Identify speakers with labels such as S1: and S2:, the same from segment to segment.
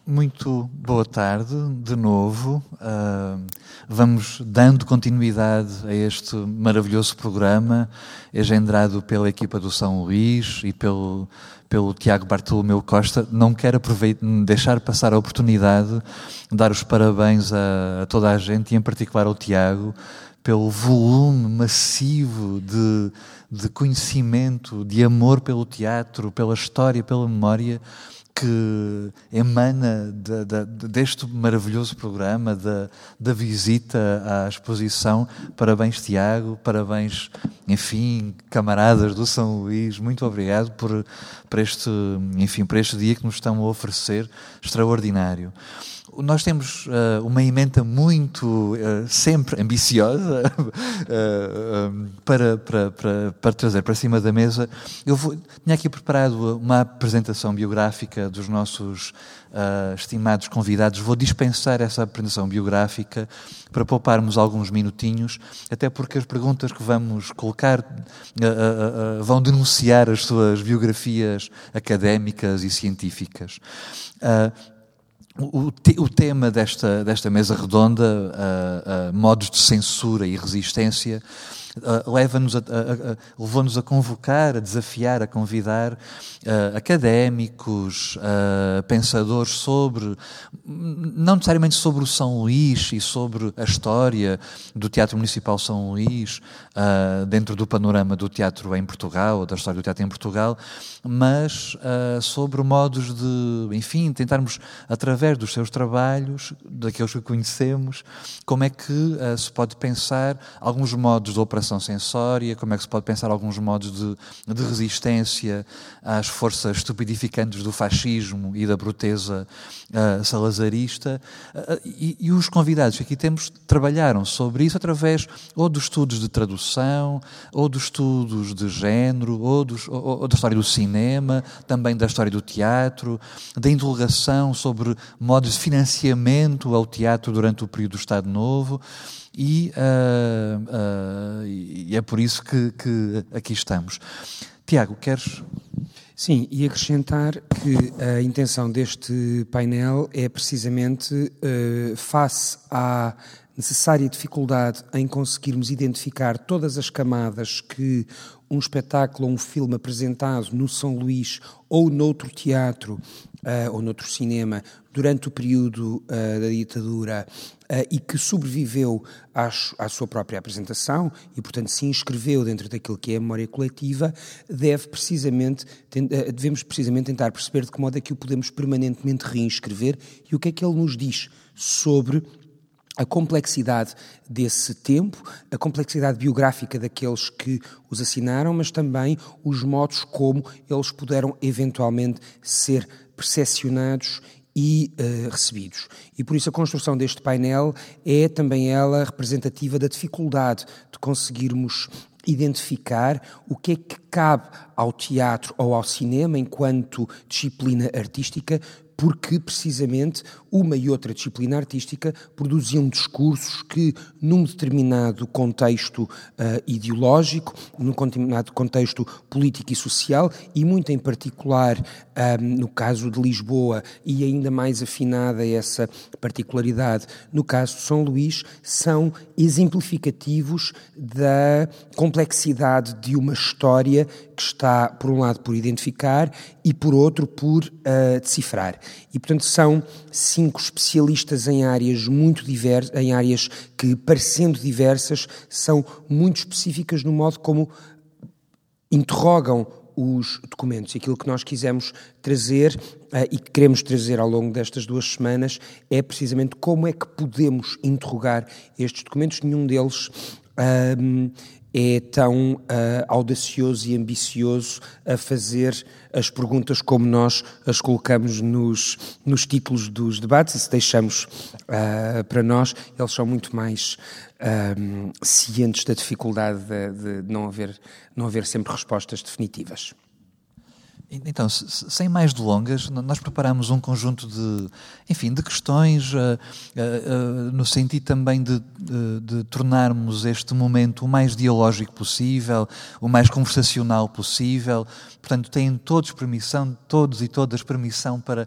S1: Muito boa tarde, de novo. Vamos dando continuidade a este maravilhoso programa, engendrado pela equipa do São Luís e pelo Tiago Bartolomeu Costa. Não quero deixar passar a oportunidade de dar os parabéns a toda a gente, e em particular ao Tiago, pelo volume massivo de conhecimento, de amor pelo teatro, pela história, pela memória, que emana deste maravilhoso programa, da visita à exposição. Parabéns, Tiago, parabéns, enfim, camaradas do São Luís, muito obrigado por este dia que nos estão a oferecer, extraordinário. Nós temos uma emenda muito, sempre ambiciosa, para trazer para cima da mesa. Tinha aqui preparado uma apresentação biográfica dos nossos estimados convidados. Vou dispensar essa apresentação biográfica para pouparmos alguns minutinhos, até porque as perguntas que vamos colocar vão denunciar as suas biografias académicas e científicas. O tema desta mesa redonda, modos de censura e resistência, levou-nos a convocar, a desafiar, a convidar académicos, pensadores não necessariamente sobre o São Luís e sobre a história do Teatro Municipal São Luís, dentro do panorama do teatro em Portugal, ou da história do teatro em Portugal, mas sobre modos de, enfim, tentarmos, através dos seus trabalhos, daqueles que conhecemos, como é que se pode pensar alguns modos de operação sensória, como é que se pode pensar alguns modos de resistência às forças estupidificantes do fascismo e da bruteza salazarista. E os convidados que aqui temos trabalharam sobre isso através ou dos estudos de tradução, ou dos estudos de género, ou da história do cinema, também da história do teatro, da indulgação sobre modos de financiamento ao teatro durante o período do Estado Novo. E é por isso que aqui estamos. Tiago, queres?
S2: Sim, e acrescentar que a intenção deste painel é precisamente, face à necessária dificuldade em conseguirmos identificar todas as camadas que um espetáculo ou um filme apresentado no São Luís ou noutro teatro ou noutro cinema durante o período da ditadura e que sobreviveu à sua própria apresentação e, portanto, se inscreveu dentro daquilo que é a memória coletiva, devemos precisamente tentar perceber de que modo é que o podemos permanentemente reinscrever e o que é que ele nos diz sobre a complexidade desse tempo, a complexidade biográfica daqueles que os assinaram, mas também os modos como eles puderam eventualmente ser percepcionados e recebidos. E por isso a construção deste painel é também ela representativa da dificuldade de conseguirmos identificar o que é que cabe ao teatro ou ao cinema enquanto disciplina artística, porque, precisamente, uma e outra disciplina artística produziam discursos que, num determinado contexto ideológico, num determinado contexto político e social, e muito em particular no caso de Lisboa, e ainda mais afinada essa particularidade no caso de São Luís, são exemplificativos da complexidade de uma história que está, por um lado, por identificar e, por outro, por decifrar. E, portanto, são 5 especialistas em áreas muito diversas, em áreas que, parecendo diversas, são muito específicas no modo como interrogam os documentos. E aquilo que nós quisemos trazer e que queremos trazer ao longo destas 2 semanas é precisamente como é que podemos interrogar estes documentos. Nenhum deles é tão audacioso e ambicioso a fazer as perguntas como nós as colocamos nos títulos dos debates, e se deixamos para nós, eles são muito mais cientes da dificuldade de não haver sempre respostas definitivas.
S1: Então, sem mais delongas, nós preparamos um conjunto de questões no sentido também de tornarmos este momento o mais dialógico possível, o mais conversacional possível. Portanto, têm todos e todas permissão para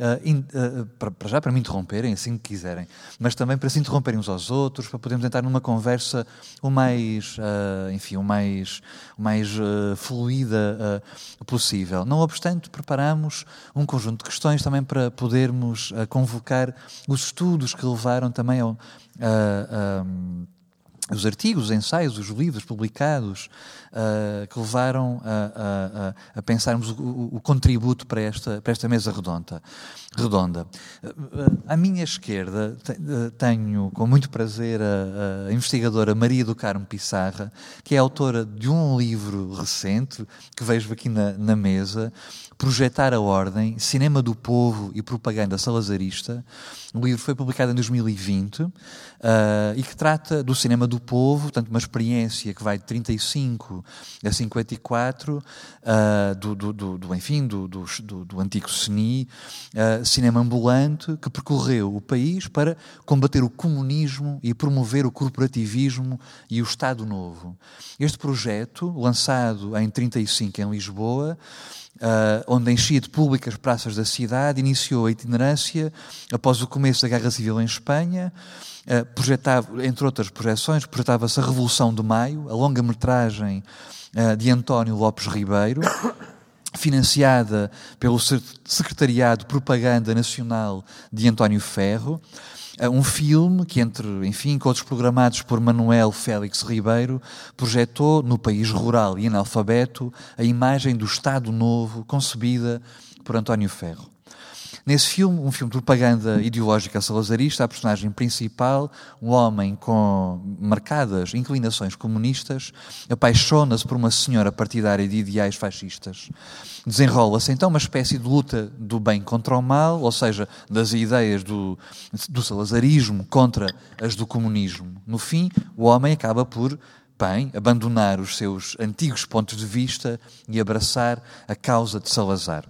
S1: me interromperem, assim que quiserem, mas também para se interromperem uns aos outros, para podermos entrar numa conversa o mais fluida possível. Não obstante, preparamos um conjunto de questões também para podermos convocar os estudos que levaram também os artigos, os ensaios, os livros publicados que levaram a pensarmos o contributo para esta mesa redonda. À minha esquerda tenho com muito prazer a investigadora Maria do Carmo Pissarra, que é autora de um livro recente que vejo aqui na mesa, Projetar a Ordem, Cinema do Povo e Propaganda Salazarista. O livro foi publicado em 2020 e que trata do cinema do povo, portanto uma experiência que vai de 35 a 54 do antigo CNI, cinema ambulante, que percorreu o país para combater o comunismo e promover o corporativismo e o Estado Novo. Este projeto, lançado em 35 em Lisboa, onde enchia de públicas praças da cidade, iniciou a itinerância após o começo da Guerra Civil em Espanha. Projetava, entre outras projeções, projetava-se a Revolução de Maio, a longa-metragem de António Lopes Ribeiro, financiada pelo Secretariado de Propaganda Nacional de António Ferro. Um filme que, com outros programados por Manuel Félix Ribeiro, projetou no país rural e analfabeto a imagem do Estado Novo concebida por António Ferro. Nesse filme, um filme de propaganda ideológica salazarista, a personagem principal, um homem com marcadas inclinações comunistas, apaixona-se por uma senhora partidária de ideais fascistas. Desenrola-se então uma espécie de luta do bem contra o mal, ou seja, das ideias do salazarismo contra as do comunismo. No fim, o homem acaba por abandonar os seus antigos pontos de vista e abraçar a causa de Salazar.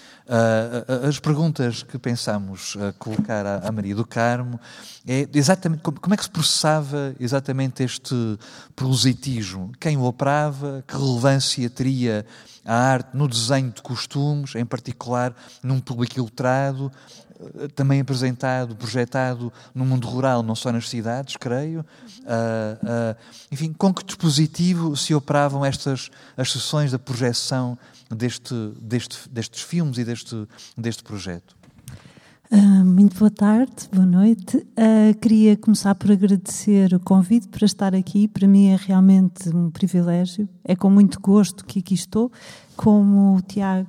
S1: As perguntas que pensamos colocar à Maria do Carmo é exatamente como é que se processava exatamente este proselitismo, quem o operava, que relevância teria a arte no desenho de costumes, em particular num público ilustrado, também apresentado, projetado no mundo rural, não só nas cidades, creio. Com que dispositivo se operavam as sessões da projeção destes filmes e deste projeto?
S3: Muito boa tarde, boa noite. Queria começar por agradecer o convite para estar aqui. Para mim é realmente um privilégio. É com muito gosto que aqui estou. Como o Tiago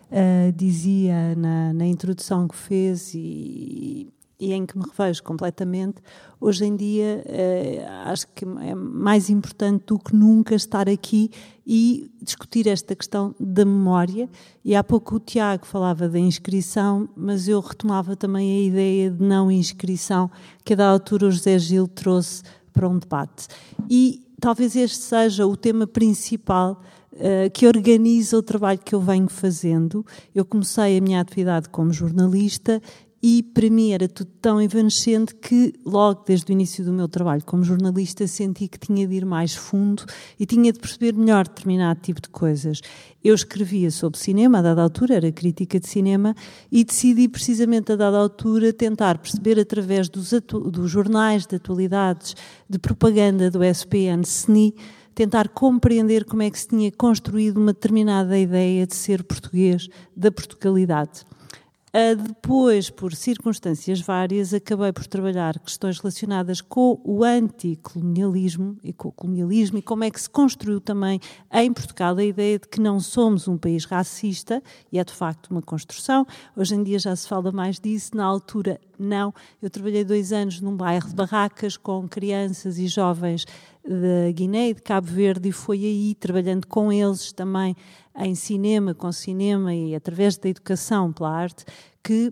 S3: dizia na introdução que fez e em que me revejo completamente, hoje em dia acho que é mais importante do que nunca estar aqui e discutir esta questão da memória. E há pouco o Tiago falava da inscrição, mas eu retomava também a ideia de não inscrição que a da altura o José Gil trouxe para um debate. E talvez este seja o tema principal que organiza o trabalho que eu venho fazendo. Eu comecei a minha atividade como jornalista e para mim era tudo tão evanescente que logo desde o início do meu trabalho como jornalista senti que tinha de ir mais fundo e tinha de perceber melhor determinado tipo de coisas. Eu escrevia sobre cinema, a dada altura era crítica de cinema, e decidi precisamente a dada altura tentar perceber através dos jornais de atualidades, de propaganda do SPN-SNI, tentar compreender como é que se tinha construído uma determinada ideia de ser português, da Portugalidade. Depois, por circunstâncias várias, acabei por trabalhar questões relacionadas com o anticolonialismo e com o colonialismo e como é que se construiu também em Portugal a ideia de que não somos um país racista, e é de facto uma construção. Hoje em dia já se fala mais disso, na altura não. Eu trabalhei 2 anos num bairro de barracas com crianças e jovens da Guiné e de Cabo Verde, e foi aí, trabalhando com eles também em cinema, com cinema e através da educação pela arte, que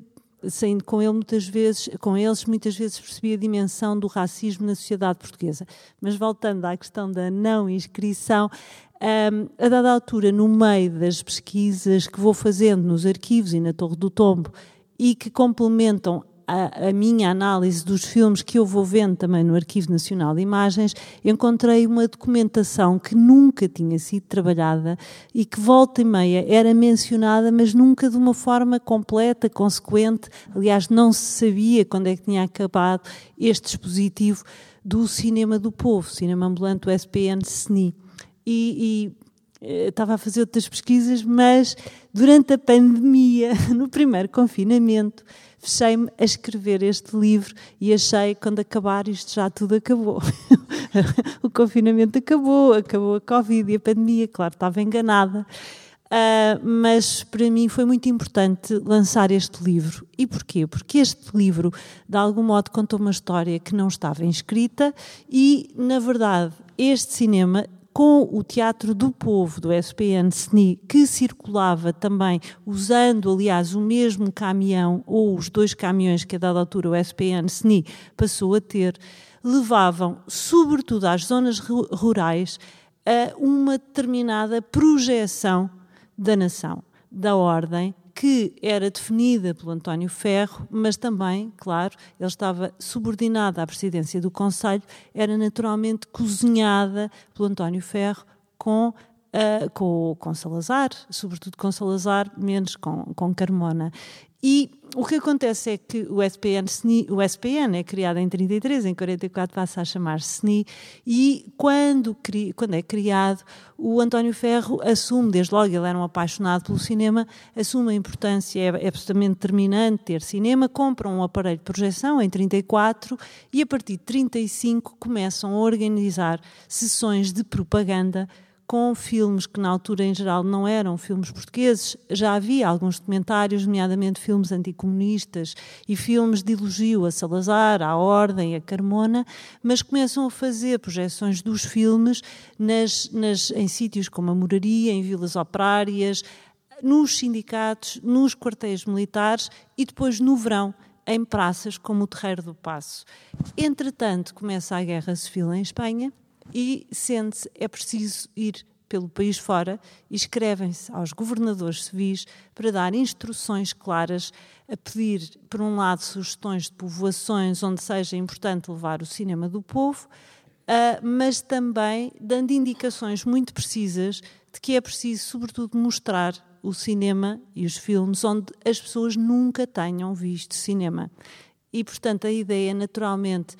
S3: saindo com eles muitas vezes percebi a dimensão do racismo na sociedade portuguesa. Mas voltando à questão da não inscrição, a dada altura, no meio das pesquisas que vou fazendo nos arquivos e na Torre do Tombo e que complementam a minha análise dos filmes que eu vou vendo também no Arquivo Nacional de Imagens, encontrei uma documentação que nunca tinha sido trabalhada e que volta e meia era mencionada, mas nunca de uma forma completa, consequente. Aliás, não se sabia quando é que tinha acabado este dispositivo do Cinema do Povo, Cinema Ambulante, o SPN-SNI. E estava a fazer outras pesquisas, mas durante a pandemia, no primeiro confinamento, fechei-me a escrever este livro e achei, quando acabar isto, já tudo acabou. O confinamento acabou a Covid e a pandemia, claro, estava enganada. Mas para mim foi muito importante lançar este livro. E porquê? Porque este livro, de algum modo, contou uma história que não estava inscrita e, na verdade, este cinema, com o Teatro do Povo, do SPN-SNI, que circulava também, usando, aliás, o mesmo caminhão, ou os 2 caminhões que a dada altura o SPN-SNI passou a ter, levavam, sobretudo às zonas rurais, a uma determinada projeção da nação, da ordem, que era definida pelo António Ferro, mas também, claro, ele estava subordinado à presidência do Conselho, era naturalmente cozinhada pelo António Ferro com Salazar, sobretudo com Salazar, menos com Carmona. E o que acontece é que o SPN é criado em 33, em 44 passa a chamar-se SNI, e quando é criado, o António Ferro assume, desde logo ele era um apaixonado pelo cinema, assume a importância, é absolutamente determinante ter cinema, compra um aparelho de projeção em 34 e a partir de 35 começam a organizar sessões de propaganda com filmes que na altura em geral não eram filmes portugueses. Já havia alguns documentários, nomeadamente filmes anticomunistas e filmes de elogio a Salazar, à Ordem, a Carmona, mas começam a fazer projeções dos filmes em sítios como a Moraria, em vilas operárias, nos sindicatos, nos quartéis militares e depois no verão em praças como o Terreiro do Paço. Entretanto, começa a Guerra Civil em Espanha e sente-se é preciso ir pelo país fora e escrevem-se aos governadores civis para dar instruções claras, a pedir, por um lado, sugestões de povoações onde seja importante levar o cinema do povo, mas também dando indicações muito precisas de que é preciso, sobretudo, mostrar o cinema e os filmes onde as pessoas nunca tenham visto cinema. E, portanto, a ideia é, naturalmente,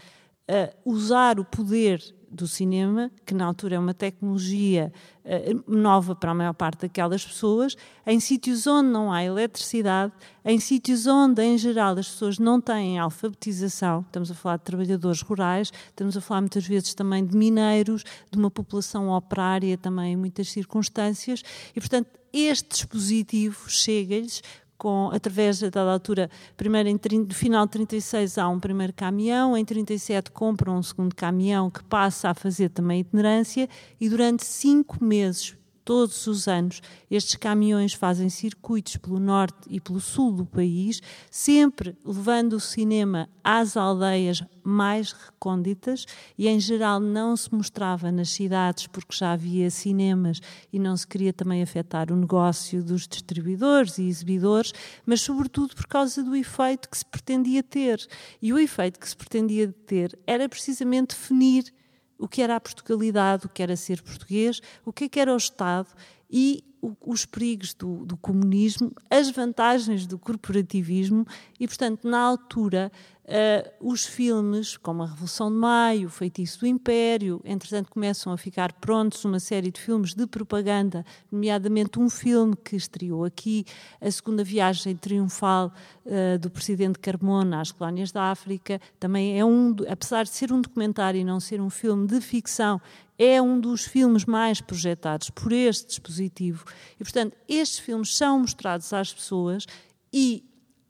S3: usar o poder do cinema, que na altura é uma tecnologia nova para a maior parte daquelas pessoas, em sítios onde não há eletricidade, em sítios onde, em geral, as pessoas não têm alfabetização. Estamos a falar de trabalhadores rurais, estamos a falar muitas vezes também de mineiros, de uma população operária também em muitas circunstâncias, e, portanto, este dispositivo chega-lhes através da altura, primeiro no final de 36 há um primeiro caminhão, em 37 compram um segundo caminhão que passa a fazer também itinerância e durante 5 meses, todos os anos, estes caminhões fazem circuitos pelo norte e pelo sul do país, sempre levando o cinema às aldeias mais recônditas e, em geral, não se mostrava nas cidades porque já havia cinemas e não se queria também afetar o negócio dos distribuidores e exibidores, mas, sobretudo, por causa do efeito que se pretendia ter. E o efeito que se pretendia ter era precisamente definir o que era a Portugalidade, o que era ser português, o que era o Estado e os perigos do comunismo, as vantagens do corporativismo e, portanto, na altura, os filmes como a Revolução de Maio, o Feitiço do Império, entretanto começam a ficar prontos uma série de filmes de propaganda, nomeadamente um filme que estreou aqui, a segunda viagem triunfal do presidente Carmona às colónias da África, também é apesar de ser um documentário e não ser um filme de ficção, é um dos filmes mais projetados por este dispositivo. E, portanto, estes filmes são mostrados às pessoas e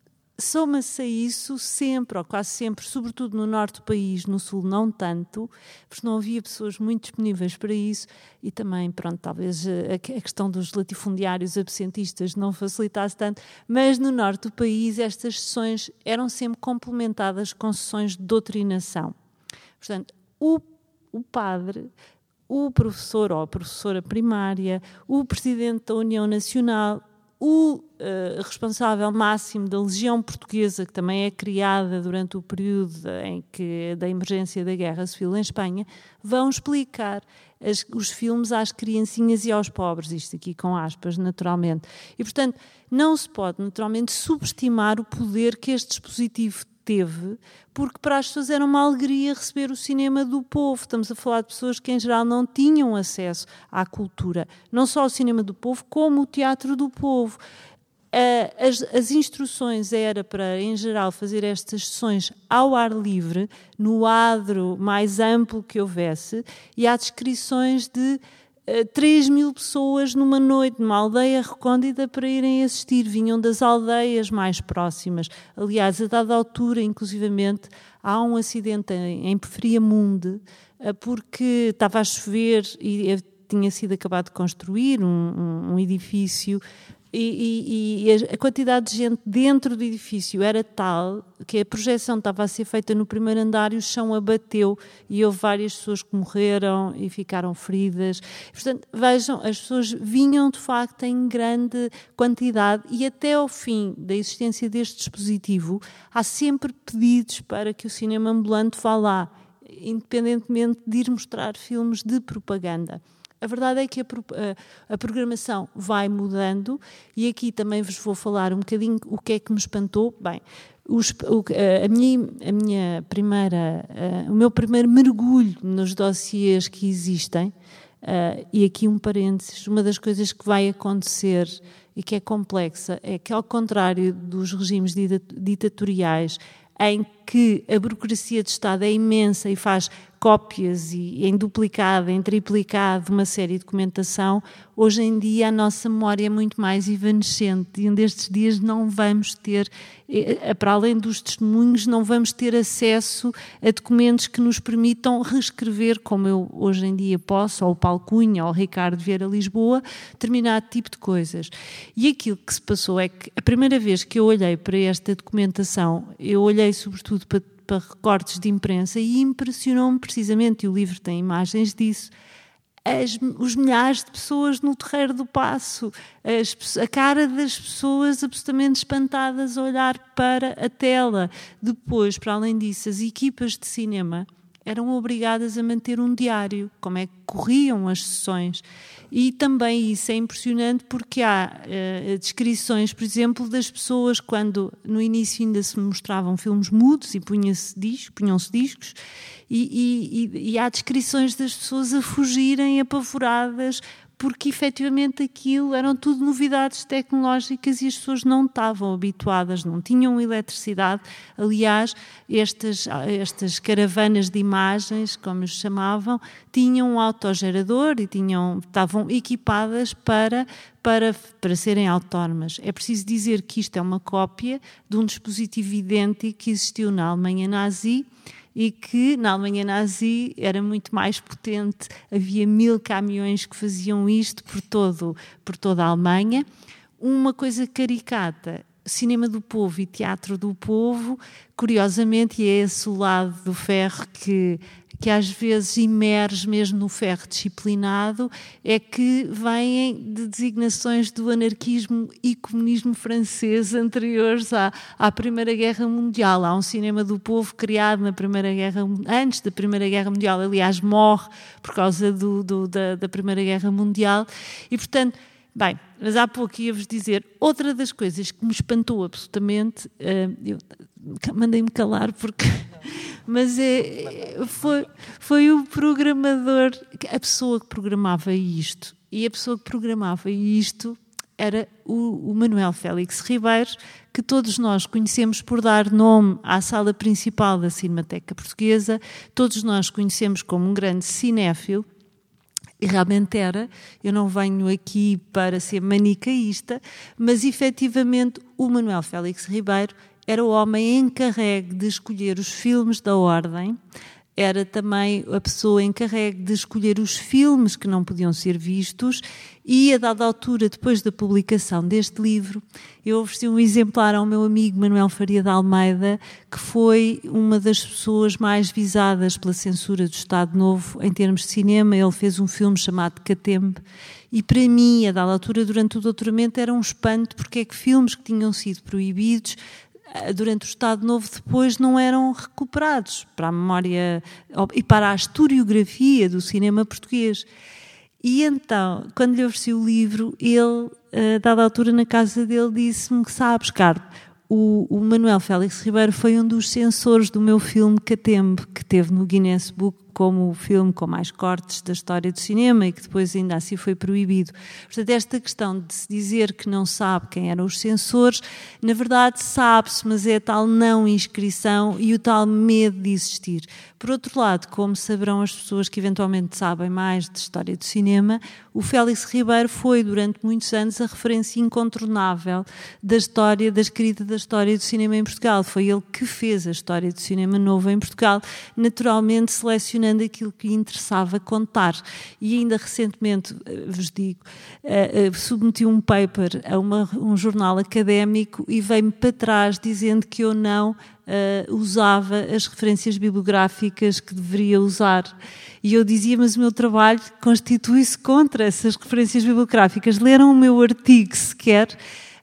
S3: Soma-se a isso sempre, ou quase sempre, sobretudo no norte do país, no sul não tanto, porque não havia pessoas muito disponíveis para isso e também, pronto, talvez a questão dos latifundiários absentistas não facilitasse tanto, mas no norte do país estas sessões eram sempre complementadas com sessões de doutrinação. Portanto, o padre, o professor ou a professora primária, o presidente da União Nacional, o responsável máximo da Legião Portuguesa, que também é criada durante o período da emergência da Guerra Civil em Espanha, vão explicar os filmes às criancinhas e aos pobres, isto aqui com aspas, naturalmente. E, portanto, não se pode, naturalmente, subestimar o poder que este dispositivo teve, porque para as pessoas era uma alegria receber o cinema do povo. Estamos a falar de pessoas que, em geral, não tinham acesso à cultura. Não só o cinema do povo, como o teatro do povo. As instruções era para, em geral, fazer estas sessões ao ar livre, no adro mais amplo que houvesse, e há descrições de 3.000 pessoas numa noite, numa aldeia recôndita, para irem assistir. Vinham das aldeias mais próximas. Aliás, a dada altura, inclusivamente, há um acidente em Friamunde, porque estava a chover e tinha sido acabado de construir um edifício e a quantidade de gente dentro do edifício era tal que a projeção estava a ser feita no primeiro andar e o chão abateu e houve várias pessoas que morreram e ficaram feridas. Portanto, vejam, as pessoas vinham de facto em grande quantidade e até ao fim da existência deste dispositivo há sempre pedidos para que o cinema ambulante vá lá, independentemente de ir mostrar filmes de propaganda. A verdade é que a programação vai mudando e aqui também vos vou falar um bocadinho o que é que me espantou. Bem, o meu primeiro mergulho nos dossiês que existem, e aqui um parênteses, uma das coisas que vai acontecer e que é complexa é que, ao contrário dos regimes ditatoriais, em que a burocracia de Estado é imensa e faz cópias e em duplicado, em triplicado, uma série de documentação, hoje em dia a nossa memória é muito mais evanescente e um destes dias não vamos ter, para além dos testemunhos, não vamos ter acesso a documentos que nos permitam reescrever, como eu hoje em dia posso, ou o Paulo Cunha, ou o Ricardo Vieira Lisboa, determinado tipo de coisas. E aquilo que se passou é que a primeira vez que eu olhei para esta documentação, eu olhei sobretudo para recortes de imprensa e impressionou-me precisamente, e o livro tem imagens disso, os milhares de pessoas no Terreiro do Paço, a cara das pessoas absolutamente espantadas a olhar para a tela. Depois, para além disso, as equipas de cinema eram obrigadas a manter um diário, como é que corriam as sessões. E também isso é impressionante porque há descrições, por exemplo, das pessoas quando no início ainda se mostravam filmes mudos e punham-se discos e há descrições das pessoas a fugirem apavoradas porque efetivamente aquilo eram tudo novidades tecnológicas e as pessoas não estavam habituadas, não tinham eletricidade. Aliás, estas caravanas de imagens, como os chamavam, tinham um autogerador e estavam equipadas para serem autónomas. É preciso dizer que isto é uma cópia de um dispositivo idêntico que existiu na Alemanha nazi, e que na Alemanha nazi era muito mais potente, havia 1000 caminhões que faziam isto por toda a Alemanha. Uma coisa caricata, cinema do povo e teatro do povo, curiosamente, e é esse o lado do ferro que às vezes emerge mesmo no ferro disciplinado, é que vêm de designações do anarquismo e comunismo francês anteriores à Primeira Guerra Mundial. Há um cinema do povo criado antes da Primeira Guerra Mundial, aliás, morre por causa da Primeira Guerra Mundial, e portanto, bem, mas há pouco ia-vos dizer, outra das coisas que me espantou absolutamente, eu mandei-me calar porque... Mas foi o programador, a pessoa que programava isto. E a pessoa que programava isto era o Manuel Félix Ribeiro, que todos nós conhecemos por dar nome à sala principal da Cinemateca Portuguesa, todos nós conhecemos como um grande cinéfilo, e realmente era. Eu não venho aqui para ser manicaísta, mas efetivamente o Manuel Félix Ribeiro era o homem encarregue de escolher os filmes da ordem, era também a pessoa encarregue de escolher os filmes que não podiam ser vistos e, a dada altura, depois da publicação deste livro, eu ofereci um exemplar ao meu amigo Manuel Faria de Almeida, que foi uma das pessoas mais visadas pela censura do Estado Novo em termos de cinema. Ele fez um filme chamado Catembe e, para mim, a dada altura, durante o doutoramento, era um espanto porque é que filmes que tinham sido proibidos durante o Estado Novo depois não eram recuperados para a memória e para a historiografia do cinema português. E então, quando lhe ofereci o livro, ele, a dada altura na casa dele, disse-me que, sabes, Carlos, o Manuel Félix Ribeiro foi um dos censores do meu filme Catembe, que teve no Guinness Book como o filme com mais cortes da história do cinema e que depois ainda assim foi proibido. Portanto, esta questão de se dizer que não sabe quem eram os censores, na verdade sabe-se, mas é a tal não inscrição e o tal medo de existir. Por outro lado, como saberão as pessoas que eventualmente sabem mais de história do cinema, o Félix Ribeiro foi durante muitos anos a referência incontornável da história, da escrita da história do cinema em Portugal. Foi ele que fez a história do cinema novo em Portugal, naturalmente selecionando aquilo que lhe interessava contar. E ainda recentemente, vos digo, submeti um paper a um jornal académico e veio-me para trás dizendo que eu não usava as referências bibliográficas que deveria usar. E eu dizia, mas o meu trabalho constitui-se contra essas referências bibliográficas. Leram o meu artigo sequer.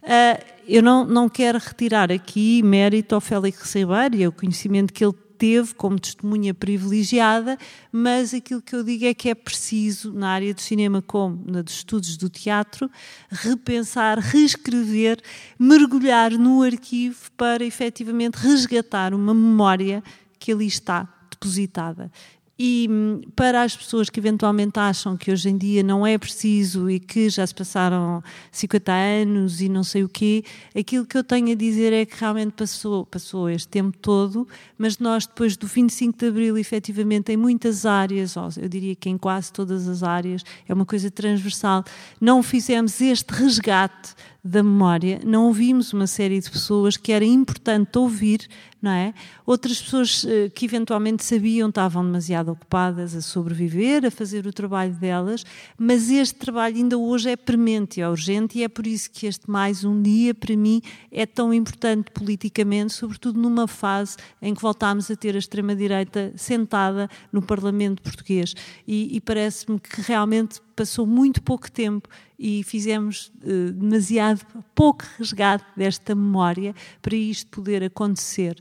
S3: Eu não quero retirar aqui mérito ao Félix Ribeiro e ao conhecimento que ele teve como testemunha privilegiada, mas aquilo que eu digo é que é preciso, na área do cinema como na dos estudos do teatro, repensar, reescrever, mergulhar no arquivo para efetivamente resgatar uma memória que ali está depositada. E para as pessoas que eventualmente acham que hoje em dia não é preciso e que já se passaram 50 anos e não sei o quê, aquilo que eu tenho a dizer é que realmente passou este tempo todo, mas nós depois do 25 de Abril, efetivamente, em muitas áreas, eu diria que em quase todas as áreas, é uma coisa transversal, não fizemos este resgate da memória, não ouvimos uma série de pessoas que era importante ouvir, não é? Outras pessoas que eventualmente sabiam estavam demasiado ocupadas a sobreviver, a fazer o trabalho delas, mas este trabalho ainda hoje é premente, é urgente e é por isso que este mais um dia, para mim, é tão importante politicamente, sobretudo numa fase em que voltámos a ter a extrema-direita sentada no Parlamento português e parece-me que realmente passou muito pouco tempo e fizemos demasiado pouco resgate desta memória para isto poder acontecer.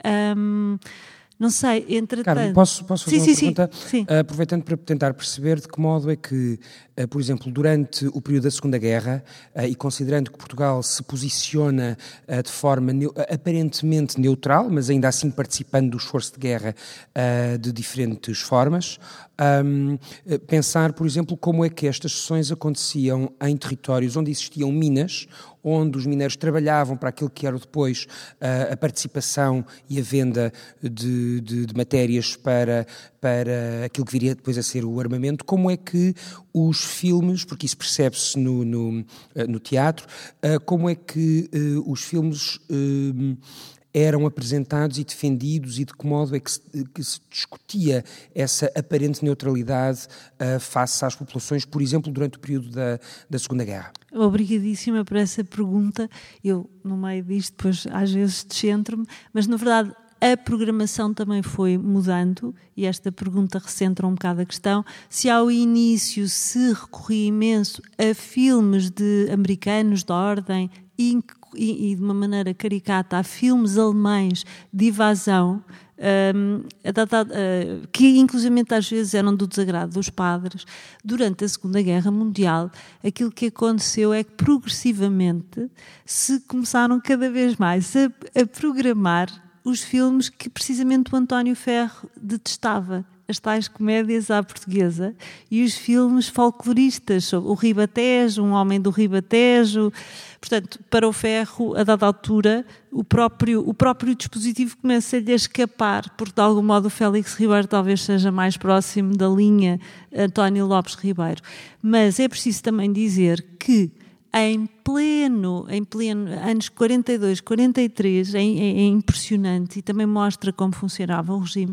S3: Não sei, entretanto...
S2: Carmen, posso fazer uma pergunta?
S3: Sim.
S2: Aproveitando para tentar perceber de que modo é que, por exemplo, durante o período da Segunda Guerra, e considerando que Portugal se posiciona de forma aparentemente neutral, mas ainda assim participando do esforço de guerra de diferentes formas, pensar, por exemplo, como é que estas sessões aconteciam em territórios onde existiam minas, onde os mineiros trabalhavam para aquilo que era depois a participação e a venda de matérias para aquilo que viria depois a ser o armamento. Como é que os filmes, porque isso percebe-se no teatro, como é que os filmes eram apresentados e defendidos e de que modo é que se discutia essa aparente neutralidade face às populações, por exemplo, durante o período da Segunda Guerra?
S3: Obrigadíssima por essa pergunta. Eu, no meio disto, depois às vezes descentro-me, mas na verdade a programação também foi mudando e esta pergunta recentra um bocado a questão. Se ao início se recorria imenso a filmes de americanos da ordem e de uma maneira caricata a filmes alemães de invasão, que inclusivamente às vezes eram do desagrado dos padres, durante a Segunda Guerra Mundial, aquilo que aconteceu é que progressivamente se começaram cada vez mais a programar os filmes que precisamente o António Ferro detestava, as tais comédias à portuguesa e os filmes folcloristas, sobre o Ribatejo, um homem do Ribatejo. Portanto, para o Ferro, a dada altura, o próprio dispositivo começa-lhe a escapar, porque de algum modo o Félix Ribeiro talvez seja mais próximo da linha António Lopes Ribeiro. Mas é preciso também dizer que em pleno anos 42, 43, é impressionante e também mostra como funcionava o regime.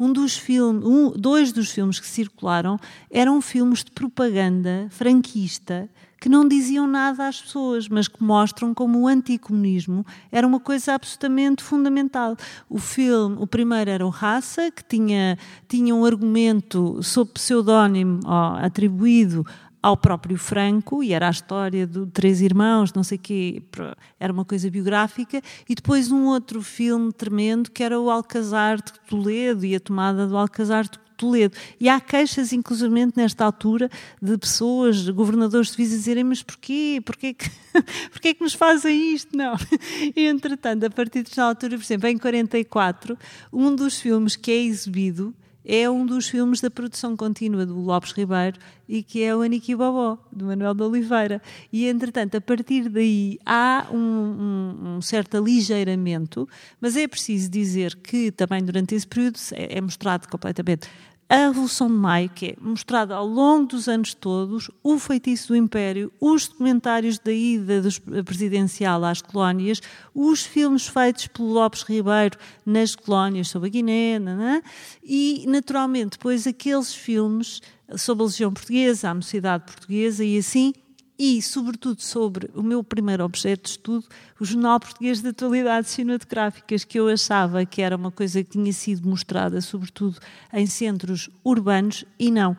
S3: Dois dos filmes que circularam eram filmes de propaganda franquista que não diziam nada às pessoas, mas que mostram como o anticomunismo era uma coisa absolutamente fundamental. O primeiro era o Raça, que tinha um argumento sob pseudónimo atribuído ao próprio Franco, e era a história de 3 irmãos, não sei o quê, era uma coisa biográfica, e depois um outro filme tremendo, que era o Alcazar de Toledo, e a tomada do Alcazar de Toledo. E há queixas, inclusivamente, nesta altura, de pessoas, governadores civis, a dizerem, mas porquê? Porquê que nos fazem isto? Não. E, entretanto, a partir desta altura, por exemplo, em 44, um dos filmes que é exibido é um dos filmes da produção contínua do Lopes Ribeiro, e que é o Aniqui Bobó, do Manuel de Oliveira. E, entretanto, a partir daí há um certo aligeiramento, mas é preciso dizer que também durante esse período é mostrado completamente a Revolução de Maio, que é mostrada ao longo dos anos todos, o feitiço do Império, os documentários da ida presidencial às colónias, os filmes feitos pelo Lopes Ribeiro nas colónias sobre a Guiné, e, naturalmente, depois aqueles filmes sobre a Legião Portuguesa, a Mocidade Portuguesa e assim, e, sobretudo, sobre o meu primeiro objeto de estudo, o Jornal Português de Atualidades Cinematográficas, que eu achava que era uma coisa que tinha sido mostrada, sobretudo, em centros urbanos, e não.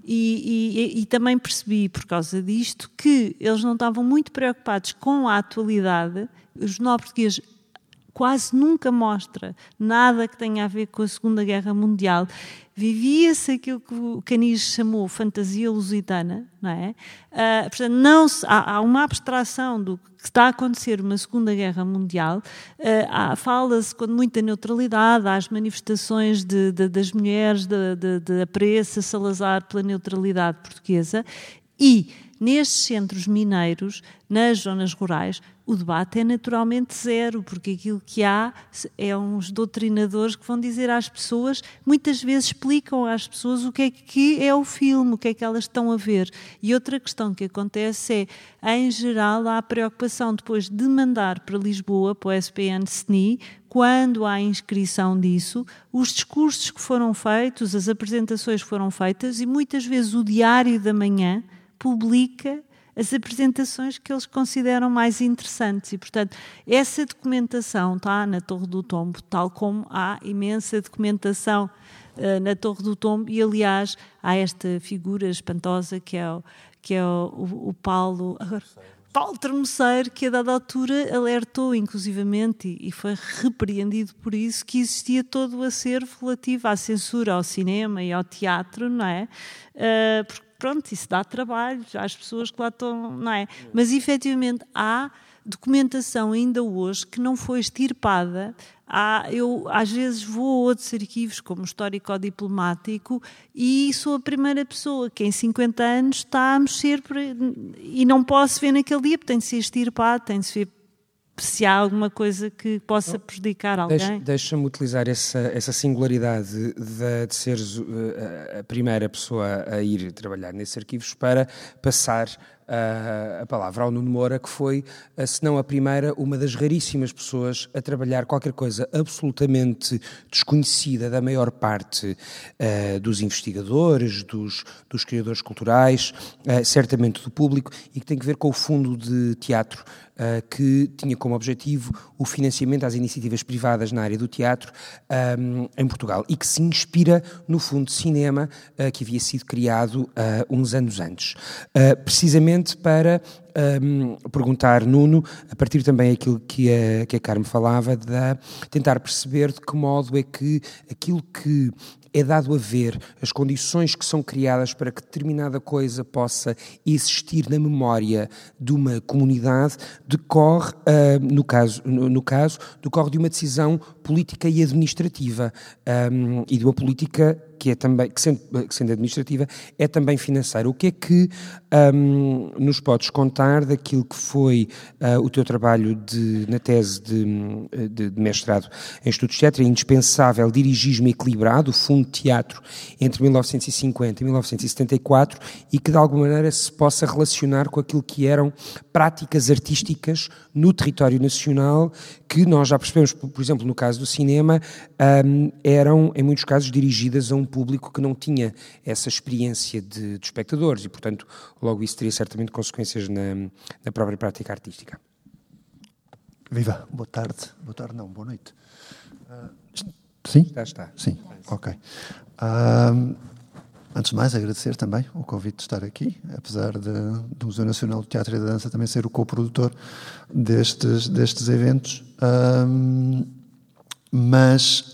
S3: E também percebi, por causa disto, que eles não estavam muito preocupados com a atualidade. O Jornal Português quase nunca mostra nada que tenha a ver com a Segunda Guerra Mundial. Vivia-se aquilo que o Canis chamou fantasia lusitana, não é? Portanto, há uma abstração do que está a acontecer numa Segunda Guerra Mundial. Fala-se com muita neutralidade, há as manifestações das mulheres, de apreço a Salazar pela neutralidade portuguesa, e nestes centros mineiros, nas zonas rurais, o debate é naturalmente zero, porque aquilo que há é uns doutrinadores que vão dizer às pessoas, muitas vezes explicam às pessoas o que é o filme, o que é que elas estão a ver. E outra questão que acontece é, em geral, há a preocupação depois de mandar para Lisboa, para o SPN-SNI, quando há inscrição disso, os discursos que foram feitos, as apresentações que foram feitas, e muitas vezes o Diário da Manhã publica as apresentações que eles consideram mais interessantes, e, portanto, essa documentação está na Torre do Tombo, tal como há imensa documentação na Torre do Tombo, e, aliás, há esta figura espantosa que é o Paulo Termoceiro, que a dada altura alertou, inclusivamente, e foi repreendido por isso, que existia todo o acervo relativo à censura ao cinema e ao teatro, não é? Porque, pronto, isso dá trabalho às pessoas que lá estão, não é? Mas, efetivamente, há documentação ainda hoje que não foi extirpada. Eu, às vezes, vou a outros arquivos, como o histórico-diplomático, e sou a primeira pessoa que, em 50 anos, está a mexer e não posso ver naquele dia, porque tem de ser extirpado, tem de ser se há alguma coisa que possa prejudicar alguém.
S2: Deixa-me utilizar essa singularidade de seres a primeira pessoa a ir trabalhar nesses arquivos para passar a palavra ao Nuno Moura, que foi, se não a primeira, uma das raríssimas pessoas a trabalhar qualquer coisa absolutamente desconhecida da maior parte dos investigadores, dos criadores culturais, certamente do público, e que tem que ver com o Fundo de Teatro, que tinha como objetivo o financiamento às iniciativas privadas na área do teatro em Portugal, e que se inspira no Fundo de Cinema que havia sido criado uns anos antes. Precisamente para perguntar, Nuno, a partir também daquilo que a Carme falava, de tentar perceber de que modo é que aquilo que é dado a ver, as condições que são criadas para que determinada coisa possa existir na memória de uma comunidade, decorre, no caso, decorre de uma decisão política e administrativa, e de uma política que que é também, que sendo administrativa, é também financeira. O que é que nos podes contar daquilo que foi o teu trabalho na tese de mestrado em estudos de teatro? É indispensável dirigismo equilibrado, o Fundo de Teatro entre 1950 e 1974, e que de alguma maneira se possa relacionar com aquilo que eram práticas artísticas no território nacional, que nós já percebemos, por exemplo, no caso do cinema, eram, em muitos casos, dirigidas a um público que não tinha essa experiência de espectadores e, portanto, logo isso teria certamente consequências na própria prática artística.
S4: Viva, boa tarde. Boa tarde não, boa noite. Sim?
S2: Está.
S4: Sim, ok. Antes de mais, agradecer também o convite de estar aqui, apesar do Museu Nacional do Teatro e da Dança também ser o coprodutor destes eventos. Mas,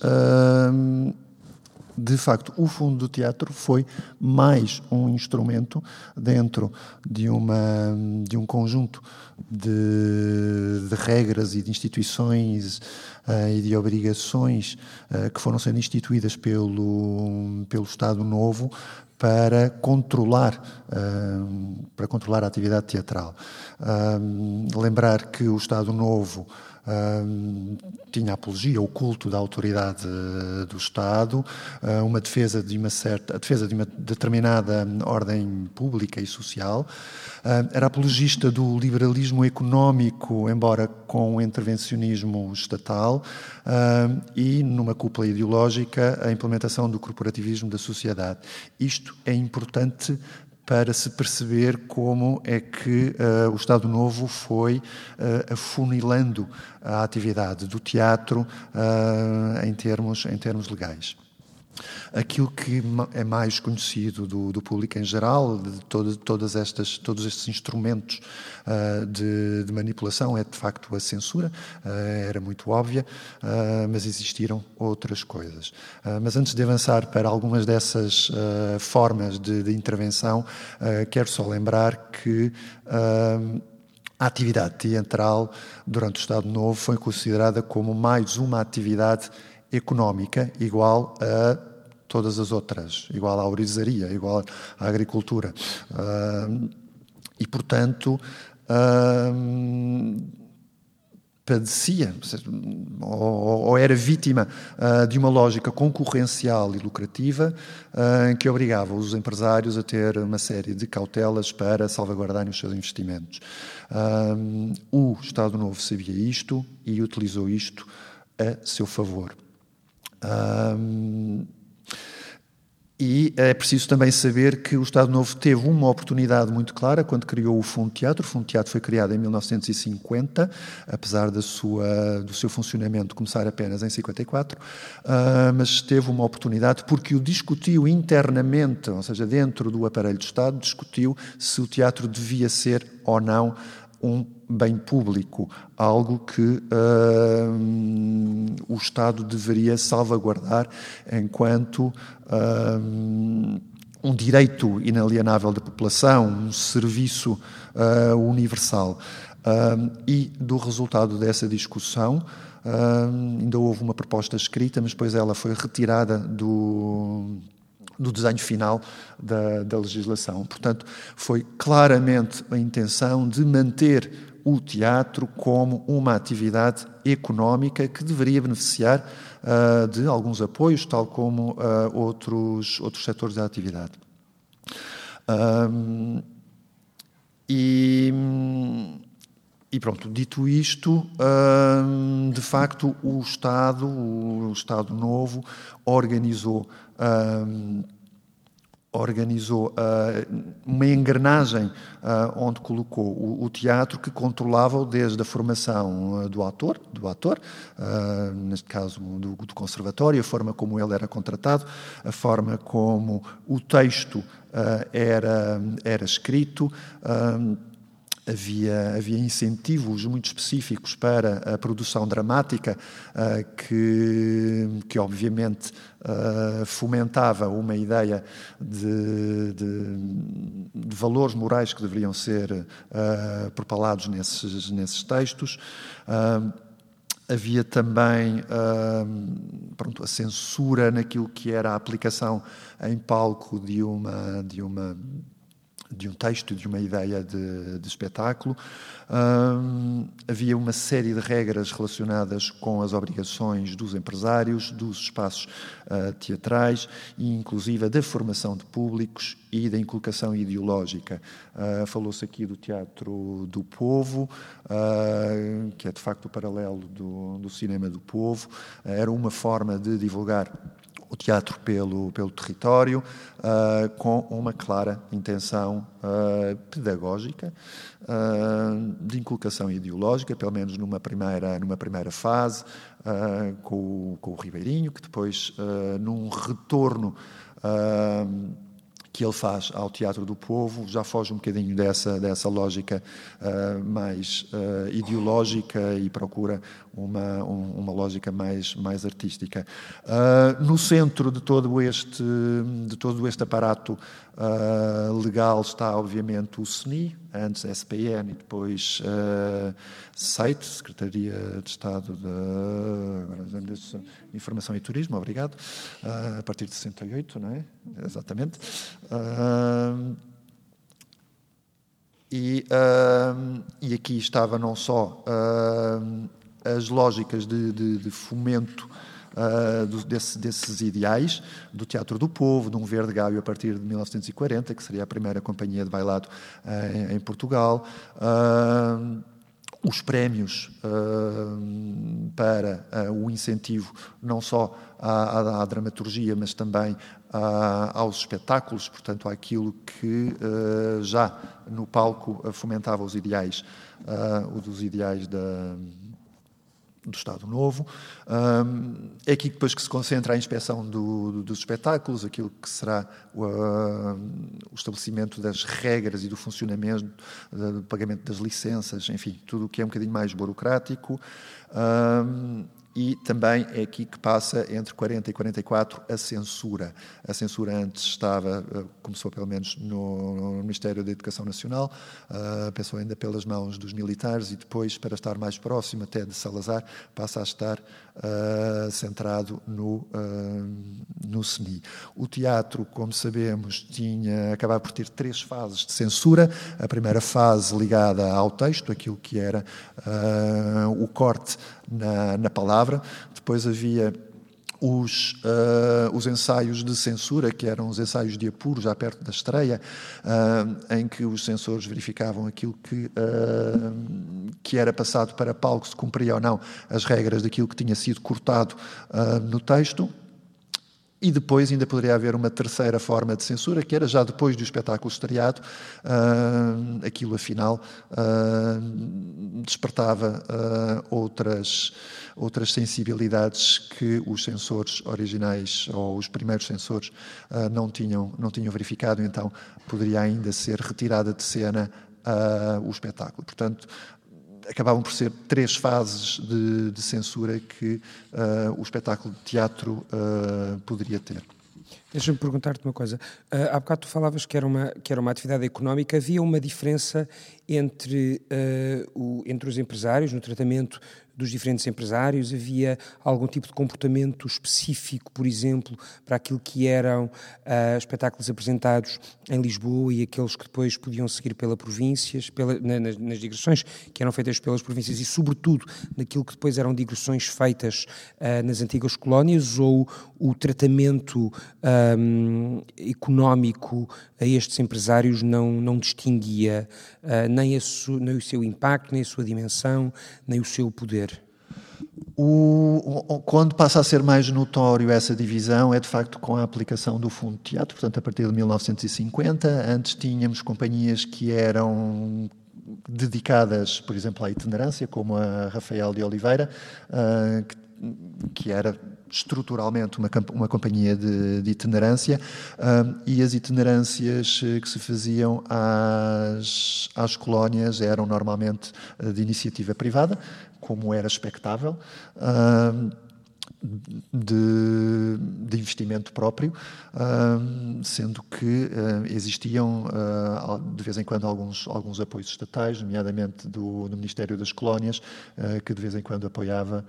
S4: de facto, o Fundo do Teatro foi mais um instrumento dentro de um conjunto de regras e de instituições e de obrigações que foram sendo instituídas pelo Estado Novo para controlar a atividade teatral. Lembrar que o Estado Novo tinha a apologia, o culto da autoridade do Estado, a defesa de uma determinada ordem pública e social, era apologista do liberalismo económico, embora com intervencionismo estatal, e numa cúpula ideológica a implementação do corporativismo da sociedade. Isto é importante para se perceber como é que o Estado Novo foi afunilando a atividade do teatro em termos legais. Aquilo que é mais conhecido do público em geral, de todos estes instrumentos de manipulação, é de facto a censura, era muito óbvia, mas existiram outras coisas. Mas antes de avançar para algumas dessas formas de intervenção, quero só lembrar que a atividade teatral durante o Estado Novo foi considerada como mais uma atividade económica igual a todas as outras, igual à ourivesaria, igual à agricultura. E, portanto, padecia, ou era vítima de uma lógica concorrencial e lucrativa que obrigava os empresários a ter uma série de cautelas para salvaguardarem os seus investimentos. O Estado Novo sabia isto e utilizou isto a seu favor. E é preciso também saber que o Estado Novo teve uma oportunidade muito clara quando criou o Fundo de Teatro. O Fundo de Teatro foi criado em 1950, apesar do seu funcionamento começar apenas em 54, mas teve uma oportunidade porque o discutiu internamente, ou seja, dentro do aparelho do Estado, discutiu se o teatro devia ser ou não um bem público, algo que o Estado deveria salvaguardar enquanto um direito inalienável da população, um serviço universal. E do resultado dessa discussão, ainda houve uma proposta escrita, mas depois ela foi retirada do desenho final da legislação. Portanto, foi claramente a intenção de manter o teatro como uma atividade económica que deveria beneficiar de alguns apoios, tal como outros setores da atividade. E pronto, dito isto, de facto o Estado Novo organizou uma engrenagem onde colocou o teatro, que controlava desde a formação do ator, neste caso do conservatório, a forma como ele era contratado, a forma como o texto era escrito. Havia incentivos muito específicos para a produção dramática que obviamente fomentava uma ideia de valores morais que deveriam ser propalados nesses textos. Havia também a censura naquilo que era a aplicação em palco de um texto, de uma ideia de espetáculo. Havia uma série de regras relacionadas com as obrigações dos empresários, dos espaços teatrais e, inclusive, da formação de públicos e da inculcação ideológica. Falou-se aqui do Teatro do Povo, que é, de facto, o paralelo do cinema do povo. Era uma forma de divulgar o teatro pelo território, com uma clara intenção pedagógica, de inculcação ideológica, pelo menos numa primeira fase, com o Ribeirinho, que depois, num retorno que ele faz ao Teatro do Povo, já foge um bocadinho dessa lógica mais ideológica e procura uma lógica mais artística. No centro de todo este aparato legal está, obviamente, o SNI, antes SPN e depois SEIT, Secretaria de Estado de Informação e Turismo, obrigado, a partir de 68, não é? Exatamente. E aqui estava não só as lógicas de fomento desses ideais, do Teatro do Povo, de um Verde Gábio a partir de 1940, que seria a primeira companhia de bailado em Portugal, os prémios para o incentivo não só à dramaturgia, mas também aos espetáculos, portanto, àquilo que já no palco fomentava os ideais, dos ideais do Estado Novo. É aqui depois que se concentra a inspeção dos espetáculos, aquilo que será o estabelecimento das regras e do funcionamento, do pagamento das licenças, enfim, tudo o que é um bocadinho mais burocrático. E também é aqui que passa, entre 40 e 44, a censura. A censura antes começou pelo menos no Ministério da Educação Nacional, passou ainda pelas mãos dos militares e depois, para estar mais próximo até de Salazar, passa a estar centrado no SNI. O teatro, como sabemos, acabava por ter 3 fases de censura. A primeira fase ligada ao texto, aquilo que era o corte na palavra. Depois havia os ensaios de censura, que eram os ensaios de apuro, já perto da estreia, em que os censores verificavam aquilo que era passado para palco, se cumpria ou não as regras daquilo que tinha sido cortado no texto. E depois ainda poderia haver uma terceira forma de censura, que era já depois do espetáculo estreado, aquilo afinal despertava outras sensibilidades que os censores originais, ou os primeiros censores, não tinham verificado, então poderia ainda ser retirada de cena o espetáculo. Portanto, acabavam por ser 3 fases de censura que o espetáculo de teatro poderia ter.
S2: Deixa-me perguntar-te uma coisa. Há bocado tu falavas que era uma atividade económica. Havia uma diferença entre os empresários, no tratamento dos diferentes empresários? Havia algum tipo de comportamento específico, por exemplo, para aquilo que eram espetáculos apresentados em Lisboa e aqueles que depois podiam seguir pelas províncias, nas digressões que eram feitas pelas províncias e, sobretudo, naquilo que depois eram digressões feitas nas antigas colónias, ou o tratamento económico a estes empresários não distinguia nem o seu impacto, nem a sua dimensão, nem o seu poder?
S4: Quando passa a ser mais notório essa divisão é, de facto, com a aplicação do Fundo de Teatro, portanto, a partir de 1950. Antes tínhamos companhias que eram dedicadas, por exemplo, à itinerância, como a Rafael de Oliveira, que era estruturalmente uma companhia de itinerância, e as itinerâncias que se faziam às colónias eram normalmente de iniciativa privada, como era expectável, de investimento próprio, sendo que existiam de vez em quando alguns apoios estatais, nomeadamente do Ministério das Colónias, que de vez em quando apoiava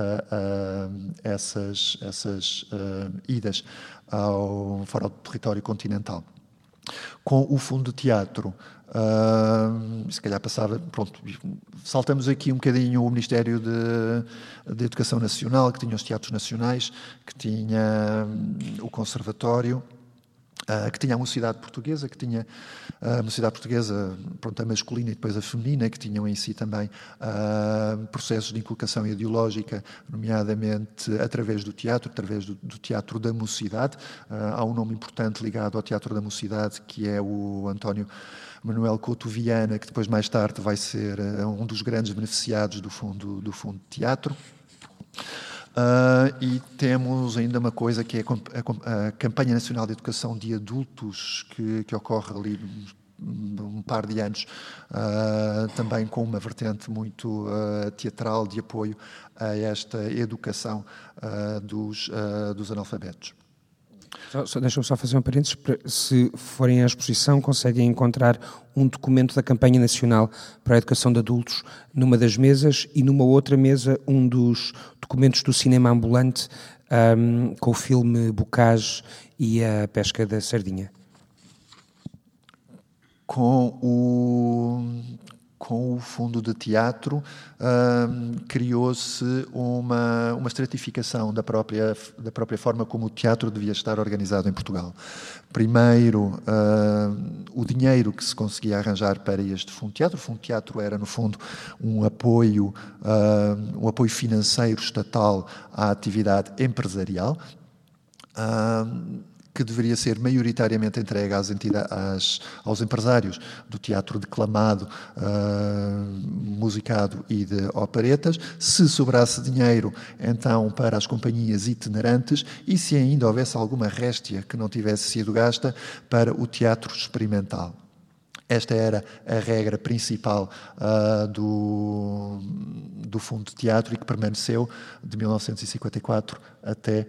S4: essas idas fora do território continental. Com o Fundo de Teatro, se calhar passava, pronto, saltamos aqui um bocadinho o Ministério de Educação Nacional, que tinha os teatros nacionais, que tinha o Conservatório, que tinha a Mocidade Portuguesa, pronto, a masculina e depois a feminina, que tinham em si também processos de inculcação ideológica, nomeadamente através do teatro, através do Teatro da Mocidade. Há um nome importante ligado ao Teatro da Mocidade, que é o António Manuel Couto Viana, que depois, mais tarde, vai ser um dos grandes beneficiados do Fundo de Teatro. E temos ainda uma coisa que é a Campanha Nacional de Educação de Adultos, que ocorre ali um par de anos, também com uma vertente muito teatral de apoio a esta educação dos analfabetos.
S2: Deixa-me só fazer um parênteses. Se forem à exposição, conseguem encontrar um documento da Campanha Nacional para a Educação de Adultos numa das mesas, e numa outra mesa um dos documentos do cinema ambulante, com o filme Bocage e a pesca da sardinha.
S4: Com o Fundo de Teatro, criou-se uma estratificação da própria forma como o teatro devia estar organizado em Portugal. Primeiro, o dinheiro que se conseguia arranjar para este Fundo de Teatro. O Fundo de Teatro era, no fundo, um apoio financeiro estatal à atividade empresarial, que deveria ser maioritariamente entregue aos empresários do teatro declamado, musicado e de operetas. Se sobrasse dinheiro, então, para as companhias itinerantes, e se ainda houvesse alguma réstia que não tivesse sido gasta, para o teatro experimental. Esta era a regra principal do Fundo de Teatro, e que permaneceu de 1954 até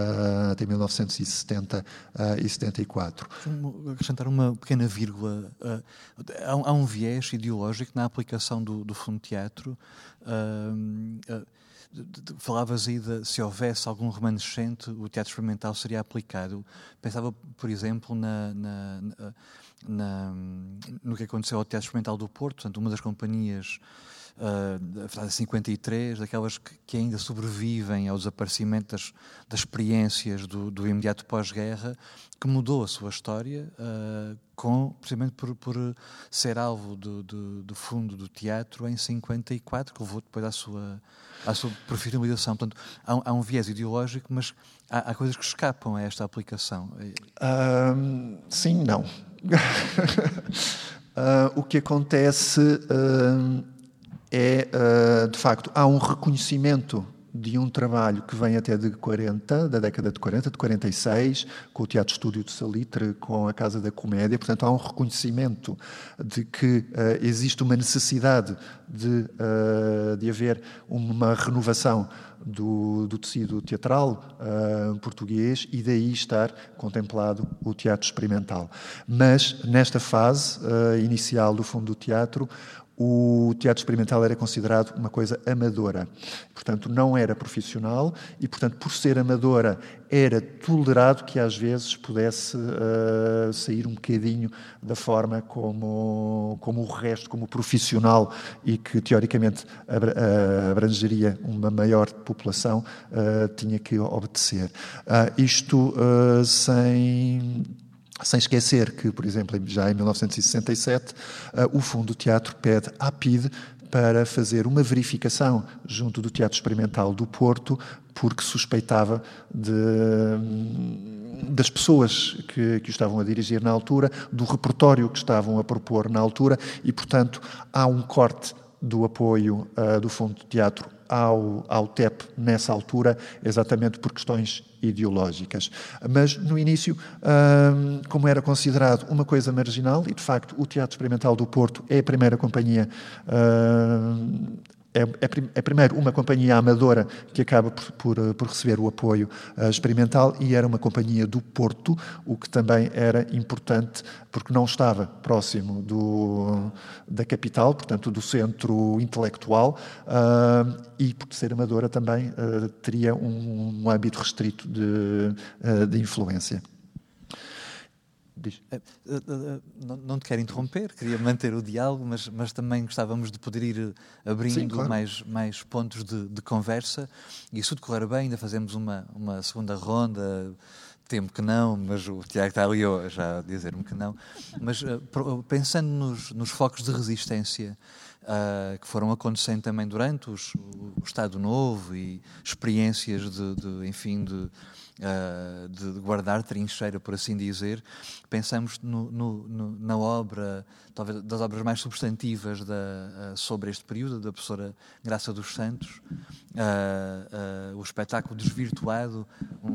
S4: 1974.
S1: Vou acrescentar uma pequena vírgula. Há um viés ideológico na aplicação do Fundo de Teatro. Falavas aí de se houvesse algum remanescente, o teatro experimental seria aplicado. Pensava, por exemplo, no que aconteceu ao Teatro Experimental do Porto. Portanto, uma das companhias da 53, daquelas que ainda sobrevivem ao desaparecimento das experiências do imediato pós-guerra, que mudou a sua história, precisamente por ser alvo do Fundo do Teatro em 54, que levou depois à sua profissionalização. Portanto, há um viés ideológico, mas há coisas que escapam a esta aplicação.
S4: Sim, não. O que acontece de facto, há um reconhecimento de um trabalho que vem até da década de 40, de 46, com o Teatro Estúdio de Salitre, com a Casa da Comédia. Portanto, há um reconhecimento de que existe uma necessidade de haver uma renovação do tecido teatral português, e daí estar contemplado o teatro experimental. Mas, nesta fase inicial do Fundo do Teatro, o teatro experimental era considerado uma coisa amadora. Portanto, não era profissional e, portanto, por ser amadora, era tolerado que às vezes pudesse sair um bocadinho da forma como o resto, como profissional, e que teoricamente abrangeria uma maior população, tinha que obedecer. Isto sem esquecer que, por exemplo, já em 1967, o Fundo do Teatro pede à PIDE para fazer uma verificação junto do Teatro Experimental do Porto, porque suspeitava das pessoas que o estavam a dirigir na altura, do repertório que estavam a propor na altura, e, portanto, há um corte do apoio do Fundo de Teatro ao TEP nessa altura, exatamente por questões ideológicas. Mas, no início, como era considerado uma coisa marginal, e de facto o Teatro Experimental do Porto é a primeira companhia é primeiro uma companhia amadora que acaba por receber o apoio experimental, e era uma companhia do Porto, o que também era importante porque não estava próximo da capital, portanto do centro intelectual, e por ser amadora também teria um âmbito restrito de influência.
S1: Não te quero interromper, queria manter o diálogo, mas também gostávamos de poder ir abrindo, sim, claro, mais pontos de conversa, e se tudo correr bem ainda fazemos uma segunda ronda. Temo que não, mas o Tiago está ali já a dizer-me que não. Mas pensando nos focos de resistência que foram acontecendo também durante o Estado Novo e experiências de guardar trincheira, por assim dizer, pensamos na obra, talvez das obras mais substantivas sobre este período, da professora Graça dos Santos, o espetáculo Desvirtuado,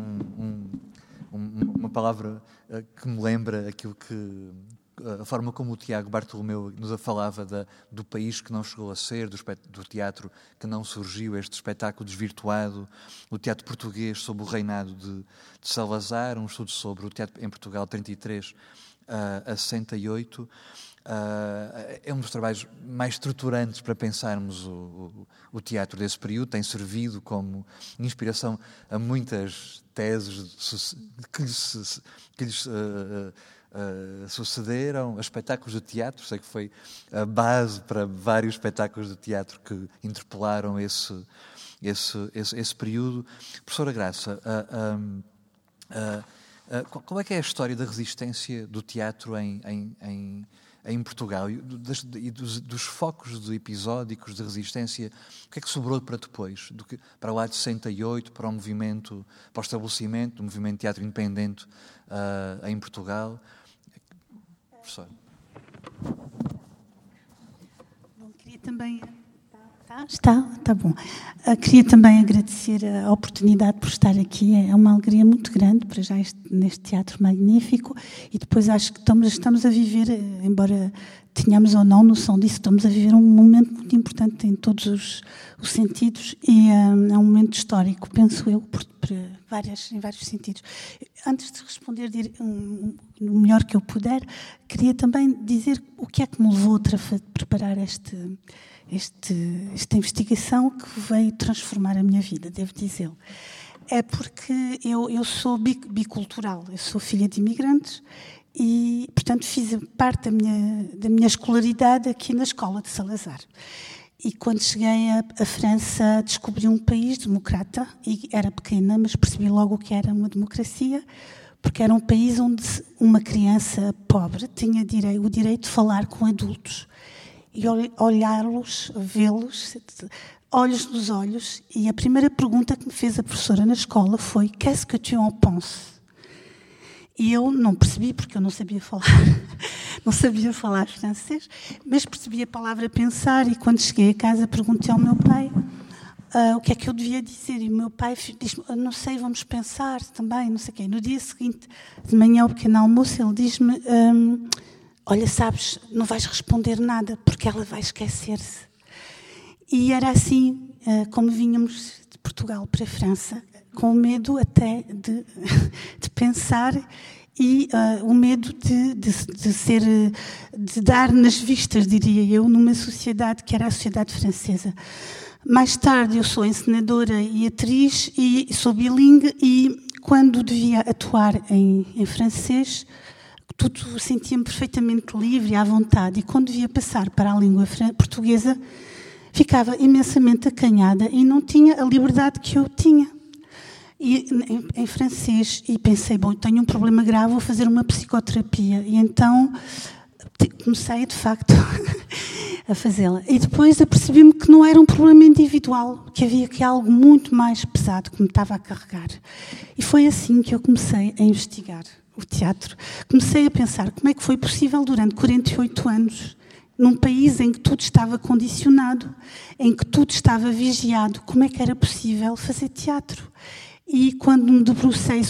S1: uma palavra que me lembra aquilo que a forma como o Tiago Bartolomeu nos falava do país que não chegou a ser, do teatro que não surgiu, este espetáculo Desvirtuado, o teatro português sob o reinado de Salazar, um estudo sobre o teatro em Portugal 33 a 68. É um dos trabalhos mais estruturantes para pensarmos o teatro desse período. Tem servido como inspiração a muitas teses que lhes sucederam, a espetáculos de teatro. Sei que foi a base para vários espetáculos de teatro que interpelaram esse período. Professora Graça, qual é que é a história da resistência do teatro em Portugal e dos focos episódicos de resistência? O que é que sobrou para depois? Para lá de 68, para o movimento, para o estabelecimento do movimento de teatro independente em Portugal? Professor.
S5: Bom, queria também... Está bom. Queria também agradecer a oportunidade por estar aqui. É uma alegria muito grande para já neste teatro magnífico, e depois acho que estamos a viver, embora tenhamos ou não noção disso, estamos a viver um momento muito importante em todos os sentidos, e é um momento histórico, penso eu, em vários sentidos. Antes de responder o melhor que eu puder, queria também dizer o que é que me levou a preparar esta investigação que veio transformar a minha vida, devo dizê-lo. É porque eu sou bicultural, eu sou filha de imigrantes e, portanto, fiz parte da minha escolaridade aqui na escola de Salazar. E quando cheguei à França, descobri um país democrata, e era pequena, mas percebi logo o que era uma democracia, porque era um país onde uma criança pobre tinha o direito de falar com adultos e olhá-los, vê-los, olhos nos olhos. E a primeira pergunta que me fez a professora na escola foi: "Qu'est-ce que tu en penses?" E eu não percebi, porque eu não sabia falar francês, mas percebi a palavra pensar, e quando cheguei a casa perguntei ao meu pai o que é que eu devia dizer, e o meu pai disse-me: "Não sei, vamos pensar também, não sei o quê." No dia seguinte, de manhã, ao pequeno almoço, ele diz-me: "Olha, sabes, não vais responder nada, porque ela vai esquecer-se." E era assim como vínhamos de Portugal para a França, com medo até de pensar, e o medo de dar nas vistas, diria eu, numa sociedade que era a sociedade francesa. Mais tarde eu sou encenadora e atriz, e sou bilingue, e quando devia atuar em francês, sentia-me perfeitamente livre e à vontade, e quando devia passar para a língua portuguesa, ficava imensamente acanhada e não tinha a liberdade que eu tinha em francês. E pensei: bom, tenho um problema grave, vou fazer uma psicoterapia. E então comecei, de facto, a fazê-la. E depois apercebi-me que não era um problema individual, que havia aqui algo muito mais pesado que me estava a carregar. E foi assim que eu comecei a investigar o teatro. Comecei a pensar como é que foi possível, durante 48 anos, num país em que tudo estava condicionado, em que tudo estava vigiado, como é que era possível fazer teatro? E quando me debrucei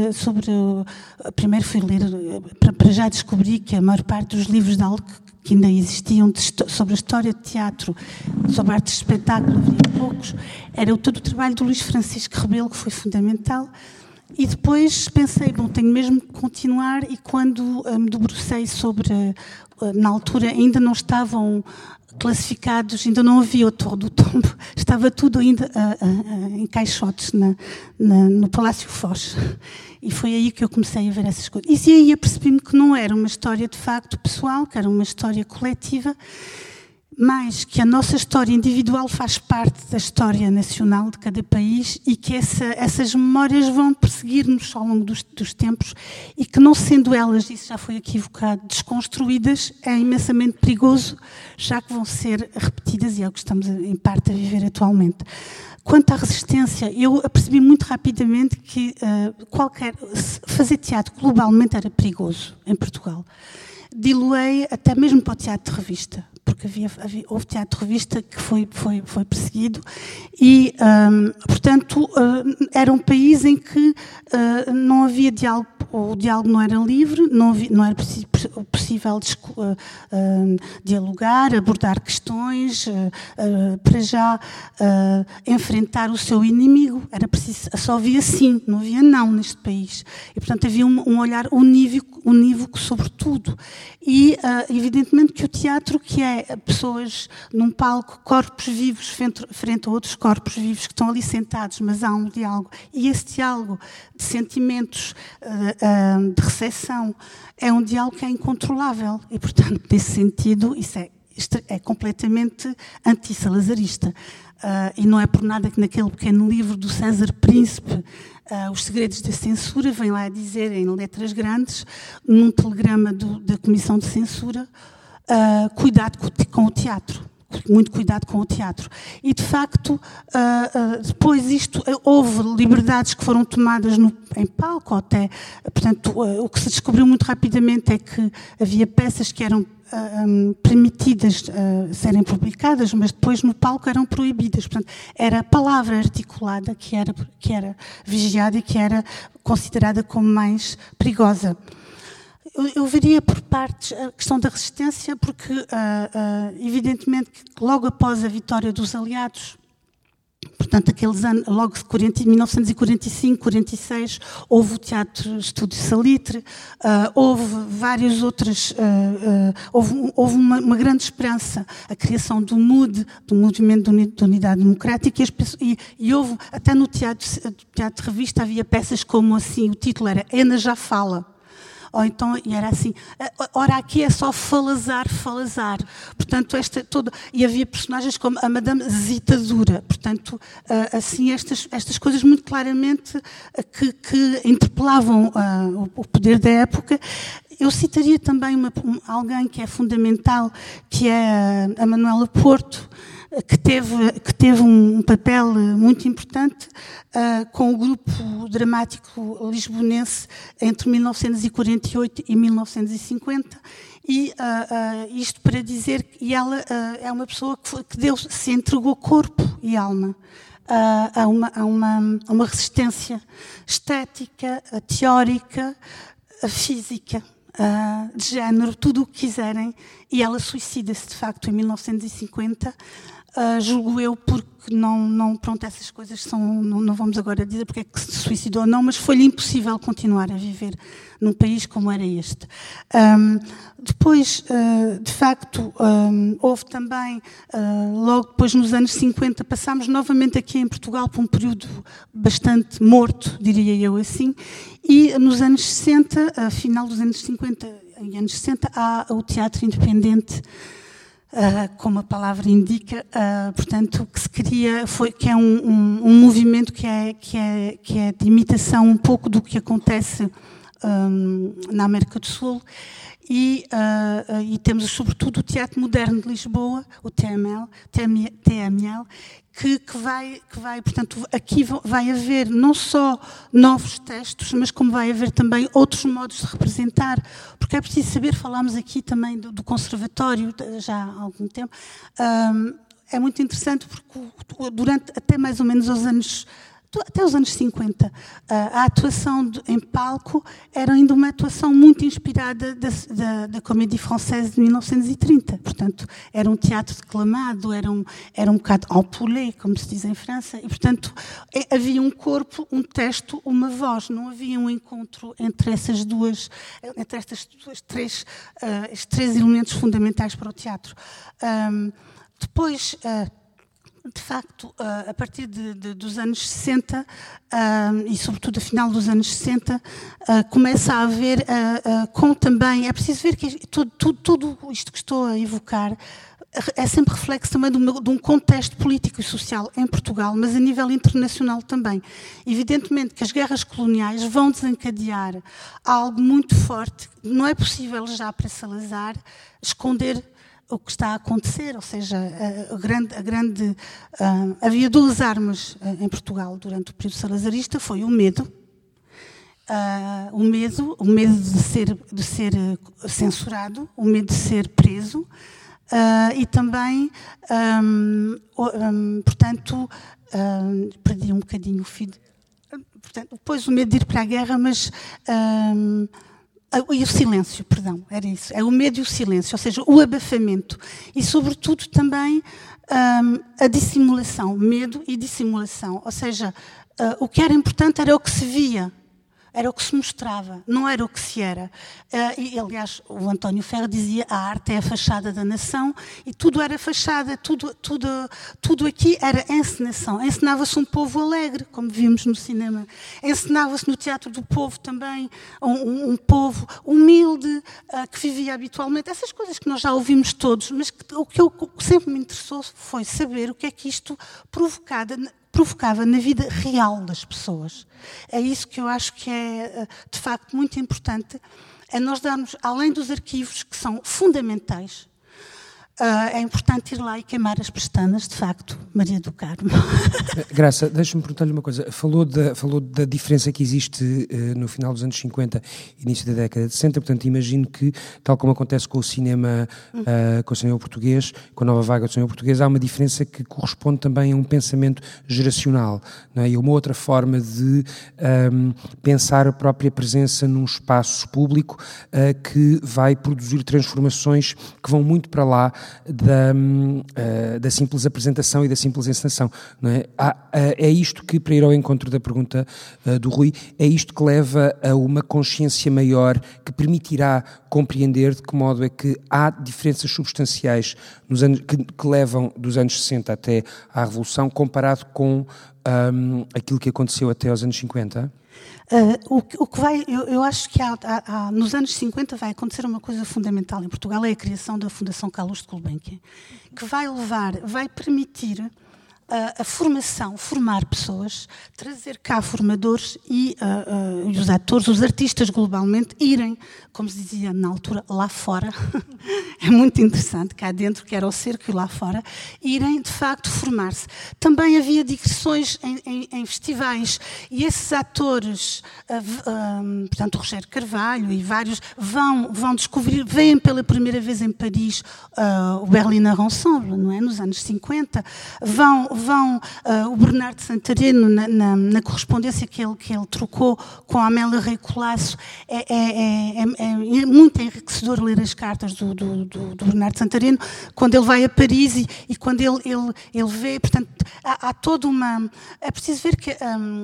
S5: primeiro fui ler, para já descobri que a maior parte dos livros de algo que ainda existiam sobre a história de teatro, sobre artes de espetáculo, havia poucos, era todo o trabalho do Luís Francisco Rebelo, que foi fundamental. E depois pensei, bom, tenho mesmo que continuar, e quando me debrucei na altura ainda não estavam classificados, ainda não havia o Torre do Tombo, estava tudo ainda em caixotes no Palácio Foz. E foi aí que eu comecei a ver essas coisas. E aí apercebi-me que não era uma história de facto pessoal, que era uma história coletiva, mas que a nossa história individual faz parte da história nacional de cada país, e que essas memórias vão perseguir-nos ao longo dos tempos, e que, não sendo elas, isso já foi equivocado, desconstruídas, é imensamente perigoso, já que vão ser repetidas, e é o que estamos em parte a viver atualmente. Quanto à resistência, eu apercebi muito rapidamente que fazer teatro globalmente era perigoso em Portugal. Diluei até mesmo para o teatro de revista, porque houve teatro de revista que foi perseguido, e, portanto, era um país em que não havia diálogo, o diálogo não era livre, não era possível dialogar, abordar questões, para já enfrentar o seu inimigo. Era preciso, só havia sim, não havia não neste país. E, portanto, havia um olhar unívoco sobre tudo. E, evidentemente, que o teatro, que é pessoas num palco, corpos vivos frente a outros corpos vivos que estão ali sentados, mas há um diálogo, e esse diálogo de sentimentos, de recepção, é um diálogo que é incontrolável, e, portanto, nesse sentido, isto é completamente anti-salazarista. E não é por nada que naquele pequeno livro do César Príncipe, Os Segredos da Censura, vem lá a dizer, em letras grandes, num telegrama da Comissão de Censura, cuidado com o teatro. Muito cuidado com o teatro. E, de facto, depois houve liberdades que foram tomadas em palco, até, portanto, o que se descobriu muito rapidamente é que havia peças que eram permitidas serem publicadas, mas depois no palco eram proibidas. Portanto, era a palavra articulada que era vigiada e que era considerada como mais perigosa. Eu veria por partes a questão da resistência, porque, evidentemente, que logo após a vitória dos aliados, portanto, aqueles anos, logo de 1945, 46, houve o Teatro Estúdio Salitre, houve várias outras, houve uma grande esperança, a criação do MUD, do Movimento de Unidade Democrática, e houve, até no teatro de revista, havia peças como assim, o título era Ena já fala. Ou então, e era assim, ora aqui é só falazar. Portanto, e havia personagens como a Madame Zitadura. Portanto, assim, estas coisas muito claramente que interpelavam o poder da época. Eu citaria também alguém que é fundamental, que é a Manuela Porto, que teve um papel muito importante com o grupo dramático lisbonense entre 1948 e 1950, e isto para dizer que ela é uma pessoa que se entregou corpo e alma a uma resistência estética, teórica, física, de género, tudo o que quiserem, e ela suicida-se de facto em 1950, julgo eu, porque pronto, essas coisas não vamos agora dizer porque é que se suicidou ou não, mas foi-lhe impossível continuar a viver num país como era este. Depois, de facto, houve também, logo depois nos anos 50, passámos novamente aqui em Portugal por um período bastante morto, diria eu assim, e nos anos 60, final dos anos 50 e anos 60, há o teatro independente, como a palavra indica, portanto, que se cria, que é um movimento que é de imitação um pouco do que acontece na América do Sul, e temos sobretudo o Teatro Moderno de Lisboa, o TML, que vai, portanto, aqui vai haver não só novos textos, mas como vai haver também outros modos de representar, porque é preciso saber, falámos aqui também do conservatório já há algum tempo, é muito interessante porque durante até mais ou menos os anos até os anos 50, a atuação em palco era ainda uma atuação muito inspirada da Comédie Française de 1930. Portanto, era um teatro declamado, era um bocado ampoulé, como se diz em França, e, portanto, havia um corpo, um texto, uma voz. Não havia um encontro entre estes três elementos fundamentais para o teatro. Depois, de facto, a partir dos anos 60 e sobretudo a final dos anos 60, começa a haver, com também, é preciso ver que tudo isto que estou a evocar é sempre reflexo também de um contexto político e social em Portugal, mas a nível internacional também. Evidentemente que as guerras coloniais vão desencadear algo muito forte. Não é possível já para Salazar esconder o que está a acontecer, ou seja, havia duas armas em Portugal durante o período salazarista, foi o medo. O medo de ser censurado, o medo de ser preso, e também, portanto, perdi um bocadinho o fio. Portanto, depois o medo de ir para a guerra, mas e o silêncio, perdão, era isso. É o medo e o silêncio, ou seja, o abafamento. E, sobretudo, também a dissimulação, medo e dissimulação. Ou seja, o que era importante era o que se via. Era o que se mostrava, não era o que se era. E, aliás, o António Ferro dizia a arte é a fachada da nação, e tudo era fachada, tudo aqui era encenação. Encenava-se um povo alegre, como vimos no cinema. Encenava-se no Teatro do Povo também um povo humilde, que vivia habitualmente. Essas coisas que nós já ouvimos todos, mas o que sempre me interessou foi saber o que é que isto provocava na vida real das pessoas. É isso que eu acho que é, de facto, muito importante, é nós darmos, além dos arquivos que são fundamentais, é importante ir lá e queimar as pestanas, de facto, Maria do Carmo.
S2: Graça, deixa-me perguntar-lhe uma coisa. Falou da diferença que existe no final dos anos 50 e início da década de 60, portanto, imagino que, tal como acontece com o cinema português, com a nova vaga do cinema português, há uma diferença que corresponde também a um pensamento geracional, não é? E uma outra forma de pensar a própria presença num espaço público que vai produzir transformações que vão muito para lá da simples apresentação e da simples encenação, não é? É isto que, para ir ao encontro da pergunta do Rui, é isto que leva a uma consciência maior que permitirá compreender de que modo é que há diferenças substanciais nos anos, que levam dos anos 60 até à Revolução, comparado com aquilo que aconteceu até aos anos 50?
S5: Eu acho que nos anos 50 vai acontecer uma coisa fundamental em Portugal, é a criação da Fundação Carlos de Gulbenkian, que vai permitir a formação, formar pessoas, trazer cá formadores e os atores, os artistas globalmente, irem, como se dizia na altura, lá fora. É muito interessante, cá dentro, que era o cerco e lá fora, irem, de facto, formar-se. Também havia digressões em festivais, e esses atores, portanto, o Rogério Carvalho e vários, vão descobrir, veem pela primeira vez em Paris o Berliner Ensemble, não é? Nos anos 50, o Bernardo Santareno, na correspondência que ele trocou com a Amélia Rei Colasso, é muito enriquecedor ler as cartas do Bernardo Santareno, quando ele vai a Paris e quando ele vê, portanto, há toda uma... É preciso ver que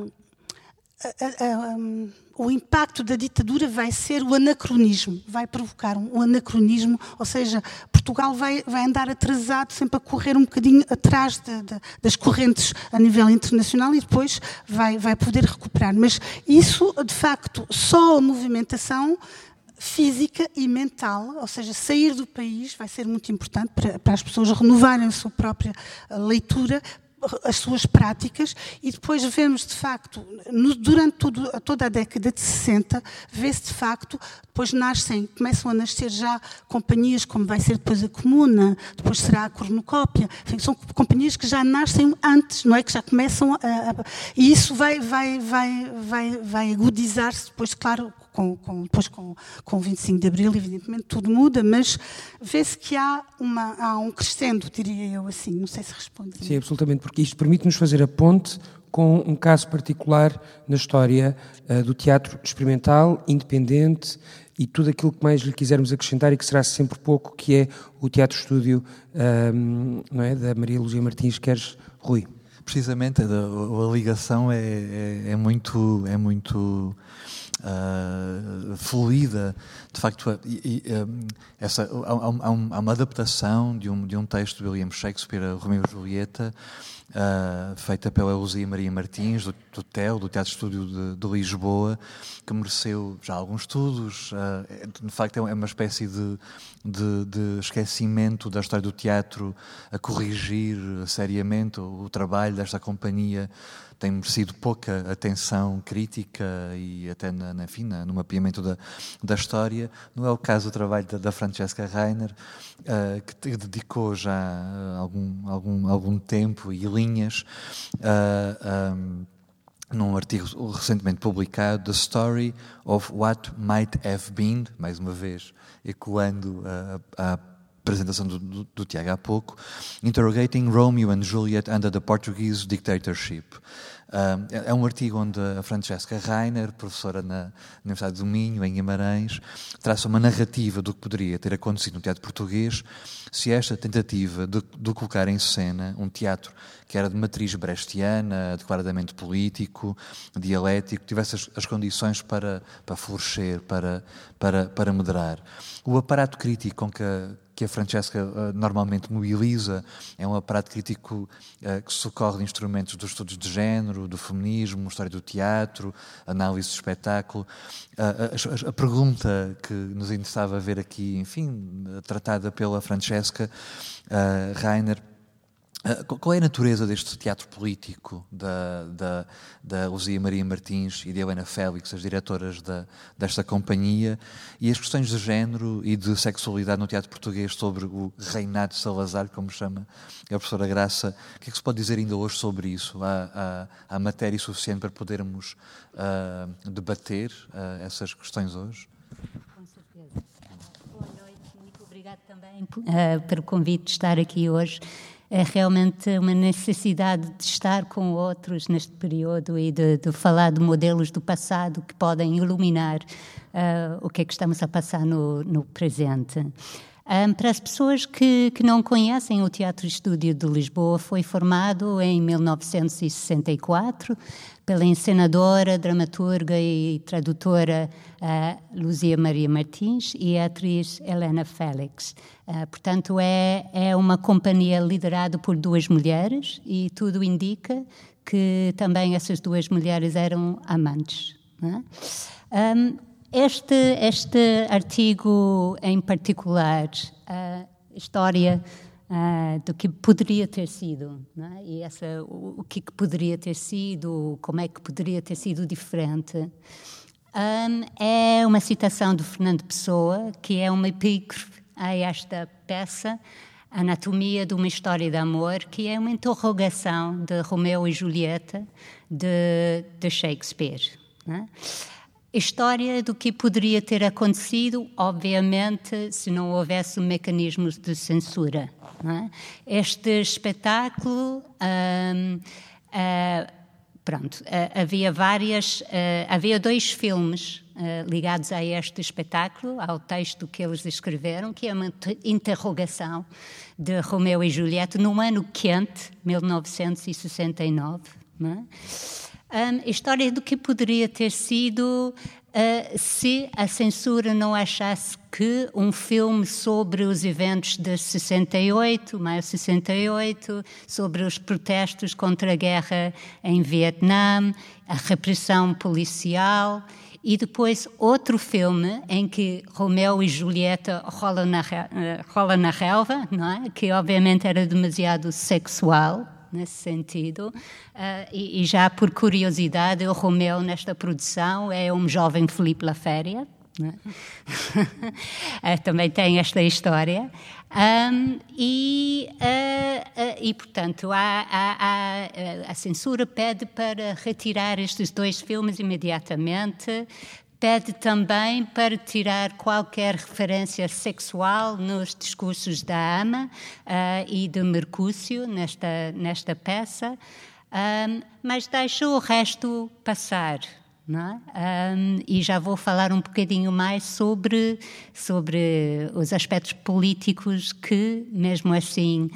S5: o impacto da ditadura vai ser o anacronismo, vai provocar um anacronismo, ou seja, Portugal vai andar atrasado, sempre a correr um bocadinho atrás das correntes a nível internacional e depois vai poder recuperar. Mas isso, de facto, só a movimentação física e mental, ou seja, sair do país vai ser muito importante para as pessoas renovarem a sua própria leitura, as suas práticas, e depois vemos de facto, durante toda a década de 60, vê-se de facto, depois começam a nascer já companhias como vai ser depois a Comuna, depois será a Cornucópia, enfim, são companhias que já nascem antes, não é? Que já começam e isso vai agudizar-se depois, claro, depois com o 25 de Abril, evidentemente, tudo muda, mas vê-se que há um crescendo, diria eu assim, não sei se responde.
S2: Sim, absolutamente, isto permite-nos fazer a ponte com um caso particular na história do teatro experimental, independente e tudo aquilo que mais lhe quisermos acrescentar e que será sempre pouco, que é o teatro estúdio, não é, da Maria Luzia Martins. Queres, Rui?
S1: Precisamente, a ligação é muito fluida. De facto, há uma adaptação de um texto de William Shakespeare, Romeu e Julieta, feita pela Luzia Maria Martins, do TEL, do Teatro Estúdio de Lisboa, que mereceu já alguns estudos. De facto, é uma espécie de esquecimento da história do teatro, a corrigir seriamente o trabalho desta companhia. Tem merecido pouca atenção crítica e até no mapeamento da história. Não é o caso do trabalho da Francesca Rainer, que dedicou já algum tempo e linhas num artigo recentemente publicado, The Story of What Might Have Been, mais uma vez ecoando a apresentação do Tiago há pouco, Interrogating Romeo and Juliet Under the Portuguese Dictatorship. É um artigo onde a Francesca Rainer, professora na Universidade do Minho, em Guimarães, traça uma narrativa do que poderia ter acontecido no teatro português se esta tentativa de colocar em cena um teatro que era de matriz brechtiana, declaradamente político, dialético, tivesse as condições para florescer, para moderar. O aparato crítico com que a Francesca normalmente mobiliza é um aparato crítico que socorre de instrumentos dos estudos de género, do feminismo, história do teatro, análise do espetáculo. A pergunta que nos interessava ver aqui, enfim, tratada pela Francesca Rainer, qual é a natureza deste teatro político da Luzia Maria Martins e de Helena Félix, as diretoras desta companhia, e as questões de género e de sexualidade no teatro português sobre o reinado de Salazar, como chama a professora Graça? O que é que se pode dizer ainda hoje sobre isso? Há matéria suficiente para podermos debater essas questões hoje?
S6: Com certeza. Boa noite, muito obrigada também pelo convite de estar aqui hoje. É realmente uma necessidade de estar com outros neste período e de falar de modelos do passado que podem iluminar o que é que estamos a passar no presente. Para as pessoas que não conhecem, o Teatro Estúdio de Lisboa foi formado em 1964 pela encenadora, dramaturga e tradutora Luzia Maria Martins e a atriz Helena Félix. Portanto, é uma companhia liderada por duas mulheres e tudo indica que também essas duas mulheres eram amantes. Não é? Este artigo em particular, a história do que poderia ter sido, não é? E o que poderia ter sido, como é que poderia ter sido diferente, é uma citação de Fernando Pessoa, que é uma epígrafe a esta peça, Anatomia de uma História de Amor, que é uma interrogação de Romeu e Julieta de Shakespeare. Não é? História do que poderia ter acontecido, obviamente, se não houvesse mecanismos de censura. Não é? Este espetáculo, havia dois filmes ligados a este espetáculo, ao texto que eles escreveram, que é uma interrogação de Romeu e Julieta no ano quente, 1969. Não é? A história do que poderia ter sido se a censura não achasse que um filme sobre os eventos de 68, maio de 68, sobre os protestos contra a guerra em Vietnã, a repressão policial, e depois outro filme em que Romeu e Julieta rolam na relva, não é? Que obviamente era demasiado sexual, nesse sentido, e já por curiosidade, o Romeu nesta produção é um jovem Filipe Laféria, né? Também tem esta história, e portanto a censura pede para retirar estes dois filmes imediatamente, Pede também para tirar qualquer referência sexual nos discursos da Ama e de Mercúcio nesta peça, mas deixa o resto passar. Não é? E já vou falar um bocadinho mais sobre os aspectos políticos que, mesmo assim,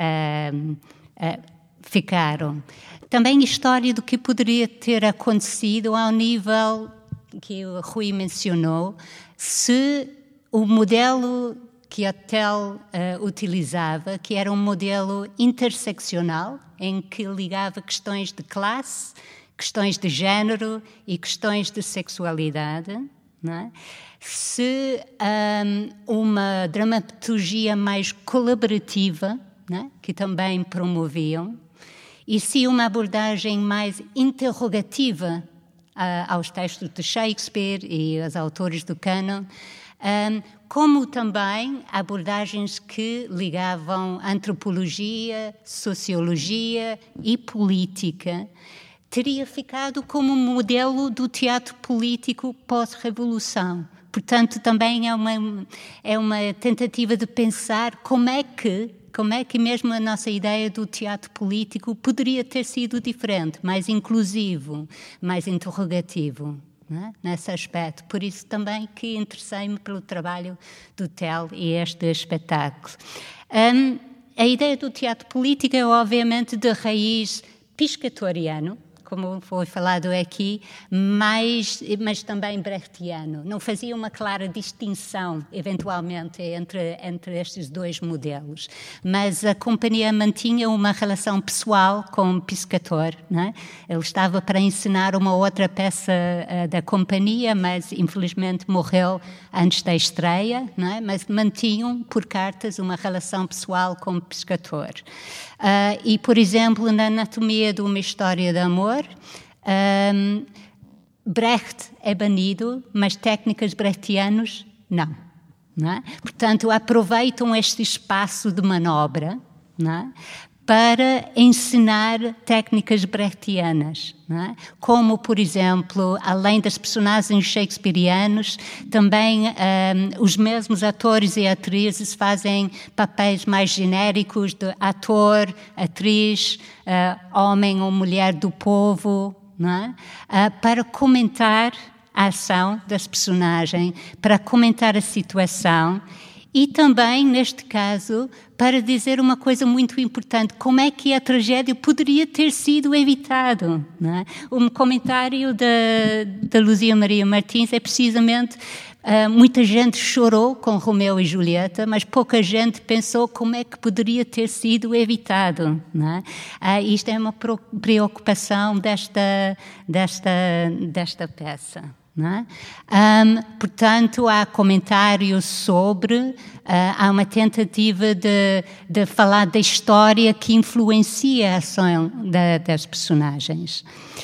S6: ficaram. Também história do que poderia ter acontecido ao nível que o Rui mencionou, se o modelo que a TEL utilizava, que era um modelo interseccional, em que ligava questões de classe, questões de género e questões de sexualidade, não é? Se uma dramaturgia mais colaborativa, não é? Que também promoviam, e se uma abordagem mais interrogativa aos textos de Shakespeare e aos autores do cânon, como também abordagens que ligavam antropologia, sociologia e política, teria ficado como um modelo do teatro político pós-revolução. Portanto, também é uma tentativa de pensar como é que mesmo a nossa ideia do teatro político poderia ter sido diferente, mais inclusivo, mais interrogativo, não é? Nesse aspecto. Por isso também que interessei-me pelo trabalho do TEL e este espetáculo. A ideia do teatro político é obviamente de raiz piscatoriano, como foi falado aqui, mas também brechtiano. Não fazia uma clara distinção, eventualmente, entre estes dois modelos. Mas a companhia mantinha uma relação pessoal com o Piscator, não é? Ele estava para encenar uma outra peça da companhia, mas infelizmente morreu antes da estreia, não é? Mas mantinham, por cartas, uma relação pessoal com o Piscator. E, por exemplo, na Anatomia de uma História de Amor, Brecht é banido, mas técnicas brechtianas não é? Portanto, aproveitam este espaço de manobra, não é? Para ensinar técnicas brechtianas, não é? Como, por exemplo, além das personagens shakespearianos, também os mesmos atores e atrizes fazem papéis mais genéricos de ator, atriz, homem ou mulher do povo, não é? Para comentar a ação das personagens, para comentar a situação. E também, neste caso, para dizer uma coisa muito importante, como é que a tragédia poderia ter sido evitado, não é? Um comentário da Luzia Maria Martins é precisamente, muita gente chorou com Romeu e Julieta, mas pouca gente pensou como é que poderia ter sido evitado, não é? Isto é uma preocupação desta peça. Não é? Portanto, há comentários sobre, há uma tentativa de falar da história que influencia a ação das personagens.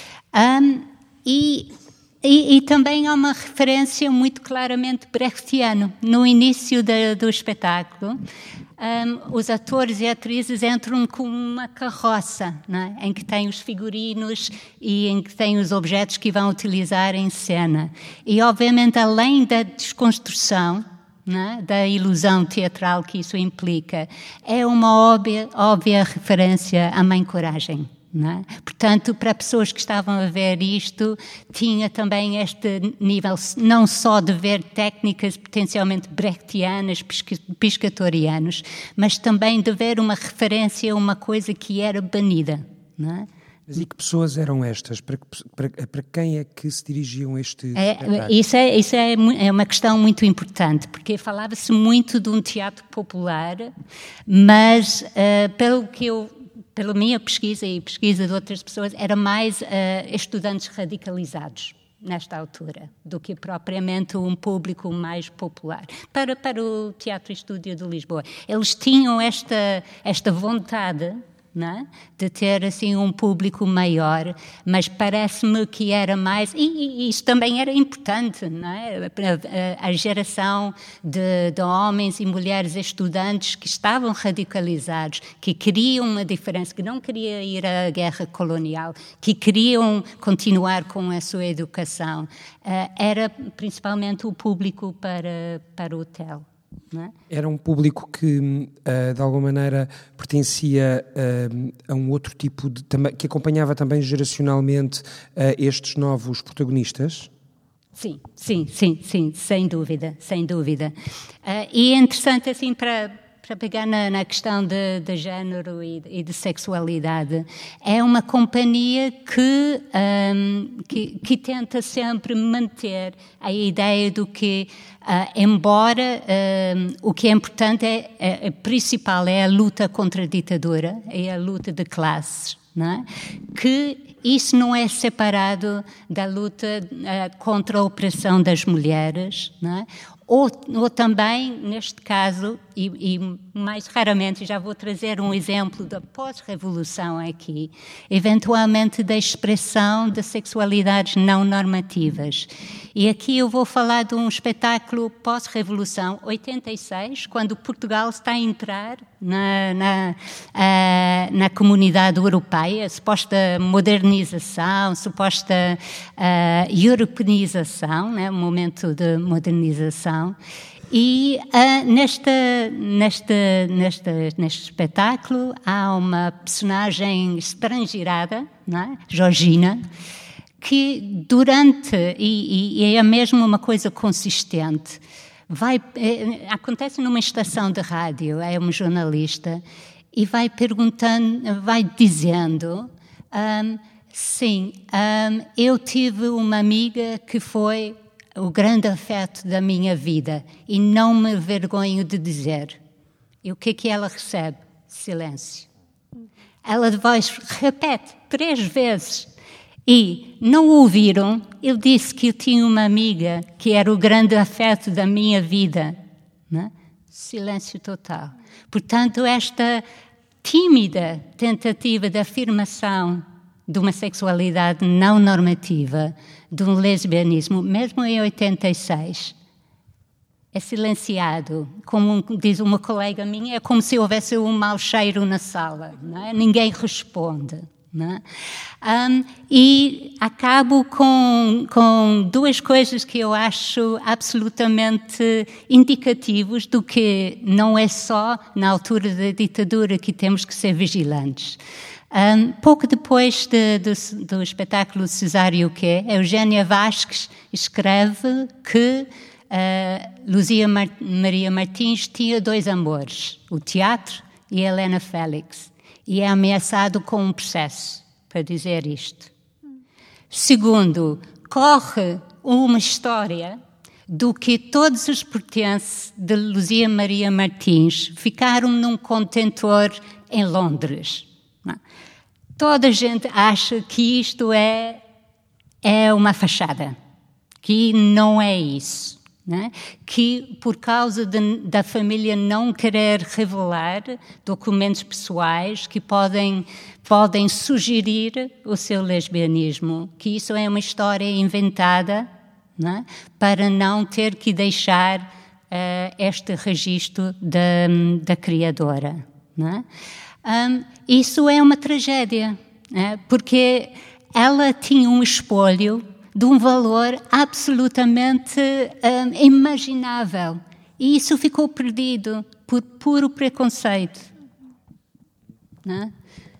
S6: E também há uma referência muito claramente brechtiana. No início do espetáculo, os atores e atrizes entram com uma carroça, não é? Em que tem os figurinos e em que tem os objetos que vão utilizar em cena. E, obviamente, além da desconstrução, não é? Da ilusão teatral que isso implica, é uma óbvia referência à Mãe Coragem. Não é? Portanto, para pessoas que estavam a ver isto, tinha também este nível não só de ver técnicas potencialmente brechtianas, piscatorianas, mas também de ver uma referência a uma coisa que era banida. Não é?
S2: Mas e que pessoas eram estas? Para quem é que se dirigiam este espetáculo?
S6: Isso é uma questão muito importante, porque falava-se muito de um teatro popular, mas pela minha pesquisa e pesquisa de outras pessoas, era mais estudantes radicalizados nesta altura, do que propriamente um público mais popular. Para o Teatro Estúdio de Lisboa. Eles tinham esta vontade, não é? De ter assim um público maior, mas parece-me que era mais, e isso também era importante, não é? A geração de homens e mulheres estudantes que estavam radicalizados, que queriam uma diferença, que não queriam ir à guerra colonial, que queriam continuar com a sua educação, era principalmente o público para o TEL. Não é?
S2: Era um público que, de alguma maneira, pertencia a um outro tipo de... que acompanhava também geracionalmente estes novos protagonistas?
S6: Sim, sem dúvida. E é interessante, assim, para pegar na questão de género e de sexualidade, é uma companhia que tenta sempre manter a ideia do que, embora o que é importante, principal é a luta contra a ditadura, é a luta de classes, não é? Que isso não é separado da luta contra a opressão das mulheres, não é? Ou também, neste caso, e mais raramente, já vou trazer um exemplo da pós-revolução aqui, eventualmente da expressão de sexualidades não normativas. E aqui eu vou falar de um espetáculo pós-revolução, 86, quando Portugal está a entrar na comunidade europeia, suposta modernização, suposta europeização, né, momento de modernização. E neste espetáculo há uma personagem estrangeirada, não é? Georgina, que durante, e é mesmo uma coisa consistente, acontece numa estação de rádio, é um jornalista, e vai perguntando, vai dizendo, eu tive uma amiga que foi o grande afeto da minha vida e não me vergonho de dizer. E o que é que ela recebe? Silêncio. Ela depois repete 3 vezes. E não ouviram? Eu disse que eu tinha uma amiga que era o grande afeto da minha vida. Não é? Silêncio total. Portanto, esta tímida tentativa de afirmação de uma sexualidade não normativa, de um lesbianismo, mesmo em 86, é silenciado. Como diz uma colega minha, é como se houvesse um mau cheiro na sala. Não é? Ninguém responde. Não é? E acabo com 2 coisas que eu acho absolutamente indicativos do que não é só na altura da ditadura que temos que ser vigilantes. Pouco depois do espetáculo Cesário que Eugénia Vasques escreve que Luzia Maria Martins tinha 2 amores, o teatro e Helena Félix, e é ameaçado com um processo para dizer isto. Segundo, corre uma história do que todos os pertences de Luzia Maria Martins ficaram num contentor em Londres. Toda a gente acha que isto é uma fachada, que não é isso, né? Que por causa da família não querer revelar documentos pessoais que podem sugerir o seu lesbianismo, que isso é uma história inventada, né? Para não ter que deixar este registro da criadora, né? Isso é uma tragédia, né? Porque ela tinha um espólio de um valor absolutamente imaginável. E isso ficou perdido por puro preconceito. Né?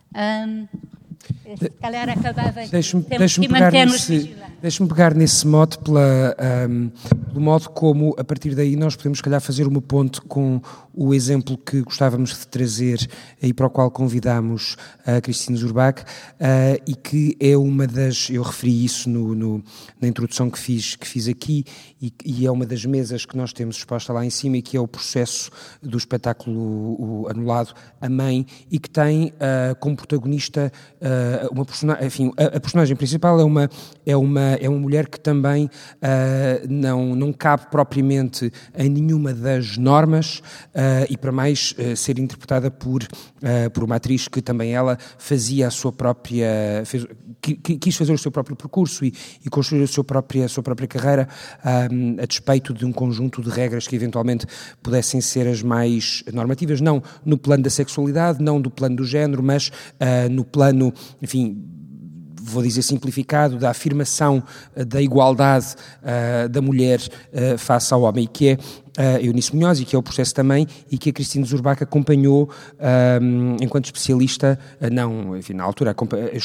S6: Se calhar acabava aqui. Temos que manter-nos vigilantes.
S2: Deixe-me pegar nesse mote pelo modo como, a partir daí, nós podemos, se calhar, fazer uma ponte com o exemplo que gostávamos de trazer e para o qual convidámos a Cristina Zurbach, e que é uma das... Eu referi isso na introdução que fiz aqui, e é uma das mesas que nós temos exposta lá em cima, e que é o processo do espetáculo anulado, A Mãe, e que tem como protagonista a personagem principal é uma mulher que também não cabe propriamente em nenhuma das normas e para mais ser interpretada por uma atriz que também ela fazia a sua própria... quis fazer o seu próprio percurso e construir a sua própria carreira a despeito de um conjunto de regras que eventualmente pudessem ser as mais normativas, não no plano da sexualidade, não do plano do género, mas no plano, enfim, vou dizer simplificado, da afirmação da igualdade da mulher face ao homem, que é Eunice Munhoz e que é o processo também, e que a Cristina Zurbach acompanhou enquanto especialista, na altura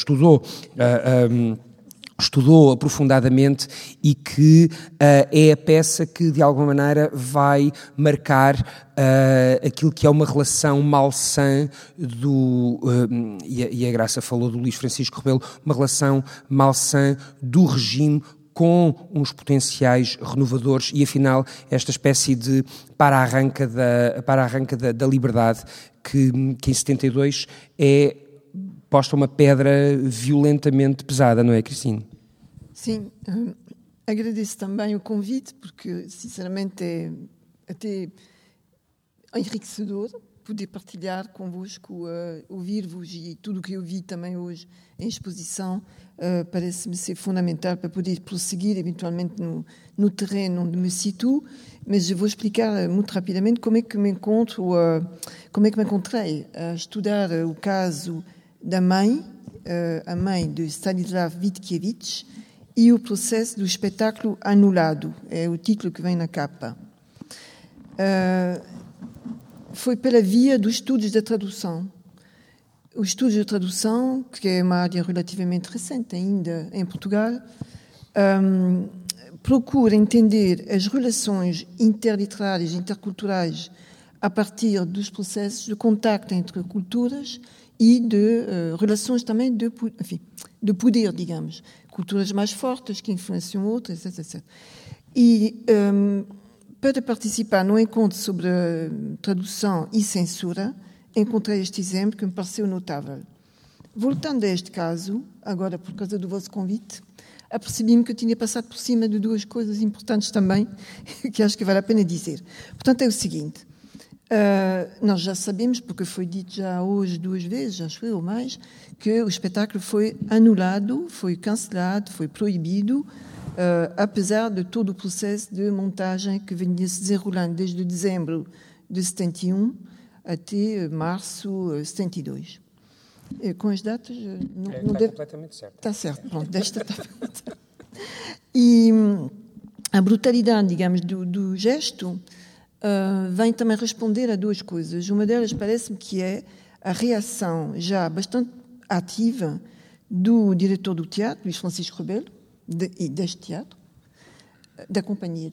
S2: estudou aprofundadamente e que é a peça que de alguma maneira vai marcar aquilo que é uma relação malsã e a Graça falou do Luís Francisco Rebelo, uma relação malsã do regime com uns potenciais renovadores e afinal esta espécie de para-arranca da liberdade que em 72 é posta uma pedra violentamente pesada, não é, Cristina?
S7: Sim, agradeço também o convite, porque, sinceramente, é até enriquecedor poder partilhar convosco, ouvir-vos, e tudo o que eu vi também hoje em exposição parece-me ser fundamental para poder prosseguir, eventualmente, no terreno onde me situo, mas eu vou explicar muito rapidamente como é que me encontrei a estudar o caso da mãe, a mãe de Stanislav Witkiewicz, e o processo do espetáculo anulado, é o título que vem na capa. Foi pela via dos estudos da tradução. Os estudos da tradução, que é uma área relativamente recente ainda em Portugal, procura entender as relações interliterárias, interculturais, a partir dos processos de contacto entre culturas e de relações também de poder, digamos. Culturas mais fortes que influenciam outras, etc. E para participar no encontro sobre tradução e censura, encontrei este exemplo que me pareceu notável. Voltando a este caso, agora por causa do vosso convite, apercebi-me que eu tinha passado por cima de duas coisas importantes também, que acho que vale a pena dizer. Portanto, é o seguinte... nós já sabemos, porque foi dito já hoje 2 vezes, acho eu, ou mais, que o espetáculo foi anulado, foi cancelado, foi proibido, apesar de todo o processo de montagem que vinha se desenrolando desde dezembro de 71 até março de 72. Com as datas...
S2: Não está completamente certo.
S7: Está certo, pronto, desta está. E a brutalidade, digamos, do gesto... vem também responder a 2 coisas. Uma delas parece-me que é a reação já bastante ativa do diretor do teatro, Luís Francisco Rebelo, deste teatro, da companhia,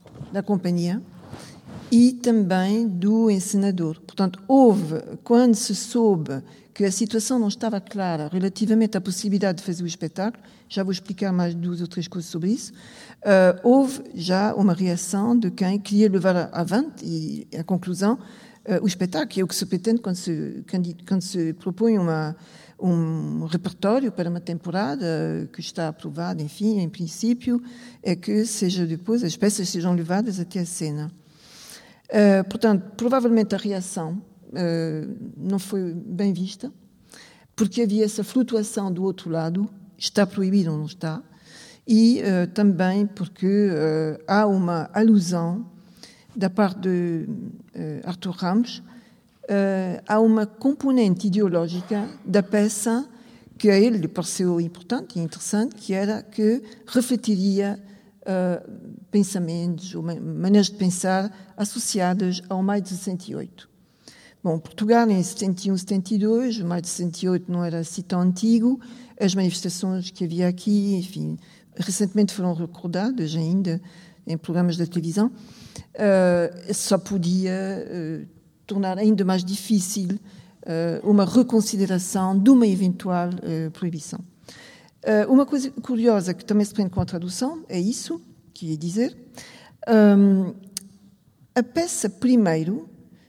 S7: e também do encenador. Portanto, quando se soube que a situação não estava clara relativamente à possibilidade de fazer o espetáculo, já vou explicar mais 2 ou 3 coisas sobre isso, houve já uma reação de quem queria levar avante, e a conclusão, o espetáculo, que é o que se pretende quando se propõe um repertório para uma temporada que está aprovado, enfim, em princípio, é que seja depois, as peças sejam levadas até a cena. Portanto, provavelmente a reação não foi bem vista, porque havia essa flutuação do outro lado, está proibido ou não está, e também porque há uma alusão da parte de Arthur Ramos, há uma componente ideológica da peça que a ele lhe pareceu importante e interessante, que era que refletiria pensamentos ou maneiras de pensar associadas ao maio de 68. Bom, Portugal em 71, 72, o maio de 68 não era assim tão antigo, as manifestações que havia aqui, enfim, recentemente foram recordadas ainda em programas da televisão, só podia tornar ainda mais difícil uma reconsideração de uma eventual proibição. Uma coisa curiosa que também se prende com a tradução é isso, que ia dizer. A peça, primeiro,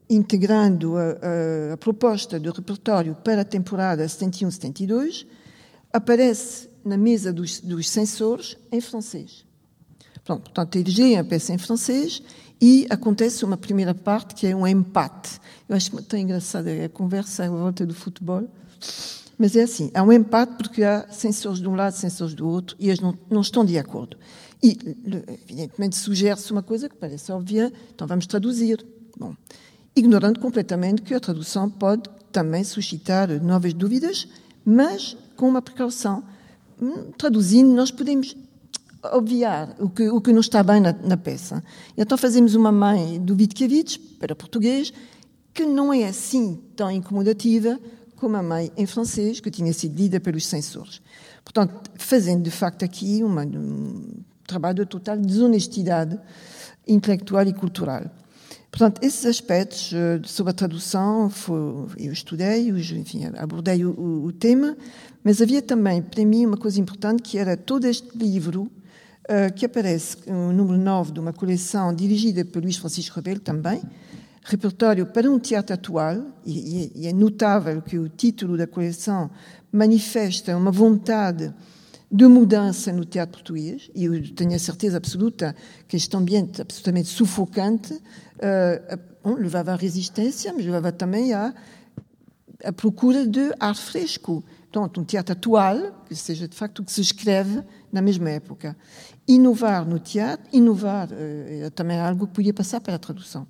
S7: integrando a proposta do repertório para a temporada 71-72, aparece na mesa dos censores em francês. Pronto, portanto, eles leem a peça em francês e acontece uma primeira parte que é um empate. Eu acho tão engraçada a conversa à volta do futebol, mas é assim, há um empate porque há censores de um lado, censores do outro, e eles não estão de acordo. E, evidentemente, sugere-se uma coisa que parece óbvia, então vamos traduzir. Bom, ignorando completamente que a tradução pode também suscitar novas dúvidas, mas com uma precaução. Traduzindo, nós podemos obviar o que não está bem na peça. E então fazemos uma mãe do Witkiewicz, para português, que não é assim tão incomodativa como a mãe em francês, que tinha sido lida pelos censores. Portanto, fazendo de facto aqui um trabalho de total desonestidade intelectual e cultural. Portanto, esses aspectos sobre a tradução, eu estudei, enfim, abordei o tema, mas havia também, para mim, uma coisa importante, que era todo este livro, que aparece no número 9 de uma coleção dirigida por Luís Francisco Rebelo também, Repertório para um Teatro Atual, e é notável que o título da coleção manifesta uma vontade de mudança no teatro português, e eu tenho a certeza absoluta que este ambiente absolutamente sufocante levava à resistência, mas levava também à procura de ar fresco. Portanto, um teatro atual, que seja de facto o que se escreve na mesma época. Inovar no teatro, é também algo que podia passar pela tradução.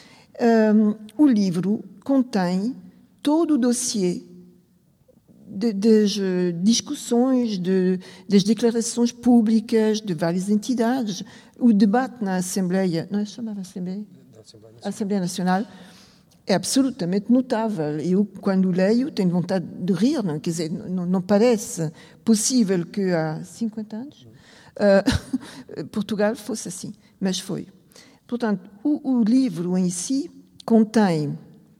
S7: O livro contém todo o dossiê das discussões, das declarações públicas de várias entidades, o debate na Assembleia, não é chamada Assembleia Nacional, é absolutamente notável. Eu, quando leio, tenho vontade de rir, não? Quer dizer, não parece possível que há 50 anos Portugal fosse assim, mas foi. Portanto, o livro em si contém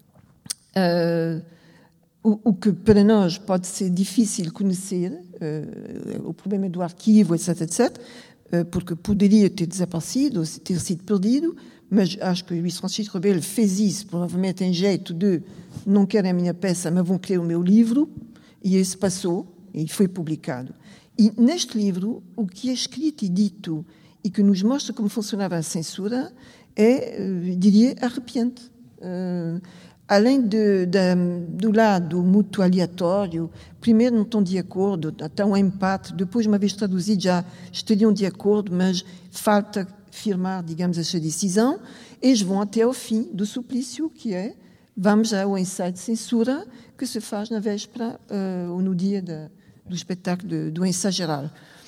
S7: o que para nós pode ser difícil conhecer, o problema do arquivo, etc., etc., porque poderia ter desaparecido, ou ter sido perdido, mas acho que Luís Francisco Rebelo fez isso, provavelmente em jeito de não querem a minha peça, mas vão querer o meu livro, e isso passou, e foi publicado. E neste livro, o que é escrito e dito, e que nos mostra como funcionava a censura, é, diria, arrepiante. Além do lado mútuo aleatório, primeiro não estão de acordo, até um empate, depois, uma vez traduzido, já estariam de acordo, mas falta firmar, digamos, essa decisão, eles vão até ao fim do suplício, que é, vamos ao ensaio de censura, que se faz na véspera ou no dia do espetáculo do ensaio geral.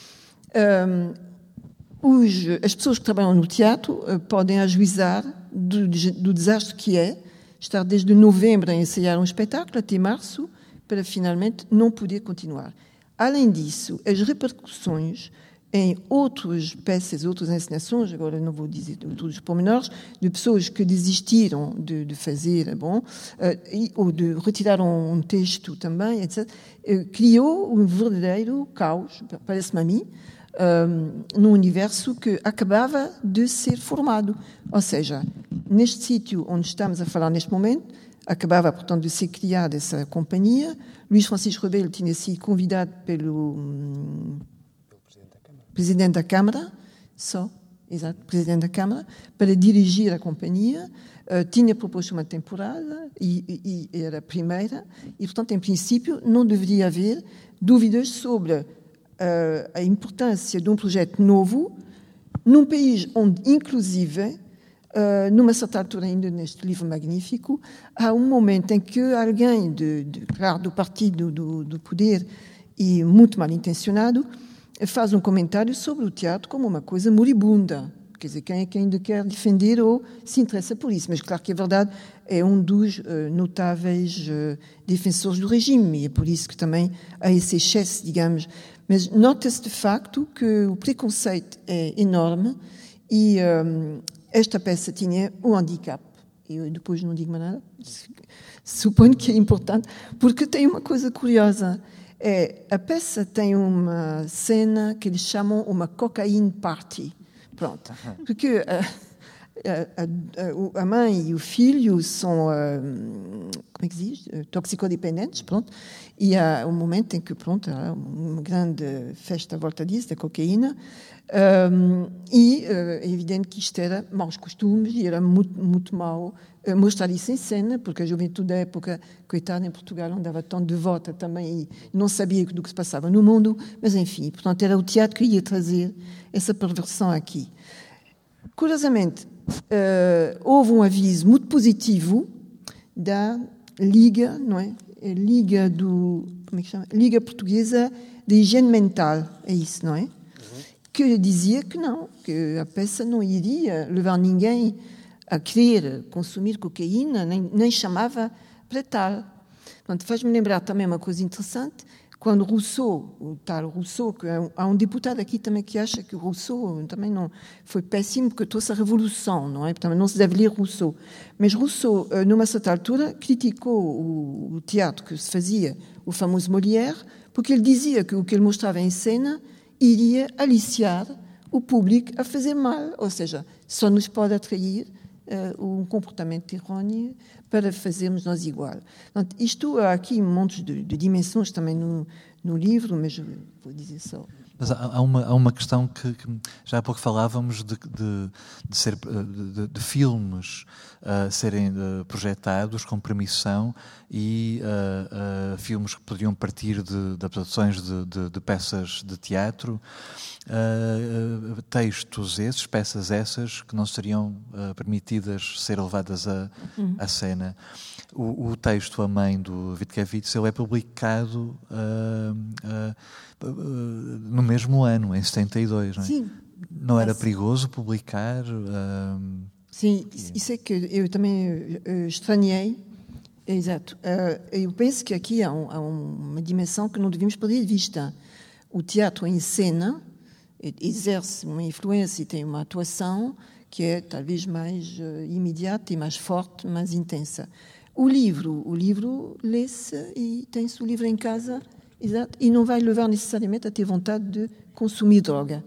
S7: As pessoas que trabalham no teatro podem ajuizar do desastre que é estar desde novembro a ensaiar um espetáculo até março para finalmente não poder continuar. Além disso, as repercussões em outras peças, outras encenações, agora não vou dizer todos os pormenores, de pessoas que desistiram de fazer, ou de retirar um texto também, etc., criou um verdadeiro caos, parece-me a mim, num universo que acabava de ser formado. Ou seja, neste sítio onde estamos a falar neste momento, acabava, portanto, de ser criada essa companhia. Luís Francisco Rebelo tinha sido convidado pelo Presidente da Câmara, Presidente da Câmara, para dirigir a companhia. Tinha proposto uma temporada e era a primeira, e, portanto, em princípio, não deveria haver dúvidas sobre a importância de um projeto novo num país onde, inclusive, numa certa altura ainda neste livro magnífico, há um momento em que alguém claro, do partido do poder e muito mal intencionado faz um comentário sobre o teatro como uma coisa moribunda. Quer dizer, quem é que ainda quer defender ou se interessa por isso? Mas claro que é verdade, é um dos notáveis defensores do regime, e é por isso que também há esse excesso, digamos. Mas nota-se de facto que o preconceito é enorme e esta peça tinha um handicap. Eu depois não digo mais nada, suponho que é importante, porque tem uma coisa curiosa. A peça tem uma cena que eles chamam uma cocaine party. Pronto. Porque A mãe e o filho são, como é que se diz? Toxicodependentes, pronto. E há um momento em que, pronto, há uma grande festa à volta disso, da cocaína. É evidente que isto era maus costumes e era muito, muito mau mostrar isso em cena, porque a juventude da época, coitada, em Portugal andava tão devota também e não sabia do que se passava no mundo, mas enfim, portanto era o teatro que ia trazer essa perversão aqui. Curiosamente, houve um aviso muito positivo da Liga, não é? Liga como é que chama? Liga Portuguesa de Higiene Mental, é isso, não é? Que dizia que não, que a peça não iria levar ninguém a querer consumir cocaína, nem chamava para tal. Portanto, faz-me lembrar também uma coisa interessante, quando Rousseau, o tal Rousseau, que há um deputado aqui também que acha que o Rousseau também não foi péssimo porque trouxe a revolução, não é? Portanto, não se deve ler Rousseau. Mas Rousseau, numa certa altura, criticou o teatro que se fazia, o famoso Molière, porque ele dizia que o que ele mostrava em cena iria aliciar o público a fazer mal, ou seja, só nos pode atrair um comportamento errôneo para fazermos nós igual. Portanto, isto há aqui um monte de dimensões também no livro, mas eu vou dizer só.
S1: Mas há uma questão que já há pouco falávamos de filmes serem projetados com permissão e filmes que podiam partir de adaptações de peças de teatro, textos esses, peças essas que não seriam permitidas ser levadas à cena. O texto A Mãe, do Witkiewicz, ele é publicado no mesmo ano, em 72, não é? Sim. Não era perigoso publicar?
S7: Sim, isso é que eu também estranhei. Exato. Eu penso que aqui há uma dimensão que não devíamos perder de vista. O teatro em cena exerce uma influência e tem uma atuação que é talvez mais imediata e mais forte, mais intensa. O livro lê-se e tem-se o livro em casa, exato, e não vai levar necessariamente a ter vontade de consumir droga.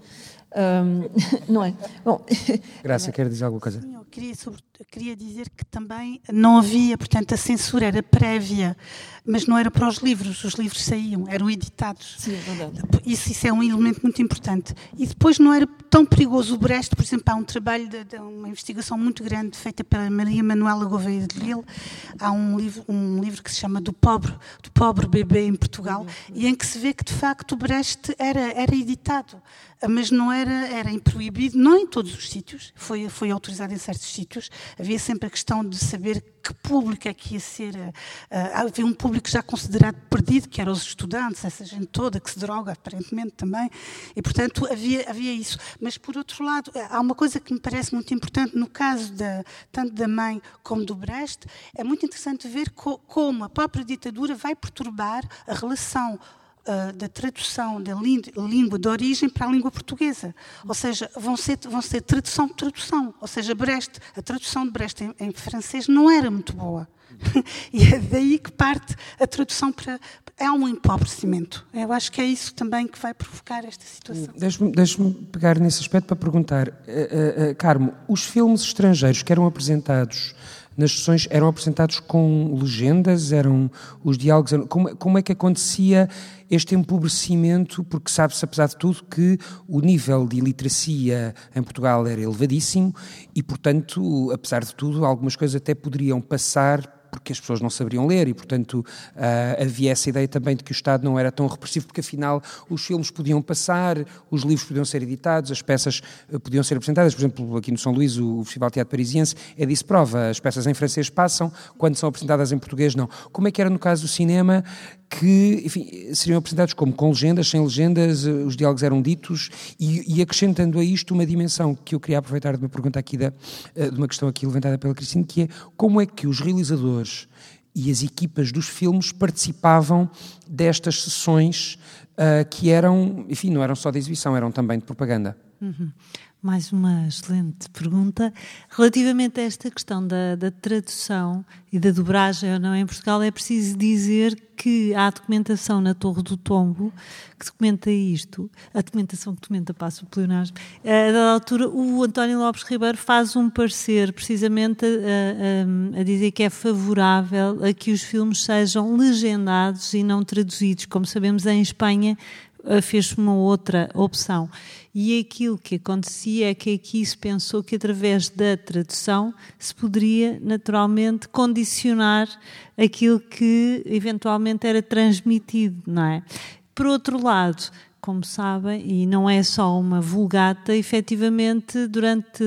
S7: Não é? Bom,
S2: Graça, quer dizer alguma coisa?
S5: Sim, eu queria dizer que também não havia, portanto, a censura era prévia, mas não era para os livros saíam, eram editados.
S7: Sim, é verdade.
S5: Isso é um elemento muito importante. E depois não era tão perigoso. O Brecht, por exemplo, há um trabalho de uma investigação muito grande feita pela Maria Manuela Gouveia de Lille. Há um livro que se chama Do Pobre Bebê em Portugal, e em que se vê que, de facto, o Brecht era editado, mas não era proibido, não em todos os sítios, foi autorizado em certos sítios. Havia sempre a questão de saber que público é que ia ser. Havia um público já considerado perdido, que eram os estudantes, essa gente toda que se droga, aparentemente também, e, portanto, havia isso. Mas, por outro lado, há uma coisa que me parece muito importante, no caso tanto da Mãe como do Brecht, é muito interessante ver como a própria ditadura vai perturbar a relação da tradução da língua de origem para a língua portuguesa. Ou seja, vão ser tradução por tradução. Ou seja, a tradução de Brecht em francês não era muito boa. E é daí que parte a tradução para... É um empobrecimento. Eu acho que é isso também que vai provocar esta situação.
S2: Deixe-me pegar nesse aspecto para perguntar, Carmo, os filmes estrangeiros que eram apresentados nas sessões eram apresentados com legendas, eram os diálogos... Como é que acontecia este empobrecimento? Porque sabe-se, apesar de tudo, que o nível de iliteracia em Portugal era elevadíssimo e, portanto, apesar de tudo, algumas coisas até poderiam passar porque as pessoas não saberiam ler e, portanto, havia essa ideia também de que o Estado não era tão repressivo, porque, afinal, os filmes podiam passar, os livros podiam ser editados, as peças podiam ser apresentadas. Por exemplo, aqui no São Luís, o Festival de Teatro Parisiense é disso prova. As peças em francês passam, quando são apresentadas em português, não. Como é que era no caso do cinema, que, enfim, seriam apresentados como com legendas, sem legendas, os diálogos eram ditos, e acrescentando a isto uma dimensão que eu queria aproveitar de uma pergunta aqui, de uma questão aqui levantada pela Cristina, que é como é que os realizadores e as equipas dos filmes participavam destas sessões que eram, enfim, não eram só de exibição, eram também de propaganda.
S5: Uhum.
S3: Mais uma excelente pergunta. Relativamente a esta questão da tradução e da dobragem ou não em Portugal, é preciso dizer que há documentação na Torre do Tombo que documenta isto, a documentação que documenta, passo o pleonasmo. A dada altura, o António Lopes Ribeiro faz um parecer precisamente a dizer que é favorável a que os filmes sejam legendados e não traduzidos. Como sabemos, em Espanha fez uma outra opção. E aquilo que acontecia é que aqui se pensou que através da tradução se poderia naturalmente condicionar aquilo que eventualmente era transmitido, não é? Por outro lado, como sabem, e não é só uma vulgata, efetivamente, durante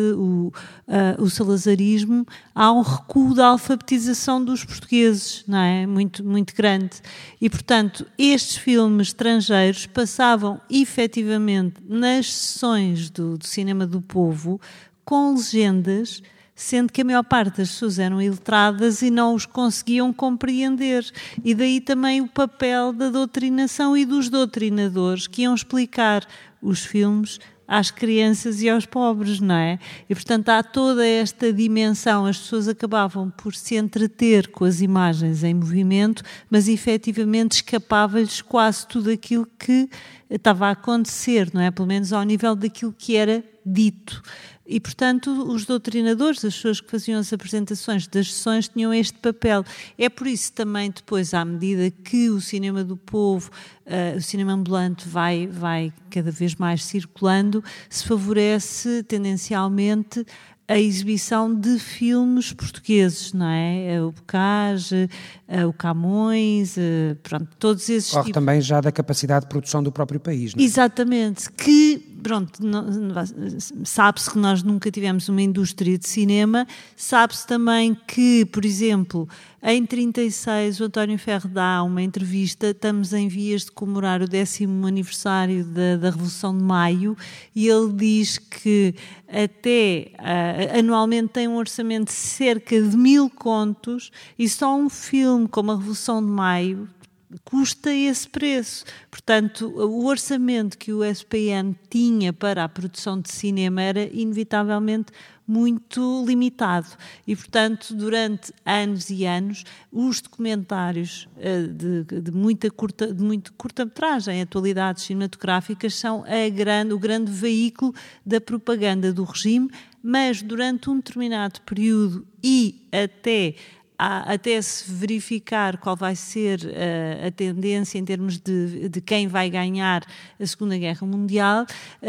S3: o salazarismo há um recuo da alfabetização dos portugueses, não é? Muito, muito grande. E, portanto, estes filmes estrangeiros passavam, efetivamente, nas sessões do Cinema do Povo, com legendas, sendo que a maior parte das pessoas eram iletradas e não os conseguiam compreender. E daí também o papel da doutrinação e dos doutrinadores que iam explicar os filmes às crianças e aos pobres, não é? E, portanto, há toda esta dimensão. As pessoas acabavam por se entreter com as imagens em movimento, mas, efetivamente, escapava-lhes quase tudo aquilo que estava a acontecer, não é? Pelo menos ao nível daquilo que era dito. E, portanto, os doutrinadores, as pessoas que faziam as apresentações das sessões, tinham este papel. É por isso também, depois, à medida que o Cinema do Povo, o cinema ambulante vai cada vez mais circulando, se favorece tendencialmente a exibição de filmes portugueses, não é? O Bocage, o Camões, pronto, todos esses
S2: Corre
S3: tipos.
S2: Também já da capacidade de produção do próprio país, não é?
S3: Exatamente, que, pronto, sabe-se que nós nunca tivemos uma indústria de cinema, sabe-se também que, por exemplo, em 1936 o António Ferro dá uma entrevista, estamos em vias de comemorar o 10º aniversário da Revolução de Maio, e ele diz que até anualmente tem um orçamento de cerca de 1000 contos e só um filme como a Revolução de Maio custa esse preço. Portanto, o orçamento que o SPN tinha para a produção de cinema era inevitavelmente muito limitado e, portanto, durante anos e anos, os documentários de muito curta-metragem, atualidades cinematográficas, são o grande veículo da propaganda do regime, mas durante um determinado período e até se verificar qual vai ser a tendência em termos de quem vai ganhar a Segunda Guerra Mundial,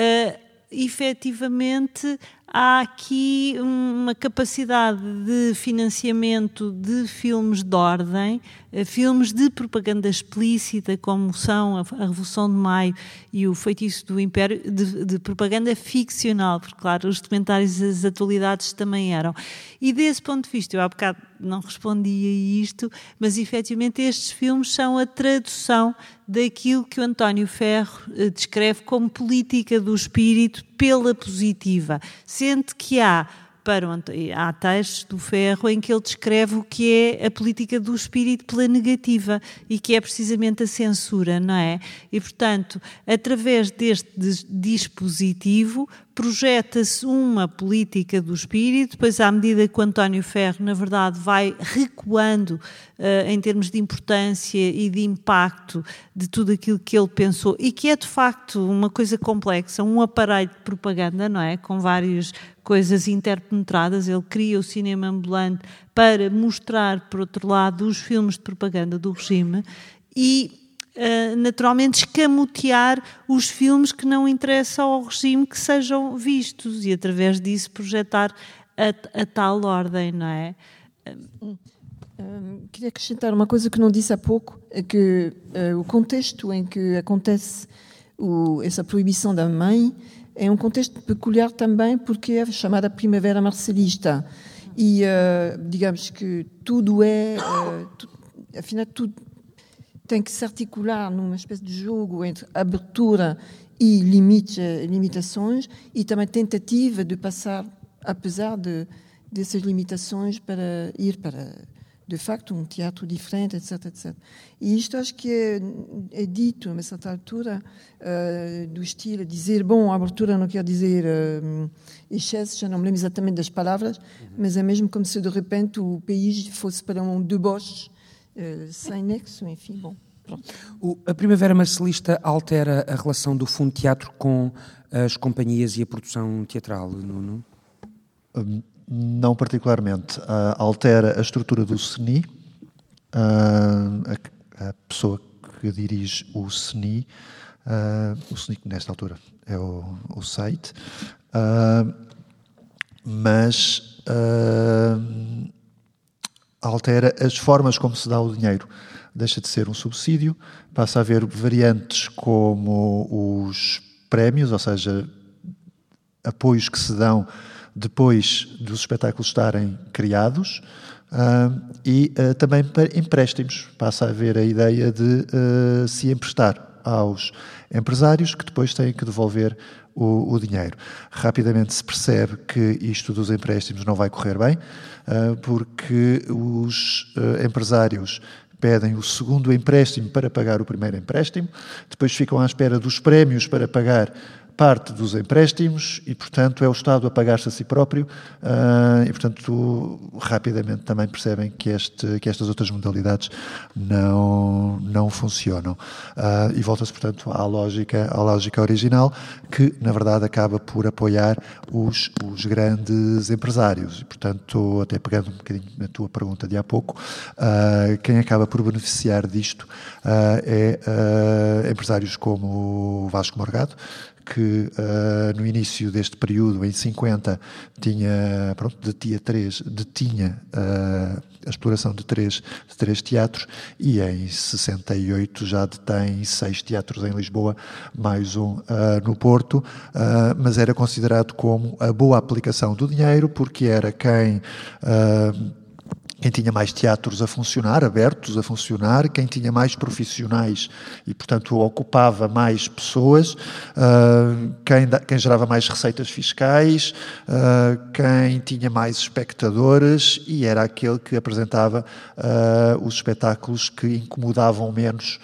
S3: efetivamente há aqui uma capacidade de financiamento de filmes de ordem, filmes de propaganda explícita, como são a Revolução de Maio e o Feitiço do Império, de propaganda ficcional, porque, claro, os documentários das atualidades também eram. E desse ponto de vista, eu há bocado não respondi a isto, mas efetivamente estes filmes são a tradução daquilo que o António Ferro descreve como política do espírito pela positiva, sendo que há textos do Ferro em que ele descreve o que é a política do espírito pela negativa e que é precisamente a censura, não é? E, portanto, através deste dispositivo projeta-se uma política do espírito, depois à medida que o António Ferro, na verdade, vai recuando em termos de importância e de impacto de tudo aquilo que ele pensou e que é, de facto, uma coisa complexa, um aparelho de propaganda, não é? Com várias coisas interpenetradas. Ele cria o cinema ambulante para mostrar, por outro lado, os filmes de propaganda do regime e naturalmente escamotear os filmes que não interessam ao regime que sejam vistos e através disso projetar a tal ordem, não é?
S7: Queria acrescentar uma coisa que não disse há pouco, é que o contexto em que acontece essa proibição da mãe é um contexto peculiar também porque é chamada Primavera Marcelista e digamos que tudo afinal tudo tem que se articular numa espécie de jogo entre abertura e limitações e também tentativa de passar, apesar dessas limitações, para ir para de facto um teatro diferente, etc, etc. E isto acho que é dito a uma certa altura, do estilo dizer, bom, a abertura não quer dizer excesso, já não me lembro exatamente das palavras, mas é mesmo como se de repente o país fosse para um deboche sem nexo, enfim, bom.
S2: A Primavera Marcelista altera a relação do Fundo Teatro com as companhias e a produção teatral, Nuno?
S4: Não particularmente. Altera a estrutura do CNI, a pessoa que dirige o CNI que nesta altura é o site, mas altera as formas como se dá o dinheiro. Deixa de ser um subsídio, passa a haver variantes como os prémios, ou seja, apoios que se dão depois dos espetáculos estarem criados, e também para empréstimos. Passa a haver a ideia de se emprestar aos empresários que depois têm que devolver o dinheiro. Rapidamente se percebe que isto dos empréstimos não vai correr bem, porque os empresários pedem o segundo empréstimo para pagar o primeiro empréstimo, depois ficam à espera dos prémios para pagar parte dos empréstimos e, portanto, é o Estado a pagar-se a si próprio e, portanto, rapidamente também percebem que estas outras modalidades não funcionam. E volta-se, portanto, à lógica original, que, na verdade, acaba por apoiar os grandes empresários. E, portanto, até pegando um bocadinho na tua pergunta de há pouco, quem acaba por beneficiar disto é empresários como o Vasco Morgado, que no início deste período, em 50, detinha a exploração de três teatros, e em 68 já detém 6 teatros em Lisboa, mais um no Porto, mas era considerado como a boa aplicação do dinheiro, porque era quem tinha mais teatros a funcionar, abertos a funcionar, quem tinha mais profissionais e, portanto, ocupava mais pessoas, quem gerava mais receitas fiscais, quem tinha mais espectadores, e era aquele que apresentava os espetáculos que incomodavam menos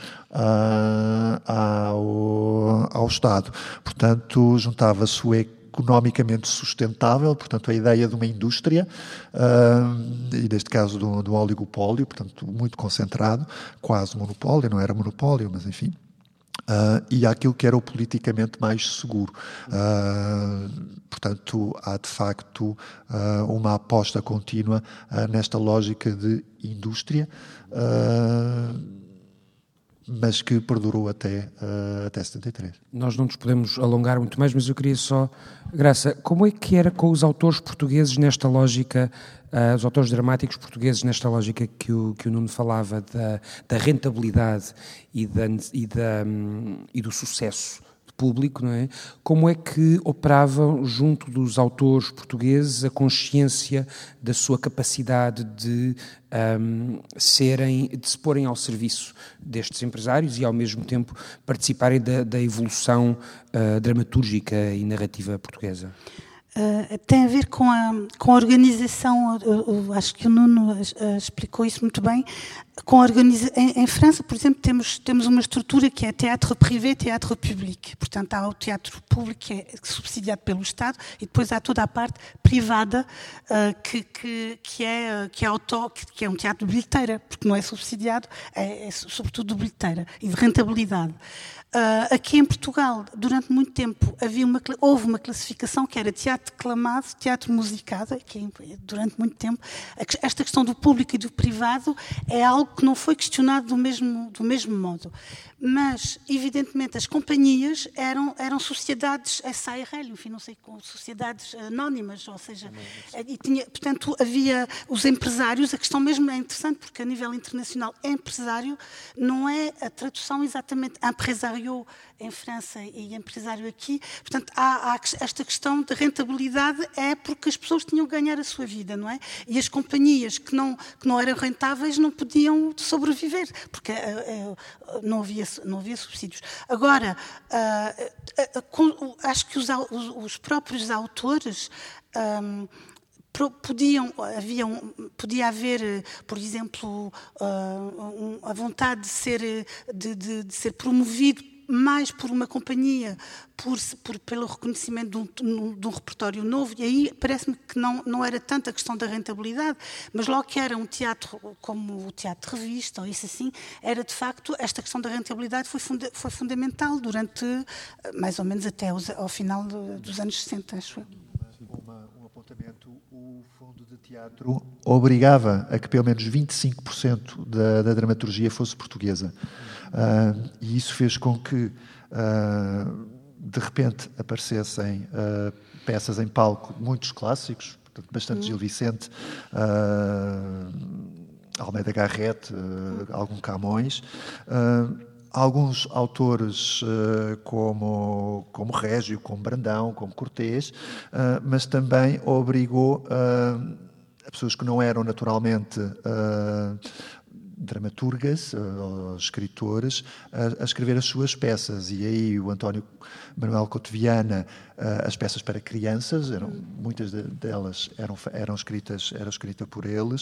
S4: ao Estado. Portanto, juntava-se o economicamente sustentável, portanto, a ideia de uma indústria, e neste caso de um oligopólio, portanto, muito concentrado, quase monopólio, não era monopólio, mas enfim, e aquilo que era o politicamente mais seguro. Portanto, há de facto uma aposta contínua nesta lógica de indústria, mas que perdurou até 73.
S2: Nós não nos podemos alongar muito mais, mas eu queria só... Graça, como é que era com os autores portugueses nesta lógica, os autores dramáticos portugueses nesta lógica que o Nuno falava da rentabilidade e do sucesso público, não é? Como é que operavam junto dos autores portugueses a consciência da sua capacidade de se porem ao serviço destes empresários e, ao mesmo tempo, participarem da evolução dramatúrgica e narrativa portuguesa?
S5: Tem a ver com a organização, eu acho que o Nuno explicou isso muito bem. Em França, por exemplo, temos uma estrutura que é teatro privé, teatro público. Portanto, há o teatro público que é subsidiado pelo Estado e depois há toda a parte privada que é um teatro de bilheteira, porque não é subsidiado, é sobretudo de bilheteira e de rentabilidade. Aqui em Portugal, durante muito tempo, houve uma classificação que era teatro declamado, teatro musicado, que durante muito tempo, esta questão do público e do privado é algo que não foi questionado do mesmo modo. Mas, evidentemente, as companhias eram sociedades SARL, enfim, não sei, com sociedades anónimas, ou seja, portanto, havia os empresários. A questão mesmo é interessante, porque a nível internacional, empresário não é a tradução exatamente empresário em França e empresário aqui. Portanto, há esta questão de rentabilidade, é porque as pessoas tinham que ganhar a sua vida, não é? E as companhias que não eram rentáveis não podiam sobreviver, porque não havia subsídios. Agora, acho que os próprios autores podia haver, por exemplo, a vontade de ser promovido mais por uma companhia, pelo reconhecimento de um repertório novo, e aí parece-me que não era tanto a questão da rentabilidade, mas logo que era um teatro como o teatro de revista, ou isso assim, era de facto, esta questão da rentabilidade foi fundamental durante, mais ou menos até ao final dos anos 60, acho eu.
S4: Um apontamento, o Fundo de Teatro obrigava a que pelo menos 25% da dramaturgia fosse portuguesa. E isso fez com que, de repente, aparecessem peças em palco, muitos clássicos, portanto, bastante Gil Vicente, Almeida Garrett, algum Camões, alguns autores como Régio, como Brandão, como Cortês, mas também obrigou a pessoas que não eram naturalmente dramaturgas ou escritores a escrever as suas peças, e aí o António Manuel Couto Viana, as peças para crianças, muitas delas eram escritas por eles,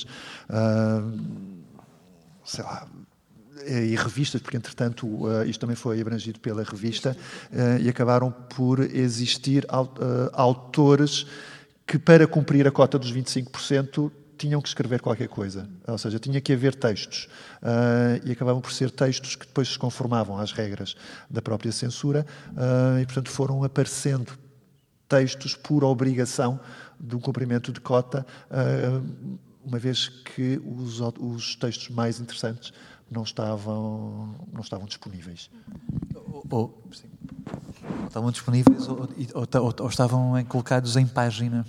S4: sei lá, e revistas, porque entretanto isto também foi abrangido pela revista, e acabaram por existir autores que, para cumprir a cota dos 25%, tinham que escrever qualquer coisa, ou seja, tinha que haver textos, e acabavam por ser textos que depois se conformavam às regras da própria censura, e portanto foram aparecendo textos por obrigação do cumprimento de cota, uma vez que os textos mais interessantes não estavam disponíveis.
S1: Sim. Estavam disponíveis ou estavam colocados em página,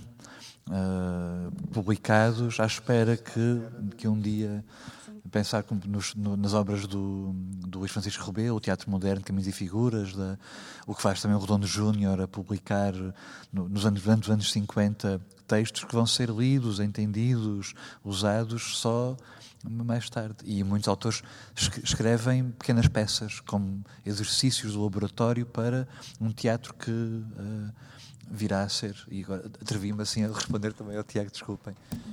S1: publicados, à espera que um dia, pensar nas obras do Luís Francisco Rebelo, o Teatro Moderno, Caminhos e Figuras, o que faz também o Redondo Júnior, a publicar durante os anos 50 textos que vão ser lidos, entendidos, usados só mais tarde. E muitos autores escrevem pequenas peças como exercícios do laboratório para um teatro que virá a ser. E agora atrevi-me assim a responder também ao Tiago, desculpem.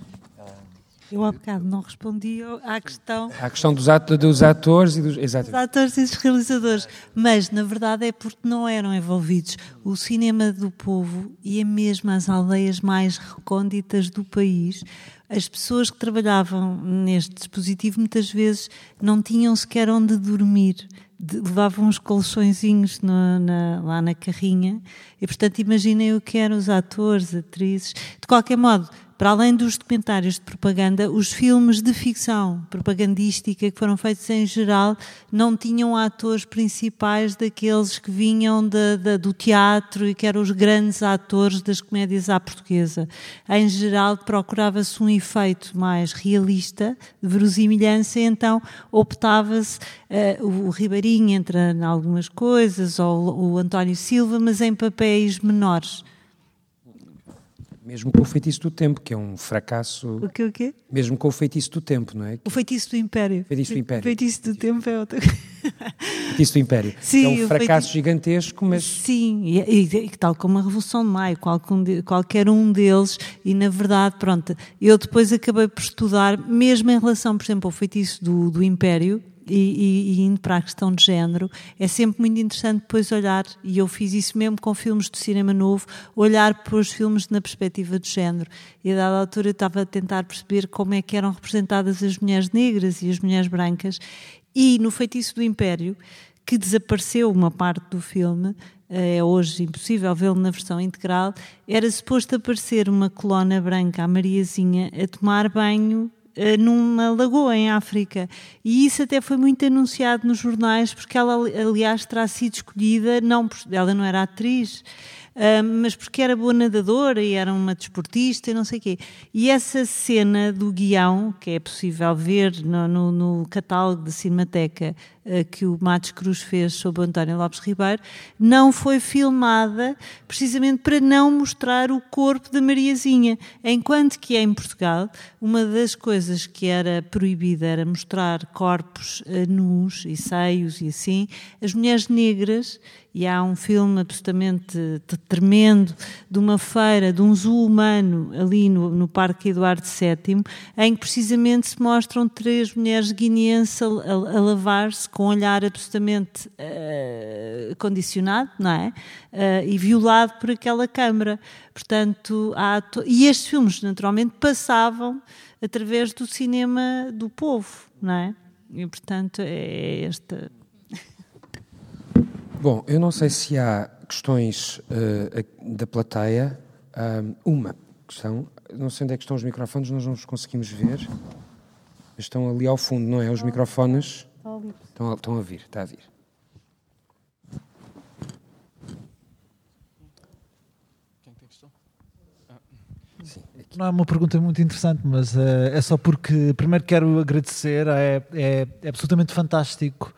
S3: Eu há bocado não respondi à questão...
S2: À questão dos atores e dos... Exatamente.
S3: Dos atores e dos realizadores. Mas, na verdade, é porque não eram envolvidos. O cinema do povo e mesmo as aldeias mais recônditas do país, as pessoas que trabalhavam neste dispositivo muitas vezes não tinham sequer onde dormir. Levavam uns colchõezinhos lá na carrinha e, portanto, imaginem o que eram os atores, atrizes. De qualquer modo, para além dos documentários de propaganda, os filmes de ficção propagandística que foram feitos em geral não tinham atores principais daqueles que vinham do teatro e que eram os grandes atores das comédias à portuguesa. Em geral, procurava-se um efeito mais realista, de verosimilhança, então optava-se o Ribeirinho entra em algumas coisas, ou o António Silva, mas em papéis menores.
S2: Mesmo com o Feitiço do Tempo, que é um fracasso...
S3: O quê?
S2: Mesmo com o Feitiço do Tempo, não é?
S3: O Feitiço do Império.
S2: Feitiço do Império.
S3: O Feitiço do Tempo é outra...
S2: Feitiço do Império.
S3: Sim,
S2: é um fracasso gigantesco, mas...
S3: Sim, e tal como a Revolução de Maio, qualquer um deles, e na verdade, pronto, eu depois acabei por estudar, mesmo em relação, por exemplo, ao Feitiço do Império, e indo para a questão de género, é sempre muito interessante depois olhar, e eu fiz isso mesmo com filmes de cinema novo, olhar para os filmes na perspectiva de género. E a dada altura eu estava a tentar perceber como é que eram representadas as mulheres negras e as mulheres brancas, e no Feitiço do Império, que desapareceu uma parte do filme, é hoje impossível vê-lo na versão integral, era suposto aparecer uma colona branca, a Mariazinha, a tomar banho numa lagoa em África, e isso até foi muito anunciado nos jornais, porque ela, aliás, terá sido escolhida, ela não era atriz, mas porque era boa nadadora e era uma desportista e não sei o quê. E essa cena do guião, que é possível ver no catálogo da Cinemateca que o Matos Cruz fez sobre o António Lopes Ribeiro, não foi filmada precisamente para não mostrar o corpo da Mariazinha, enquanto que em Portugal uma das coisas que era proibida era mostrar corpos nus e seios e assim. As mulheres negras e há um filme absolutamente tremendo de uma feira, de um zoo humano ali no Parque Eduardo VII, em que precisamente se mostram 3 mulheres guineenses a lavar-se com um olhar absolutamente condicionado, não é? E violado por aquela câmara. Portanto, e estes filmes, naturalmente, passavam através do cinema do povo, não é? E, portanto, é esta...
S2: Bom, eu não sei se há questões da plateia. Uma questão, não sei onde é que estão os microfones, nós não os conseguimos ver. Estão ali ao fundo, não é? Os microfones estão a vir, está a vir.
S8: Não é uma pergunta muito interessante, mas é só porque primeiro quero agradecer, é absolutamente fantástico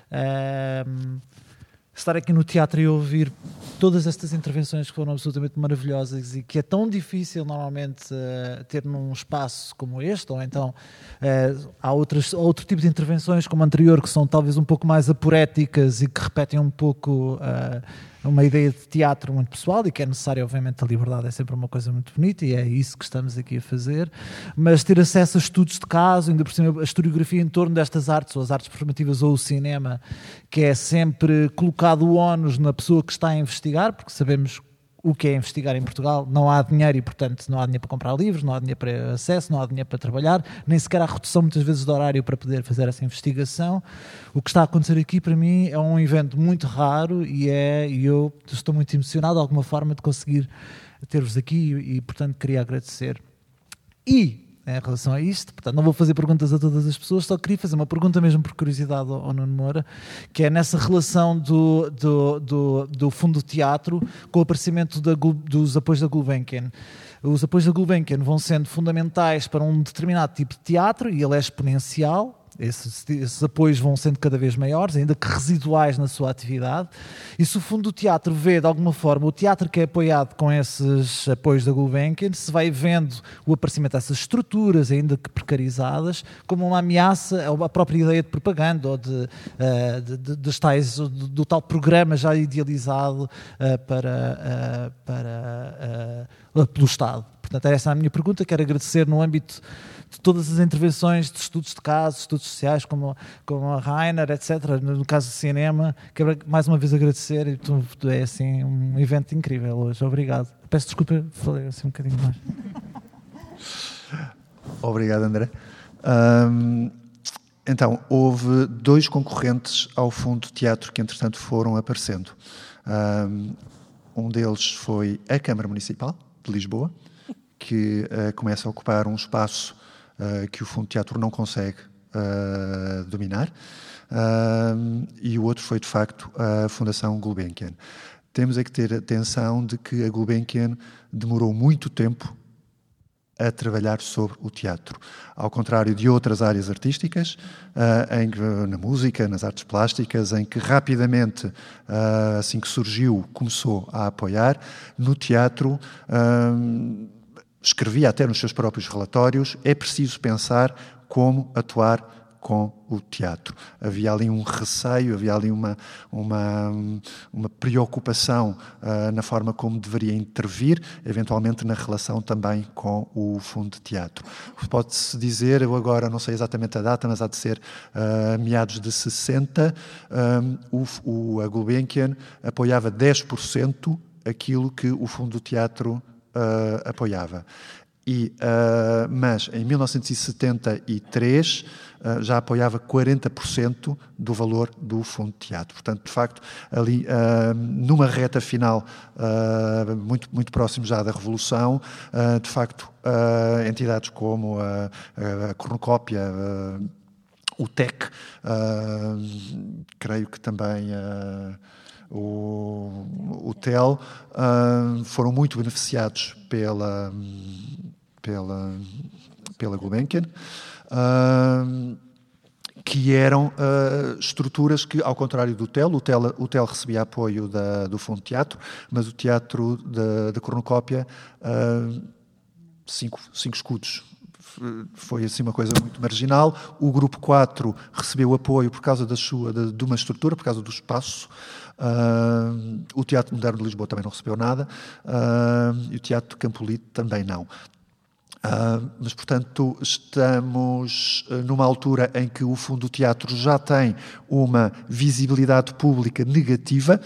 S8: estar aqui no teatro e ouvir todas estas intervenções que foram absolutamente maravilhosas e que é tão difícil normalmente ter num espaço como este, ou então há outro tipo de intervenções como a anterior que são talvez um pouco mais aporéticas e que repetem um pouco uma ideia de teatro muito pessoal e que é necessário, obviamente, a liberdade é sempre uma coisa muito bonita e é isso que estamos aqui a fazer, mas ter acesso a estudos de caso, ainda por cima a historiografia em torno destas artes, ou as artes performativas ou o cinema, que é sempre colocado o ónus na pessoa que está a investigar, porque sabemos o que é investigar em Portugal, não há dinheiro e, portanto, não há dinheiro para comprar livros, não há dinheiro para acesso, não há dinheiro para trabalhar, nem sequer há redução muitas vezes de horário para poder fazer essa investigação. O que está a acontecer aqui, para mim, é um evento muito raro e eu estou muito emocionado de alguma forma de conseguir ter-vos aqui e, portanto, queria agradecer. E, em relação a isto, portanto, não vou fazer perguntas a todas as pessoas, só queria fazer uma pergunta mesmo por curiosidade ao Nuno Moura, que é nessa relação do Fundo do Teatro com o aparecimento dos apoios da Gulbenkian. Os apoios da Gulbenkian vão sendo fundamentais para um determinado tipo de teatro e ele é exponencial. Esses apoios vão sendo cada vez maiores, ainda que residuais na sua atividade, e se o Fundo do Teatro vê, de alguma forma, o teatro que é apoiado com esses apoios da Gulbenkian, se vai vendo o aparecimento dessas estruturas, ainda que precarizadas, como uma ameaça à própria ideia de propaganda ou do tal programa já idealizado pelo Estado. Portanto, essa é a minha pergunta. Quero agradecer no âmbito de todas as intervenções de estudos de casos, estudos sociais, como a Rainer, etc., no caso do cinema. Quero mais uma vez agradecer e é assim um evento incrível hoje. Obrigado. Peço desculpa, falei assim um bocadinho mais.
S4: Obrigado, André. Então, houve 2 concorrentes ao Fundo de Teatro que, entretanto, foram aparecendo. Um deles foi a Câmara Municipal de Lisboa, que começa a ocupar um espaço que o Fundo de Teatro não consegue dominar, e o outro foi, de facto, a Fundação Gulbenkian. Temos é que ter atenção de que a Gulbenkian demorou muito tempo a trabalhar sobre o teatro. Ao contrário de outras áreas artísticas, na música, nas artes plásticas, em que rapidamente, assim que surgiu, começou a apoiar, no teatro... escrevia até nos seus próprios relatórios, é preciso pensar como atuar com o teatro. Havia ali um receio, havia ali uma preocupação na forma como deveria intervir, eventualmente na relação também com o Fundo de Teatro. Pode-se dizer, eu agora não sei exatamente a data, mas há de ser meados de 60, a Gulbenkian apoiava 10% aquilo que o Fundo do Teatro apoiava. Mas em 1973 já apoiava 40% do valor do Fundo de Teatro. Portanto, de facto, ali numa reta final muito, muito próximo já da Revolução, de facto, entidades como a Cornucópia, o TEC, creio que também... o TEL foram muito beneficiados pela Gulbenkian, que eram estruturas que, ao contrário do TEL, o TEL recebia apoio do Fundo de Teatro, mas o teatro da Cornucópia, 5 escudos foi assim uma coisa muito marginal. O Grupo 4 recebeu apoio por causa de uma estrutura, por causa do espaço. O Teatro Moderno de Lisboa também não recebeu nada, e o Teatro Campolide também não. Mas, portanto, estamos numa altura em que o Fundo do Teatro já tem uma visibilidade pública negativa.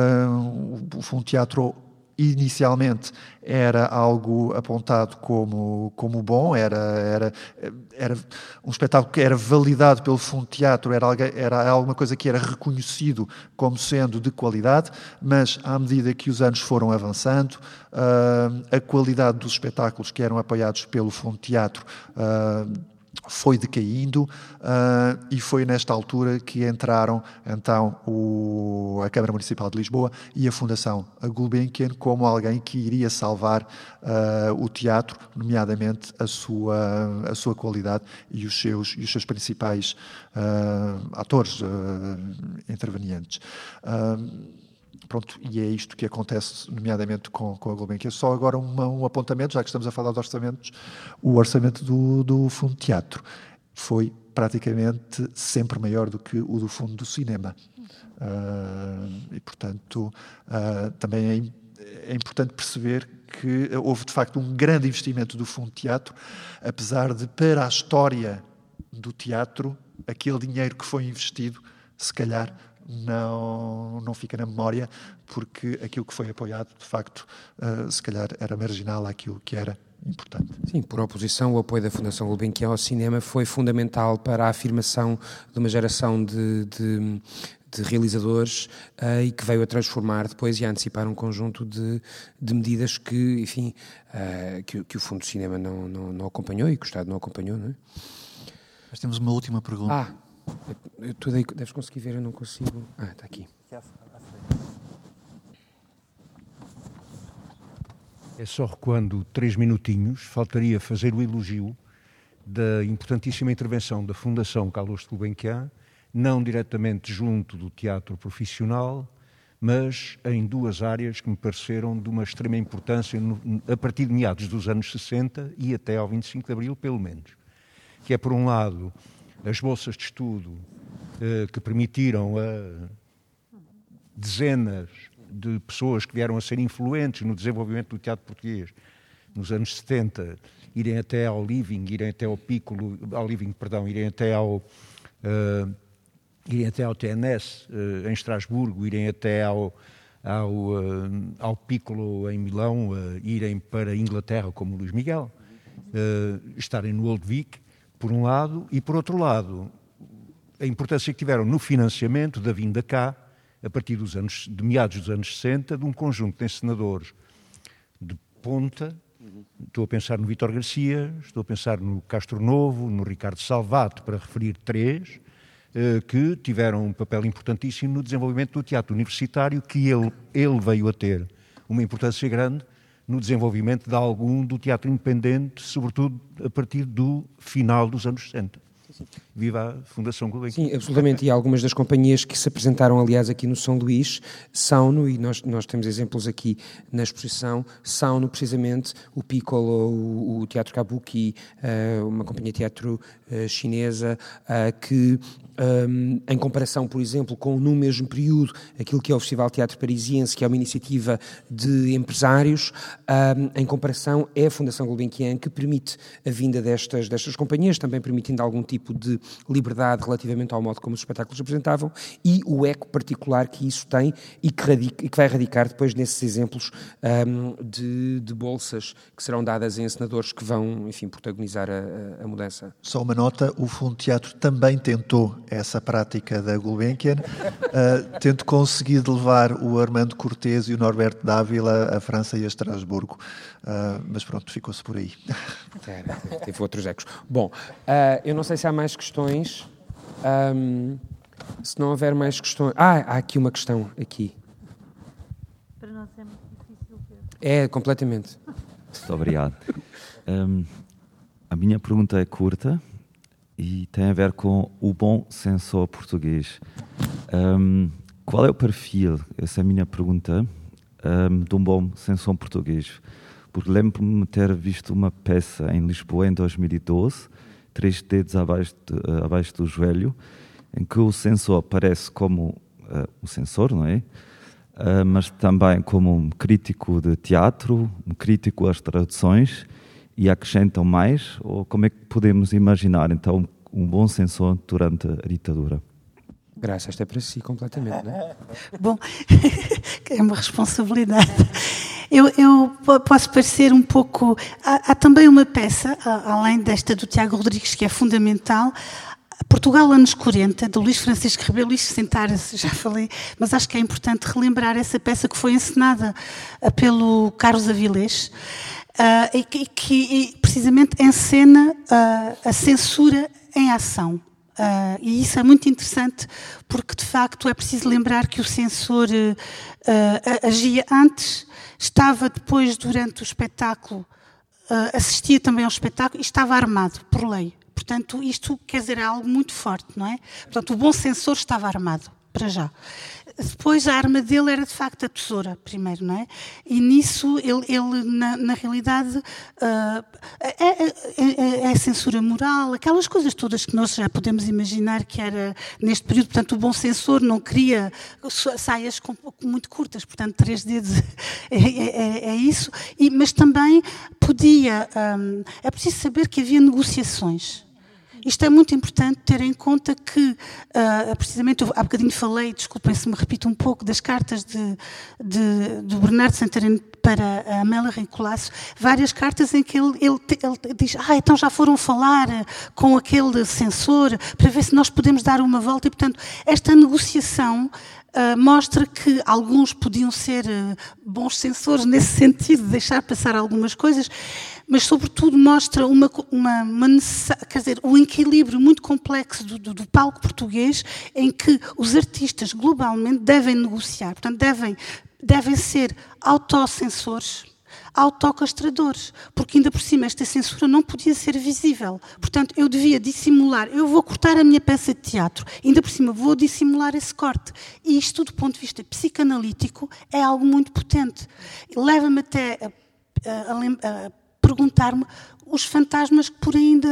S4: O Fundo do Teatro inicialmente era algo apontado como bom, era um espetáculo que era validado pelo Fundo de Teatro, era alguma coisa que era reconhecido como sendo de qualidade, mas à medida que os anos foram avançando, a qualidade dos espetáculos que eram apoiados pelo Fundo de Teatro foi decaindo, e foi nesta altura que entraram então a Câmara Municipal de Lisboa e a Fundação Gulbenkian como alguém que iria salvar o teatro, nomeadamente a sua qualidade e os seus principais atores intervenientes. Pronto, e é isto que acontece, nomeadamente com a Gulbenkian. Só agora um apontamento, já que estamos a falar de orçamentos, o orçamento do Fundo de Teatro foi praticamente sempre maior do que o do Fundo do Cinema. E, portanto, também é importante perceber que houve, de facto, um grande investimento do Fundo de Teatro, apesar de, para a história do teatro, aquele dinheiro que foi investido, se calhar, não fica na memória, porque aquilo que foi apoiado, de facto, se calhar era marginal àquilo que era importante.
S2: Sim, por oposição, o apoio da Fundação Gulbenkian ao cinema foi fundamental para a afirmação de uma geração de realizadores e que veio a transformar depois e a antecipar um conjunto de medidas que, enfim, que o Fundo de Cinema não acompanhou e que o Estado não acompanhou, não é?
S1: Nós temos uma última pergunta.
S2: Tu daí deves conseguir ver, eu não consigo. Está aqui.
S9: É só recuando 3 minutinhos, faltaria fazer o elogio da importantíssima intervenção da Fundação Carlos de Gulbenkian, não diretamente junto do teatro profissional, mas em 2 áreas que me pareceram de uma extrema importância a partir de meados dos anos 60 e até ao 25 de Abril, pelo menos. Que é, por um lado, as bolsas de estudo que permitiram a dezenas de pessoas que vieram a ser influentes no desenvolvimento do teatro português nos anos 70, irem até ao Living, irem até ao Piccolo, irem até ao TNS em Estrasburgo, irem até ao Piccolo em Milão, irem para a Inglaterra como o Luís Miguel, estarem no Old Vic, por um lado, e por outro lado, a importância que tiveram no financiamento da vinda cá, a partir de meados dos anos 60, de um conjunto de encenadores de ponta. Estou a pensar no Vítor Garcia, estou a pensar no Castro Novo, no Ricardo Salvato, para referir 3, que tiveram um papel importantíssimo no desenvolvimento do teatro universitário, que ele veio a ter uma importância grande no desenvolvimento de algum do teatro independente, sobretudo a partir do final dos anos 60. Viva a Fundação Gulbenkian.
S2: Sim, absolutamente. E algumas das companhias que se apresentaram, aliás, aqui no São Luís, são, e nós temos exemplos aqui na exposição, são precisamente o Piccolo, o Teatro Kabuki, uma companhia de teatro chinesa, que em comparação, por exemplo, com no mesmo período aquilo que é o Festival de Teatro Parisiense, que é uma iniciativa de empresários, em comparação é a Fundação Gulbenkian que permite a vinda destas companhias, também permitindo algum tipo de liberdade relativamente ao modo como os espetáculos se apresentavam e o eco particular que isso tem e que vai radicar depois nesses exemplos de bolsas que serão dadas a encenadores que vão, enfim, protagonizar a mudança.
S4: Só uma nota, o Fundo de Teatro também tentou essa prática da Gulbenkian, tendo conseguido levar o Armando Cortês e o Norberto Dávila à França e a Estrasburgo, mas pronto, ficou-se por aí.
S2: Teve outros ecos. Bom, eu não sei se há mais questões. Se não houver mais questões... há aqui uma questão, aqui.
S3: Para nós é muito difícil ver.
S2: É, completamente.
S10: Muito obrigado. A minha pergunta é curta e tem a ver com o bom censor português. Qual é o perfil, essa é a minha pergunta, de um bom censor português? porque lembro-me de ter visto uma peça em Lisboa em 2012, 3 dedos abaixo do joelho, em que o censor aparece como o censor, não é? Mas também como um crítico de teatro, um crítico às traduções, e acrescentam mais? Ou como é que podemos imaginar, então, um bom censor durante a ditadura?
S2: Graça, esta é para si completamente, não é?
S5: Bom, é uma responsabilidade. Eu posso parecer um pouco... Há também uma peça, além desta do Tiago Rodrigues, que é fundamental, Portugal, anos 40, do Luís Francisco Rebelo. Isto sentar-se, já falei, mas acho que é importante relembrar essa peça que foi encenada pelo Carlos Avilés, e que precisamente encena a censura em ação. E isso é muito interessante, porque de facto é preciso lembrar que o censor agia antes, estava depois durante o espetáculo, assistia também ao espetáculo e estava armado por lei. Portanto, isto quer dizer é algo muito forte, não é? Portanto, o bom censor estava armado, para já. Depois, a arma dele era, de facto, a tesoura, primeiro, não é? E nisso, ele na realidade, é censura moral, aquelas coisas todas que nós já podemos imaginar que era neste período. Portanto, o bom censor não queria saias muito curtas, portanto, 3 dedos é isso. Mas também podia... é preciso saber que havia negociações. Isto é muito importante ter em conta que, precisamente, há bocadinho falei, desculpem se me repito um pouco, das cartas do Bernardo Santareno para a Amélia Rei Colasso, várias cartas em que ele diz, então já foram falar com aquele censor para ver se nós podemos dar uma volta. E, portanto, esta negociação mostra que alguns podiam ser bons censores nesse sentido, de deixar passar algumas coisas, mas sobretudo mostra quer dizer, um equilíbrio muito complexo do palco português, em que os artistas globalmente devem negociar, portanto devem ser autocensores, autocastradores, porque ainda por cima esta censura não podia ser visível. Portanto, eu devia dissimular, eu vou cortar a minha peça de teatro, ainda por cima vou dissimular esse corte. E isto, do ponto de vista psicanalítico, é algo muito potente. Leva-me até a perguntar-me os fantasmas que por ainda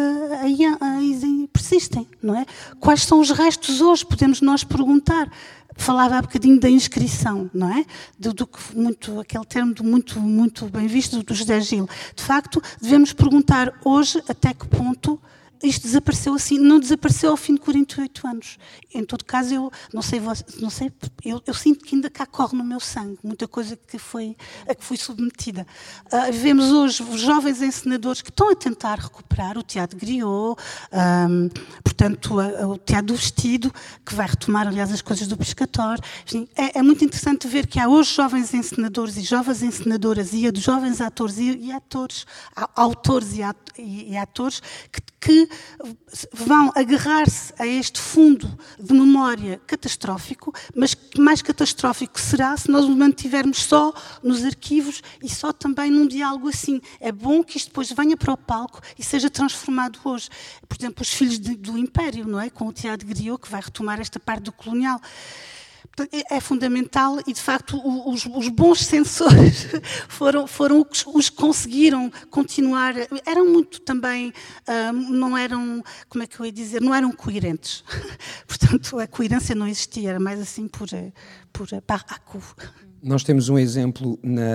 S5: persistem, não é? Quais são os restos hoje? Podemos nós perguntar. Falava há bocadinho da inscrição, não é? Aquele termo muito bem visto do José Gil. De facto, devemos perguntar hoje até que ponto isto desapareceu assim. Não desapareceu ao fim de 48 anos. Em todo caso, eu não sei, eu sinto que ainda cá corre no meu sangue muita coisa a que fui submetida. Vemos hoje os jovens encenadores que estão a tentar recuperar o teatro griot, portanto, o teatro do vestido, que vai retomar, aliás, as coisas do Pescator. É muito interessante ver que há hoje jovens encenadores e jovens encenadoras e jovens atores e atores, autores e atores que vão agarrar-se a este fundo de memória catastrófico, mas que mais catastrófico será se nós o mantivermos só nos arquivos e só também num diálogo assim. É bom que isto depois venha para o palco e seja transformado hoje. Por exemplo, os Filhos do Império, não é? Com o teatro griot, que vai retomar esta parte do colonial. É fundamental e, de facto, os bons censores foram os que conseguiram continuar. Eram muito também, não eram, como é que eu ia dizer, não eram coerentes. Portanto, a coerência não existia, era mais assim por par à coup.
S2: Nós temos um exemplo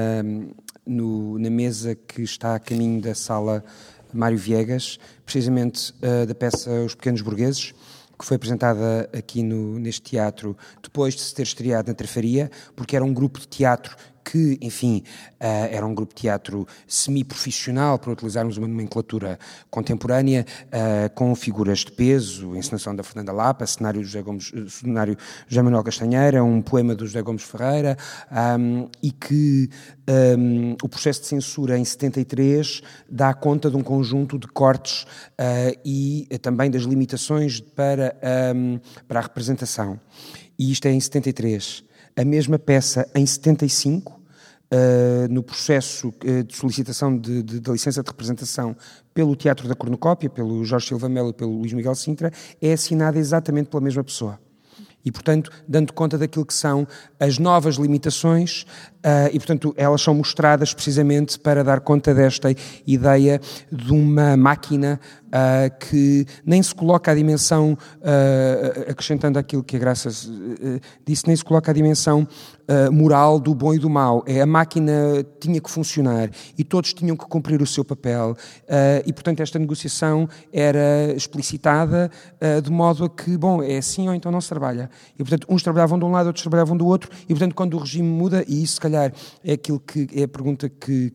S2: na mesa que está a caminho da sala Mário Viegas, precisamente da peça Os Pequenos Burgueses, que foi apresentada aqui neste teatro depois de se ter estreado na Trafaria, porque era um grupo de teatro que, enfim, era um grupo de teatro semi-profissional, para utilizarmos uma nomenclatura contemporânea, com figuras de peso, encenação da Fernanda Lapa, cenário José Manuel Castanheira, um poema do José Gomes Ferreira, e que o processo de censura em 73 dá conta de um conjunto de cortes e também das limitações para a representação. E isto é em 73. A mesma peça, em 75, no processo de solicitação da licença de representação pelo Teatro da Cornucópia, pelo Jorge Silva Melo e pelo Luís Miguel Sintra, é assinada exatamente pela mesma pessoa. E, portanto, dando conta daquilo que são as novas limitações e, portanto, elas são mostradas precisamente para dar conta desta ideia de uma máquina que nem se coloca a dimensão, acrescentando aquilo que a Graça disse, nem se coloca a dimensão moral do bom e do mau. A máquina tinha que funcionar e todos tinham que cumprir o seu papel e, portanto, esta negociação era explicitada de modo a que, bom, é assim ou então não se trabalha. E, portanto, uns trabalhavam de um lado, outros trabalhavam do outro e, portanto, quando o regime muda, e isso, se calhar, é aquilo que é a pergunta que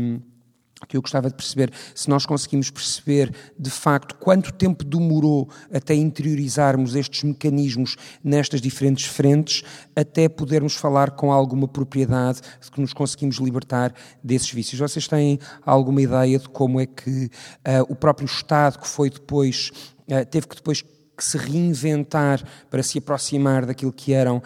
S2: eu gostava de perceber, se nós conseguimos perceber, de facto, quanto tempo demorou até interiorizarmos estes mecanismos nestas diferentes frentes, até podermos falar com alguma propriedade de que nos conseguimos libertar desses vícios. Vocês têm alguma ideia de como é que o próprio Estado, que foi depois, teve que depois que se reinventar para se aproximar daquilo que eram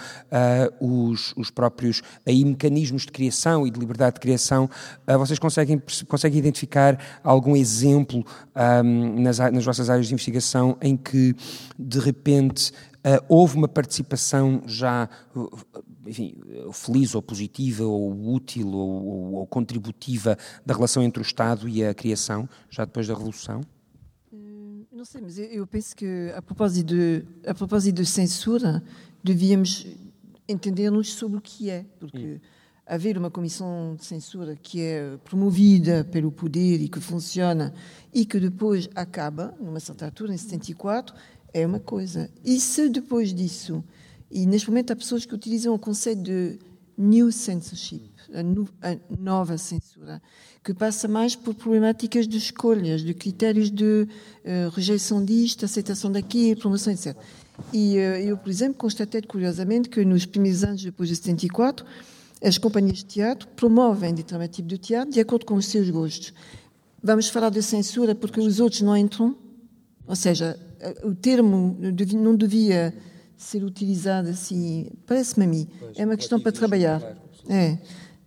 S2: os próprios mecanismos de criação e de liberdade de criação, vocês conseguem identificar algum exemplo nas vossas áreas de investigação em que, de repente, houve uma participação já, enfim, feliz ou positiva ou útil ou contributiva da relação entre o Estado e a criação, já depois da Revolução?
S7: Não sei, mas eu penso que, a propósito de censura, devíamos entender-nos sobre o que é, porque haver uma comissão de censura que é promovida pelo poder e que funciona e que depois acaba, numa certa altura, em 74, é uma coisa. E se depois disso, e neste momento há pessoas que utilizam o conceito de new censorship, a nova censura, que passa mais por problemáticas de escolhas, de critérios de rejeição disto, aceitação daquilo, promoção, etc. E eu, por exemplo, constatei curiosamente que nos primeiros anos depois de 74, as companhias de teatro promovem determinado tipo de teatro de acordo com os seus gostos. Vamos falar de censura porque os outros não entram? Ou seja, o termo não devia ser utilizado assim, parece-me a mim. É uma questão para trabalhar. É.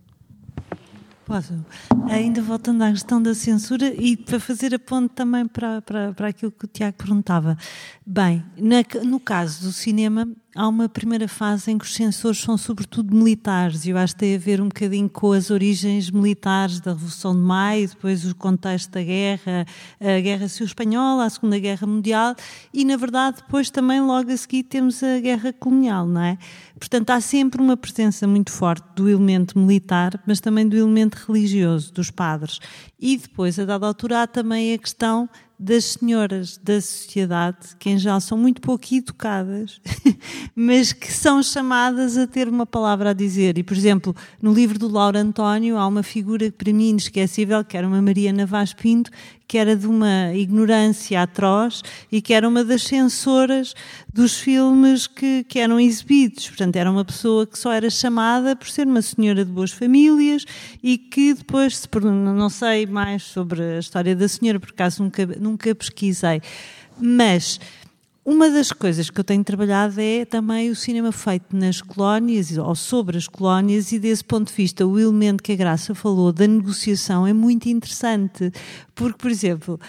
S3: Posso? Ainda voltando à questão da censura e para fazer a ponte também para aquilo que o Tiago perguntava. Bem, no caso do cinema, há uma primeira fase em que os censores são sobretudo militares, e eu acho que tem a ver um bocadinho com as origens militares da Revolução de Maio, depois o contexto da guerra, a Guerra Civil Espanhola, a Segunda Guerra Mundial, e na verdade depois também logo a seguir temos a Guerra Colonial, não é? Portanto, há sempre uma presença muito forte do elemento militar, mas também do elemento religioso, dos padres. E depois, a dada altura, há também a questão das senhoras da sociedade, que em geral são muito pouco educadas, mas que são chamadas a ter uma palavra a dizer. E, por exemplo, no livro do Lauro António há uma figura para mim inesquecível, que era uma Mariana Vaz Pinto, que era de uma ignorância atroz e que era uma das censoras dos filmes que eram exibidos. Portanto, era uma pessoa que só era chamada por ser uma senhora de boas famílias e que depois, não sei mais sobre a história da senhora, por acaso nunca pesquisei, mas uma das coisas que eu tenho trabalhado é também o cinema feito nas colónias ou sobre as colónias, e desse ponto de vista o elemento que a Graça falou da negociação é muito interessante, porque, por exemplo,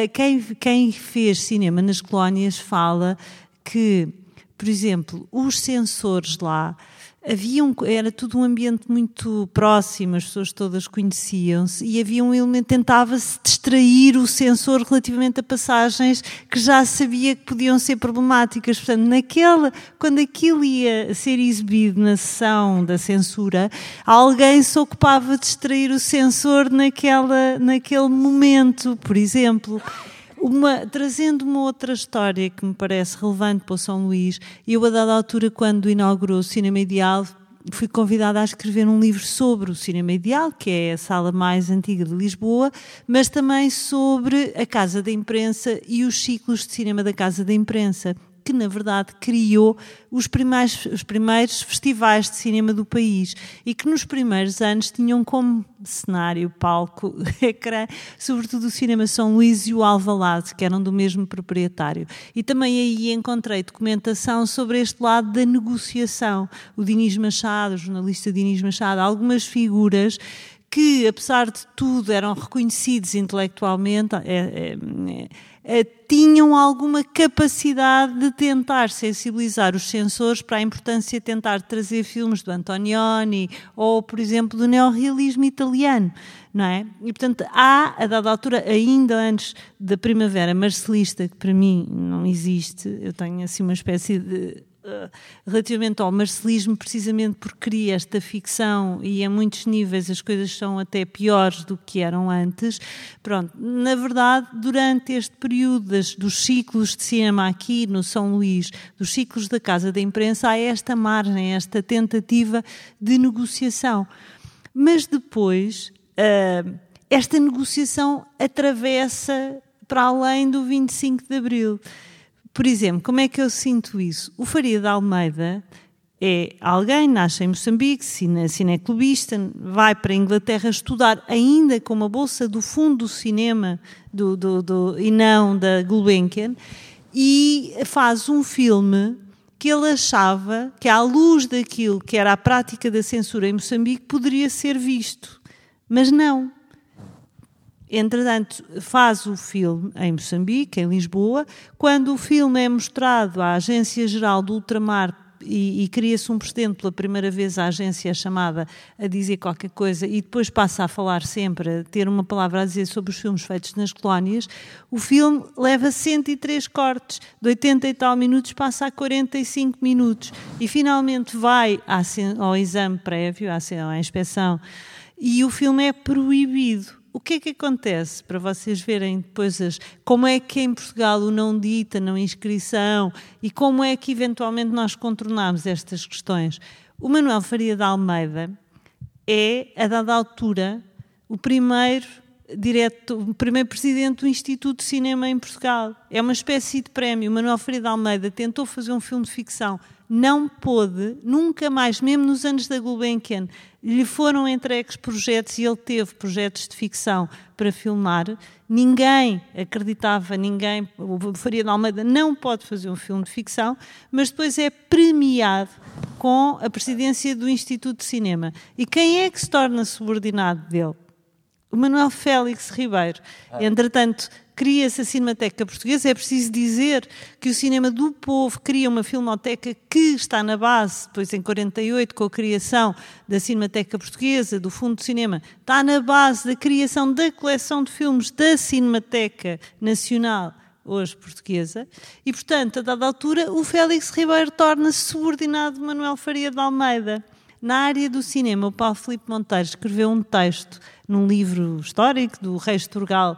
S3: quem fez cinema nas colónias fala que, por exemplo, os censores lá, era tudo um ambiente muito próximo, as pessoas todas conheciam-se e havia um elemento, tentava-se distrair o censor relativamente a passagens que já sabia que podiam ser problemáticas. Portanto, quando aquilo ia ser exibido na sessão da censura, alguém se ocupava de distrair o censor naquele momento, por exemplo. Trazendo uma outra história que me parece relevante para o São Luís, eu, a dada altura, quando inaugurou o Cinema Ideal, fui convidada a escrever um livro sobre o Cinema Ideal, que é a sala mais antiga de Lisboa, mas também sobre a Casa da Imprensa e os ciclos de cinema da Casa da Imprensa, que, na verdade, criou os primeiros festivais de cinema do país e que nos primeiros anos tinham como cenário, palco, ecrã, sobretudo o Cinema São Luís e o Alvalade, que eram do mesmo proprietário. E também aí encontrei documentação sobre este lado da negociação. O Dinis Machado, o jornalista Dinis Machado, algumas figuras que, apesar de tudo, eram reconhecidos intelectualmente, tinham alguma capacidade de tentar sensibilizar os censores para a importância de tentar trazer filmes do Antonioni ou, por exemplo, do neorrealismo italiano, não é? E, portanto, há, a dada altura, ainda antes da Primavera Marcelista, que para mim não existe, eu tenho assim uma espécie de... relativamente ao marcelismo, precisamente porque cria esta ficção e a muitos níveis as coisas são até piores do que eram antes. Pronto, na verdade, durante este período dos ciclos de cinema aqui no São Luís, dos ciclos da Casa da Imprensa, há esta margem, esta tentativa de negociação. Mas depois, esta negociação atravessa para além do 25 de Abril. Por exemplo, como é que eu sinto isso? O Faria de Almeida é alguém, nasce em Moçambique, cineclubista, vai para a Inglaterra estudar ainda com uma bolsa do Fundo do Cinema e não da Gulbenkian, e faz um filme que ele achava que, à luz daquilo que era a prática da censura em Moçambique, poderia ser visto. Mas não. Entretanto, faz o filme em Moçambique, em Lisboa. Quando o filme é mostrado à Agência Geral do Ultramar e cria-se um precedente, pela primeira vez a agência é chamada a dizer qualquer coisa e depois passa a falar sempre, a ter uma palavra a dizer sobre os filmes feitos nas colónias, o filme leva 103 cortes, de 80 e tal minutos passa a 45 minutos e finalmente vai ao exame prévio, à inspeção, e o filme é proibido. O que é que acontece, para vocês verem depois como é que em Portugal o não dito, a não inscrição, e como é que eventualmente nós contornamos estas questões? O Manuel Faria de Almeida é, a dada altura, o primeiro presidente do Instituto de Cinema em Portugal. É uma espécie de prémio. O Manuel Faria de Almeida tentou fazer um filme de ficção, não pôde, nunca mais, mesmo nos anos da Gulbenkian, lhe foram entregues projetos e ele teve projetos de ficção para filmar. Ninguém acreditava, o Faria de Almeida não pode fazer um filme de ficção, mas depois é premiado com a presidência do Instituto de Cinema. E quem é que se torna subordinado dele? O Manuel Félix Ribeiro. Entretanto, cria-se a Cinemateca Portuguesa. É preciso dizer que o Cinema do Povo cria uma filmoteca que está na base, depois em 48, com a criação da Cinemateca Portuguesa, do Fundo de Cinema, está na base da criação da coleção de filmes da Cinemateca Nacional, hoje portuguesa, e, portanto, a dada altura, o Félix Ribeiro torna-se subordinado de Manuel Faria de Almeida. Na área do cinema, o Paulo Filipe Monteiro escreveu um texto num livro histórico do Reis de Turgal,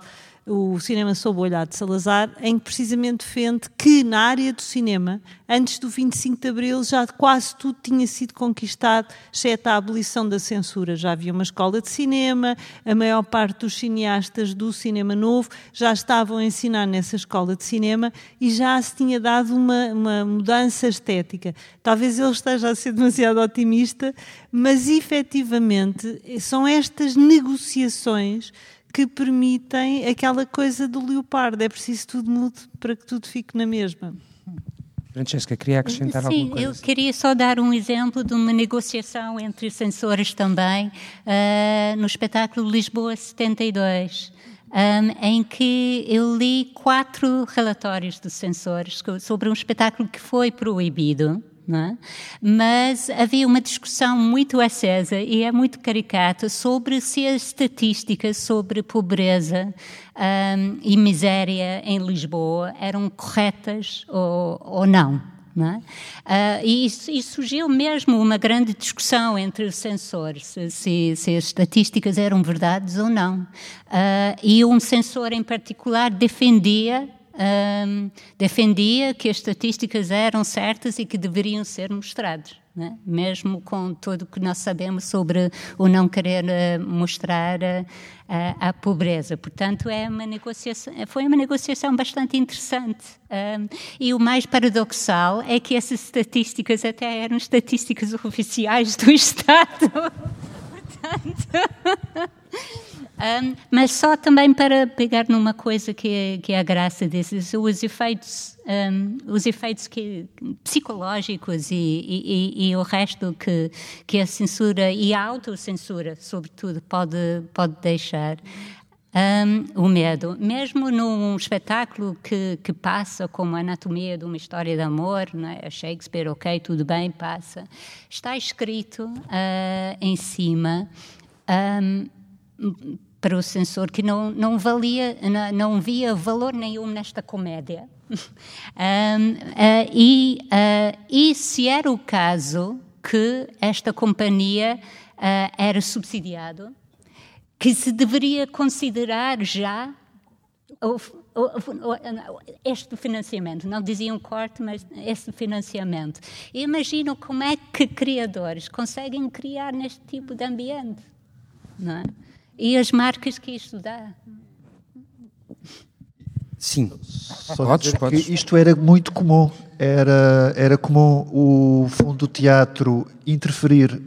S3: O Cinema sob o Olhar de Salazar, em que precisamente defende que na área do cinema, antes do 25 de Abril, já quase tudo tinha sido conquistado, exceto a abolição da censura. Já havia uma escola de cinema, a maior parte dos cineastas do cinema novo já estavam a ensinar nessa escola de cinema e já se tinha dado uma mudança estética. Talvez ele esteja a ser demasiado otimista, mas efetivamente são estas negociações que permitem aquela coisa do leopardo. É preciso tudo mude para que tudo fique na mesma.
S2: Francesca, queria acrescentar alguma coisa?
S6: Sim, eu queria só dar um exemplo de uma negociação entre censores também, no espetáculo Lisboa 72, em que eu li 4 relatórios dos censores sobre um espetáculo que foi proibido. Não é? Mas havia uma discussão muito acesa e é muito caricata sobre se as estatísticas sobre pobreza e miséria em Lisboa eram corretas ou não. Não é? E surgiu mesmo uma grande discussão entre os censores, se as estatísticas eram verdades ou não. E um censor em particular defendia que as estatísticas eram certas e que deveriam ser mostradas, né? Mesmo com tudo o que nós sabemos sobre o não querer mostrar a pobreza. Portanto, foi uma negociação bastante interessante. E o mais paradoxal é que essas estatísticas até eram estatísticas oficiais do Estado. Portanto... Mas só também para pegar numa coisa que é a graça desses, os efeitos psicológicos e o resto que a censura e a autocensura, sobretudo, pode deixar. O medo, mesmo num espetáculo que passa como a anatomia de uma história de amor, não é? Shakespeare, ok, tudo bem, passa, está escrito em cima para o censor que não via valor nenhum nesta comédia. E se era o caso que esta companhia era subsidiado, que se deveria considerar já este financiamento. Não diziam corte, mas este financiamento. E imagino como é que criadores conseguem criar neste tipo de ambiente, não é? E as marcas que isto dá.
S2: Sim.
S4: Podes. Isto era muito comum. Era comum o Fundo do Teatro interferir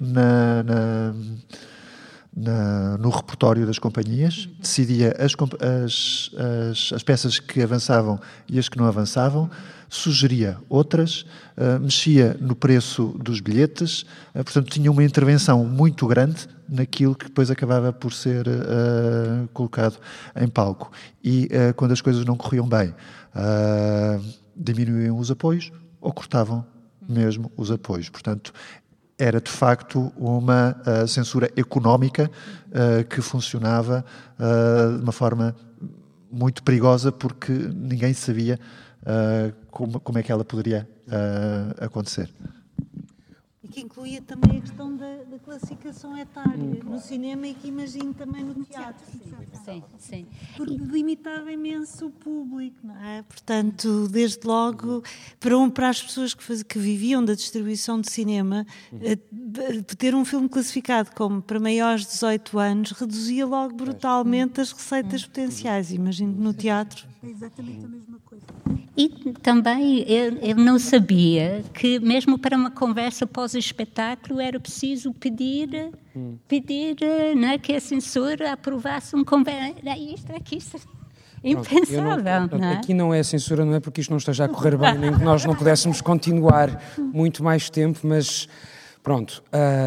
S4: no repertório das companhias, decidia as peças que avançavam e as que não avançavam, sugeria outras, mexia no preço dos bilhetes, portanto tinha uma intervenção muito grande naquilo que depois acabava por ser colocado em palco. E quando as coisas não corriam bem, diminuíam os apoios ou cortavam mesmo os apoios. Portanto, era de facto uma censura económica que funcionava de uma forma muito perigosa, porque ninguém sabia como é que ela poderia acontecer.
S11: E que incluía também a questão da classificação etária no cinema e que imagino também no teatro.
S6: Sim.
S11: Porque limitava imenso o público, não é? Portanto, desde logo, para as pessoas que viviam da distribuição de cinema, ter um filme classificado como para maiores de 18 anos reduzia logo brutalmente as receitas potenciais. Imagino no teatro.
S5: É exatamente a mesma coisa.
S6: E também eu não sabia que mesmo para uma conversa pós-espetáculo era preciso pedir não é, que a censura aprovasse um conversa. Isto impensável.
S2: Pronto,
S6: não é?
S2: Aqui não é censura, não é porque isto não esteja a correr bem, nem que nós não pudéssemos continuar muito mais tempo, mas pronto,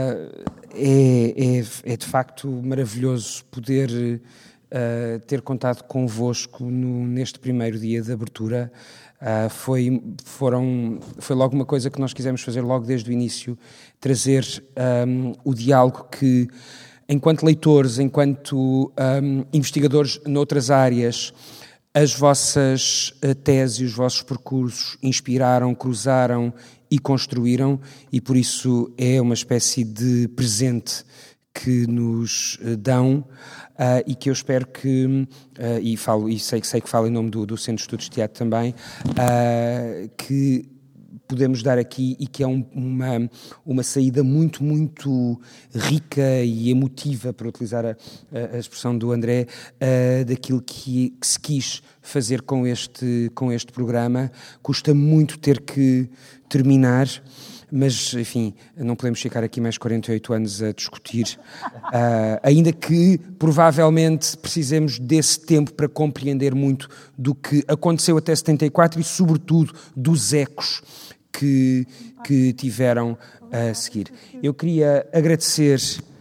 S2: é de facto maravilhoso poder ter contado convosco neste primeiro dia de abertura. Foi logo uma coisa que nós quisemos fazer logo desde o início, trazer o diálogo que, enquanto leitores, enquanto investigadores noutras áreas, as vossas teses e os vossos percursos inspiraram, cruzaram e construíram, e por isso é uma espécie de presente que nos dão e que eu espero que, sei que falo em nome do Centro de Estudos de Teatro também, que podemos dar aqui e que é uma saída muito, muito rica e emotiva, para utilizar a expressão do André, daquilo que se quis fazer com este programa. Custa muito ter que terminar, mas, enfim, não podemos ficar aqui mais 48 anos a discutir, ainda que provavelmente precisemos desse tempo para compreender muito do que aconteceu até 74 e, sobretudo, dos ecos que tiveram a seguir. Eu queria agradecer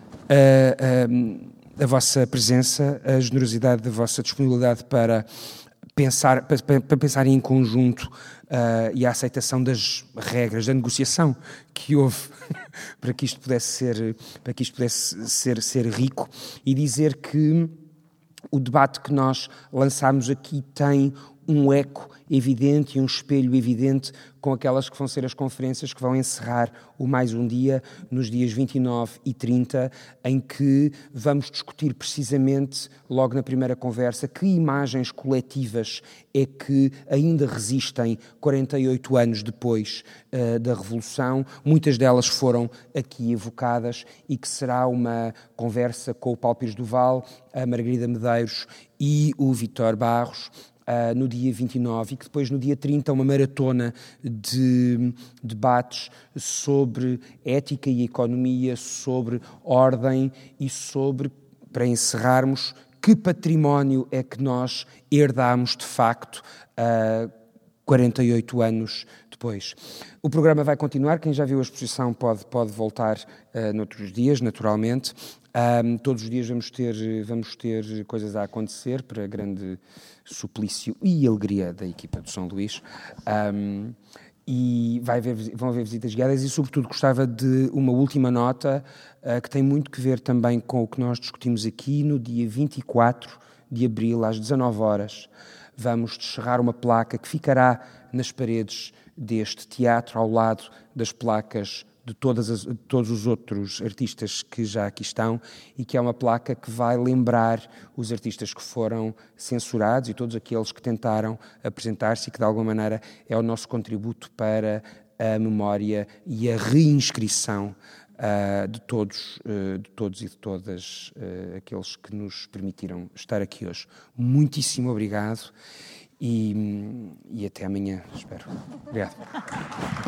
S2: a vossa presença, a generosidade da vossa disponibilidade para pensar em conjunto e a aceitação das regras da negociação que houve para que isto pudesse ser rico, e dizer que o debate que nós lançámos aqui tem um eco evidente e um espelho evidente com aquelas que vão ser as conferências que vão encerrar o Mais Um Dia nos dias 29 e 30, em que vamos discutir precisamente, logo na primeira conversa, que imagens coletivas é que ainda resistem 48 anos depois da Revolução. Muitas delas foram aqui evocadas, e que será uma conversa com o Paulo Pires Duval, a Margarida Medeiros e o Vítor Barros, no dia 29, e que depois no dia 30 uma maratona de debates sobre ética e economia, sobre ordem e sobre, para encerrarmos, que património é que nós herdámos de facto 48 anos depois. O programa vai continuar, quem já viu a exposição pode voltar noutros dias, naturalmente. Todos os dias vamos ter coisas a acontecer para grande suplício e alegria da equipa do São Luís. E vão haver visitas guiadas e, sobretudo, gostava de uma última nota que tem muito que ver também com o que nós discutimos aqui no dia 24 de abril, às 19 horas. Vamos descerrar uma placa que ficará nas paredes deste teatro, ao lado das placas de todos os outros artistas que já aqui estão, e que é uma placa que vai lembrar os artistas que foram censurados e todos aqueles que tentaram apresentar-se, e que de alguma maneira é o nosso contributo para a memória e a reinscrição de todos e de todas aqueles que nos permitiram estar aqui hoje. Muitíssimo obrigado e até amanhã, espero. Obrigado.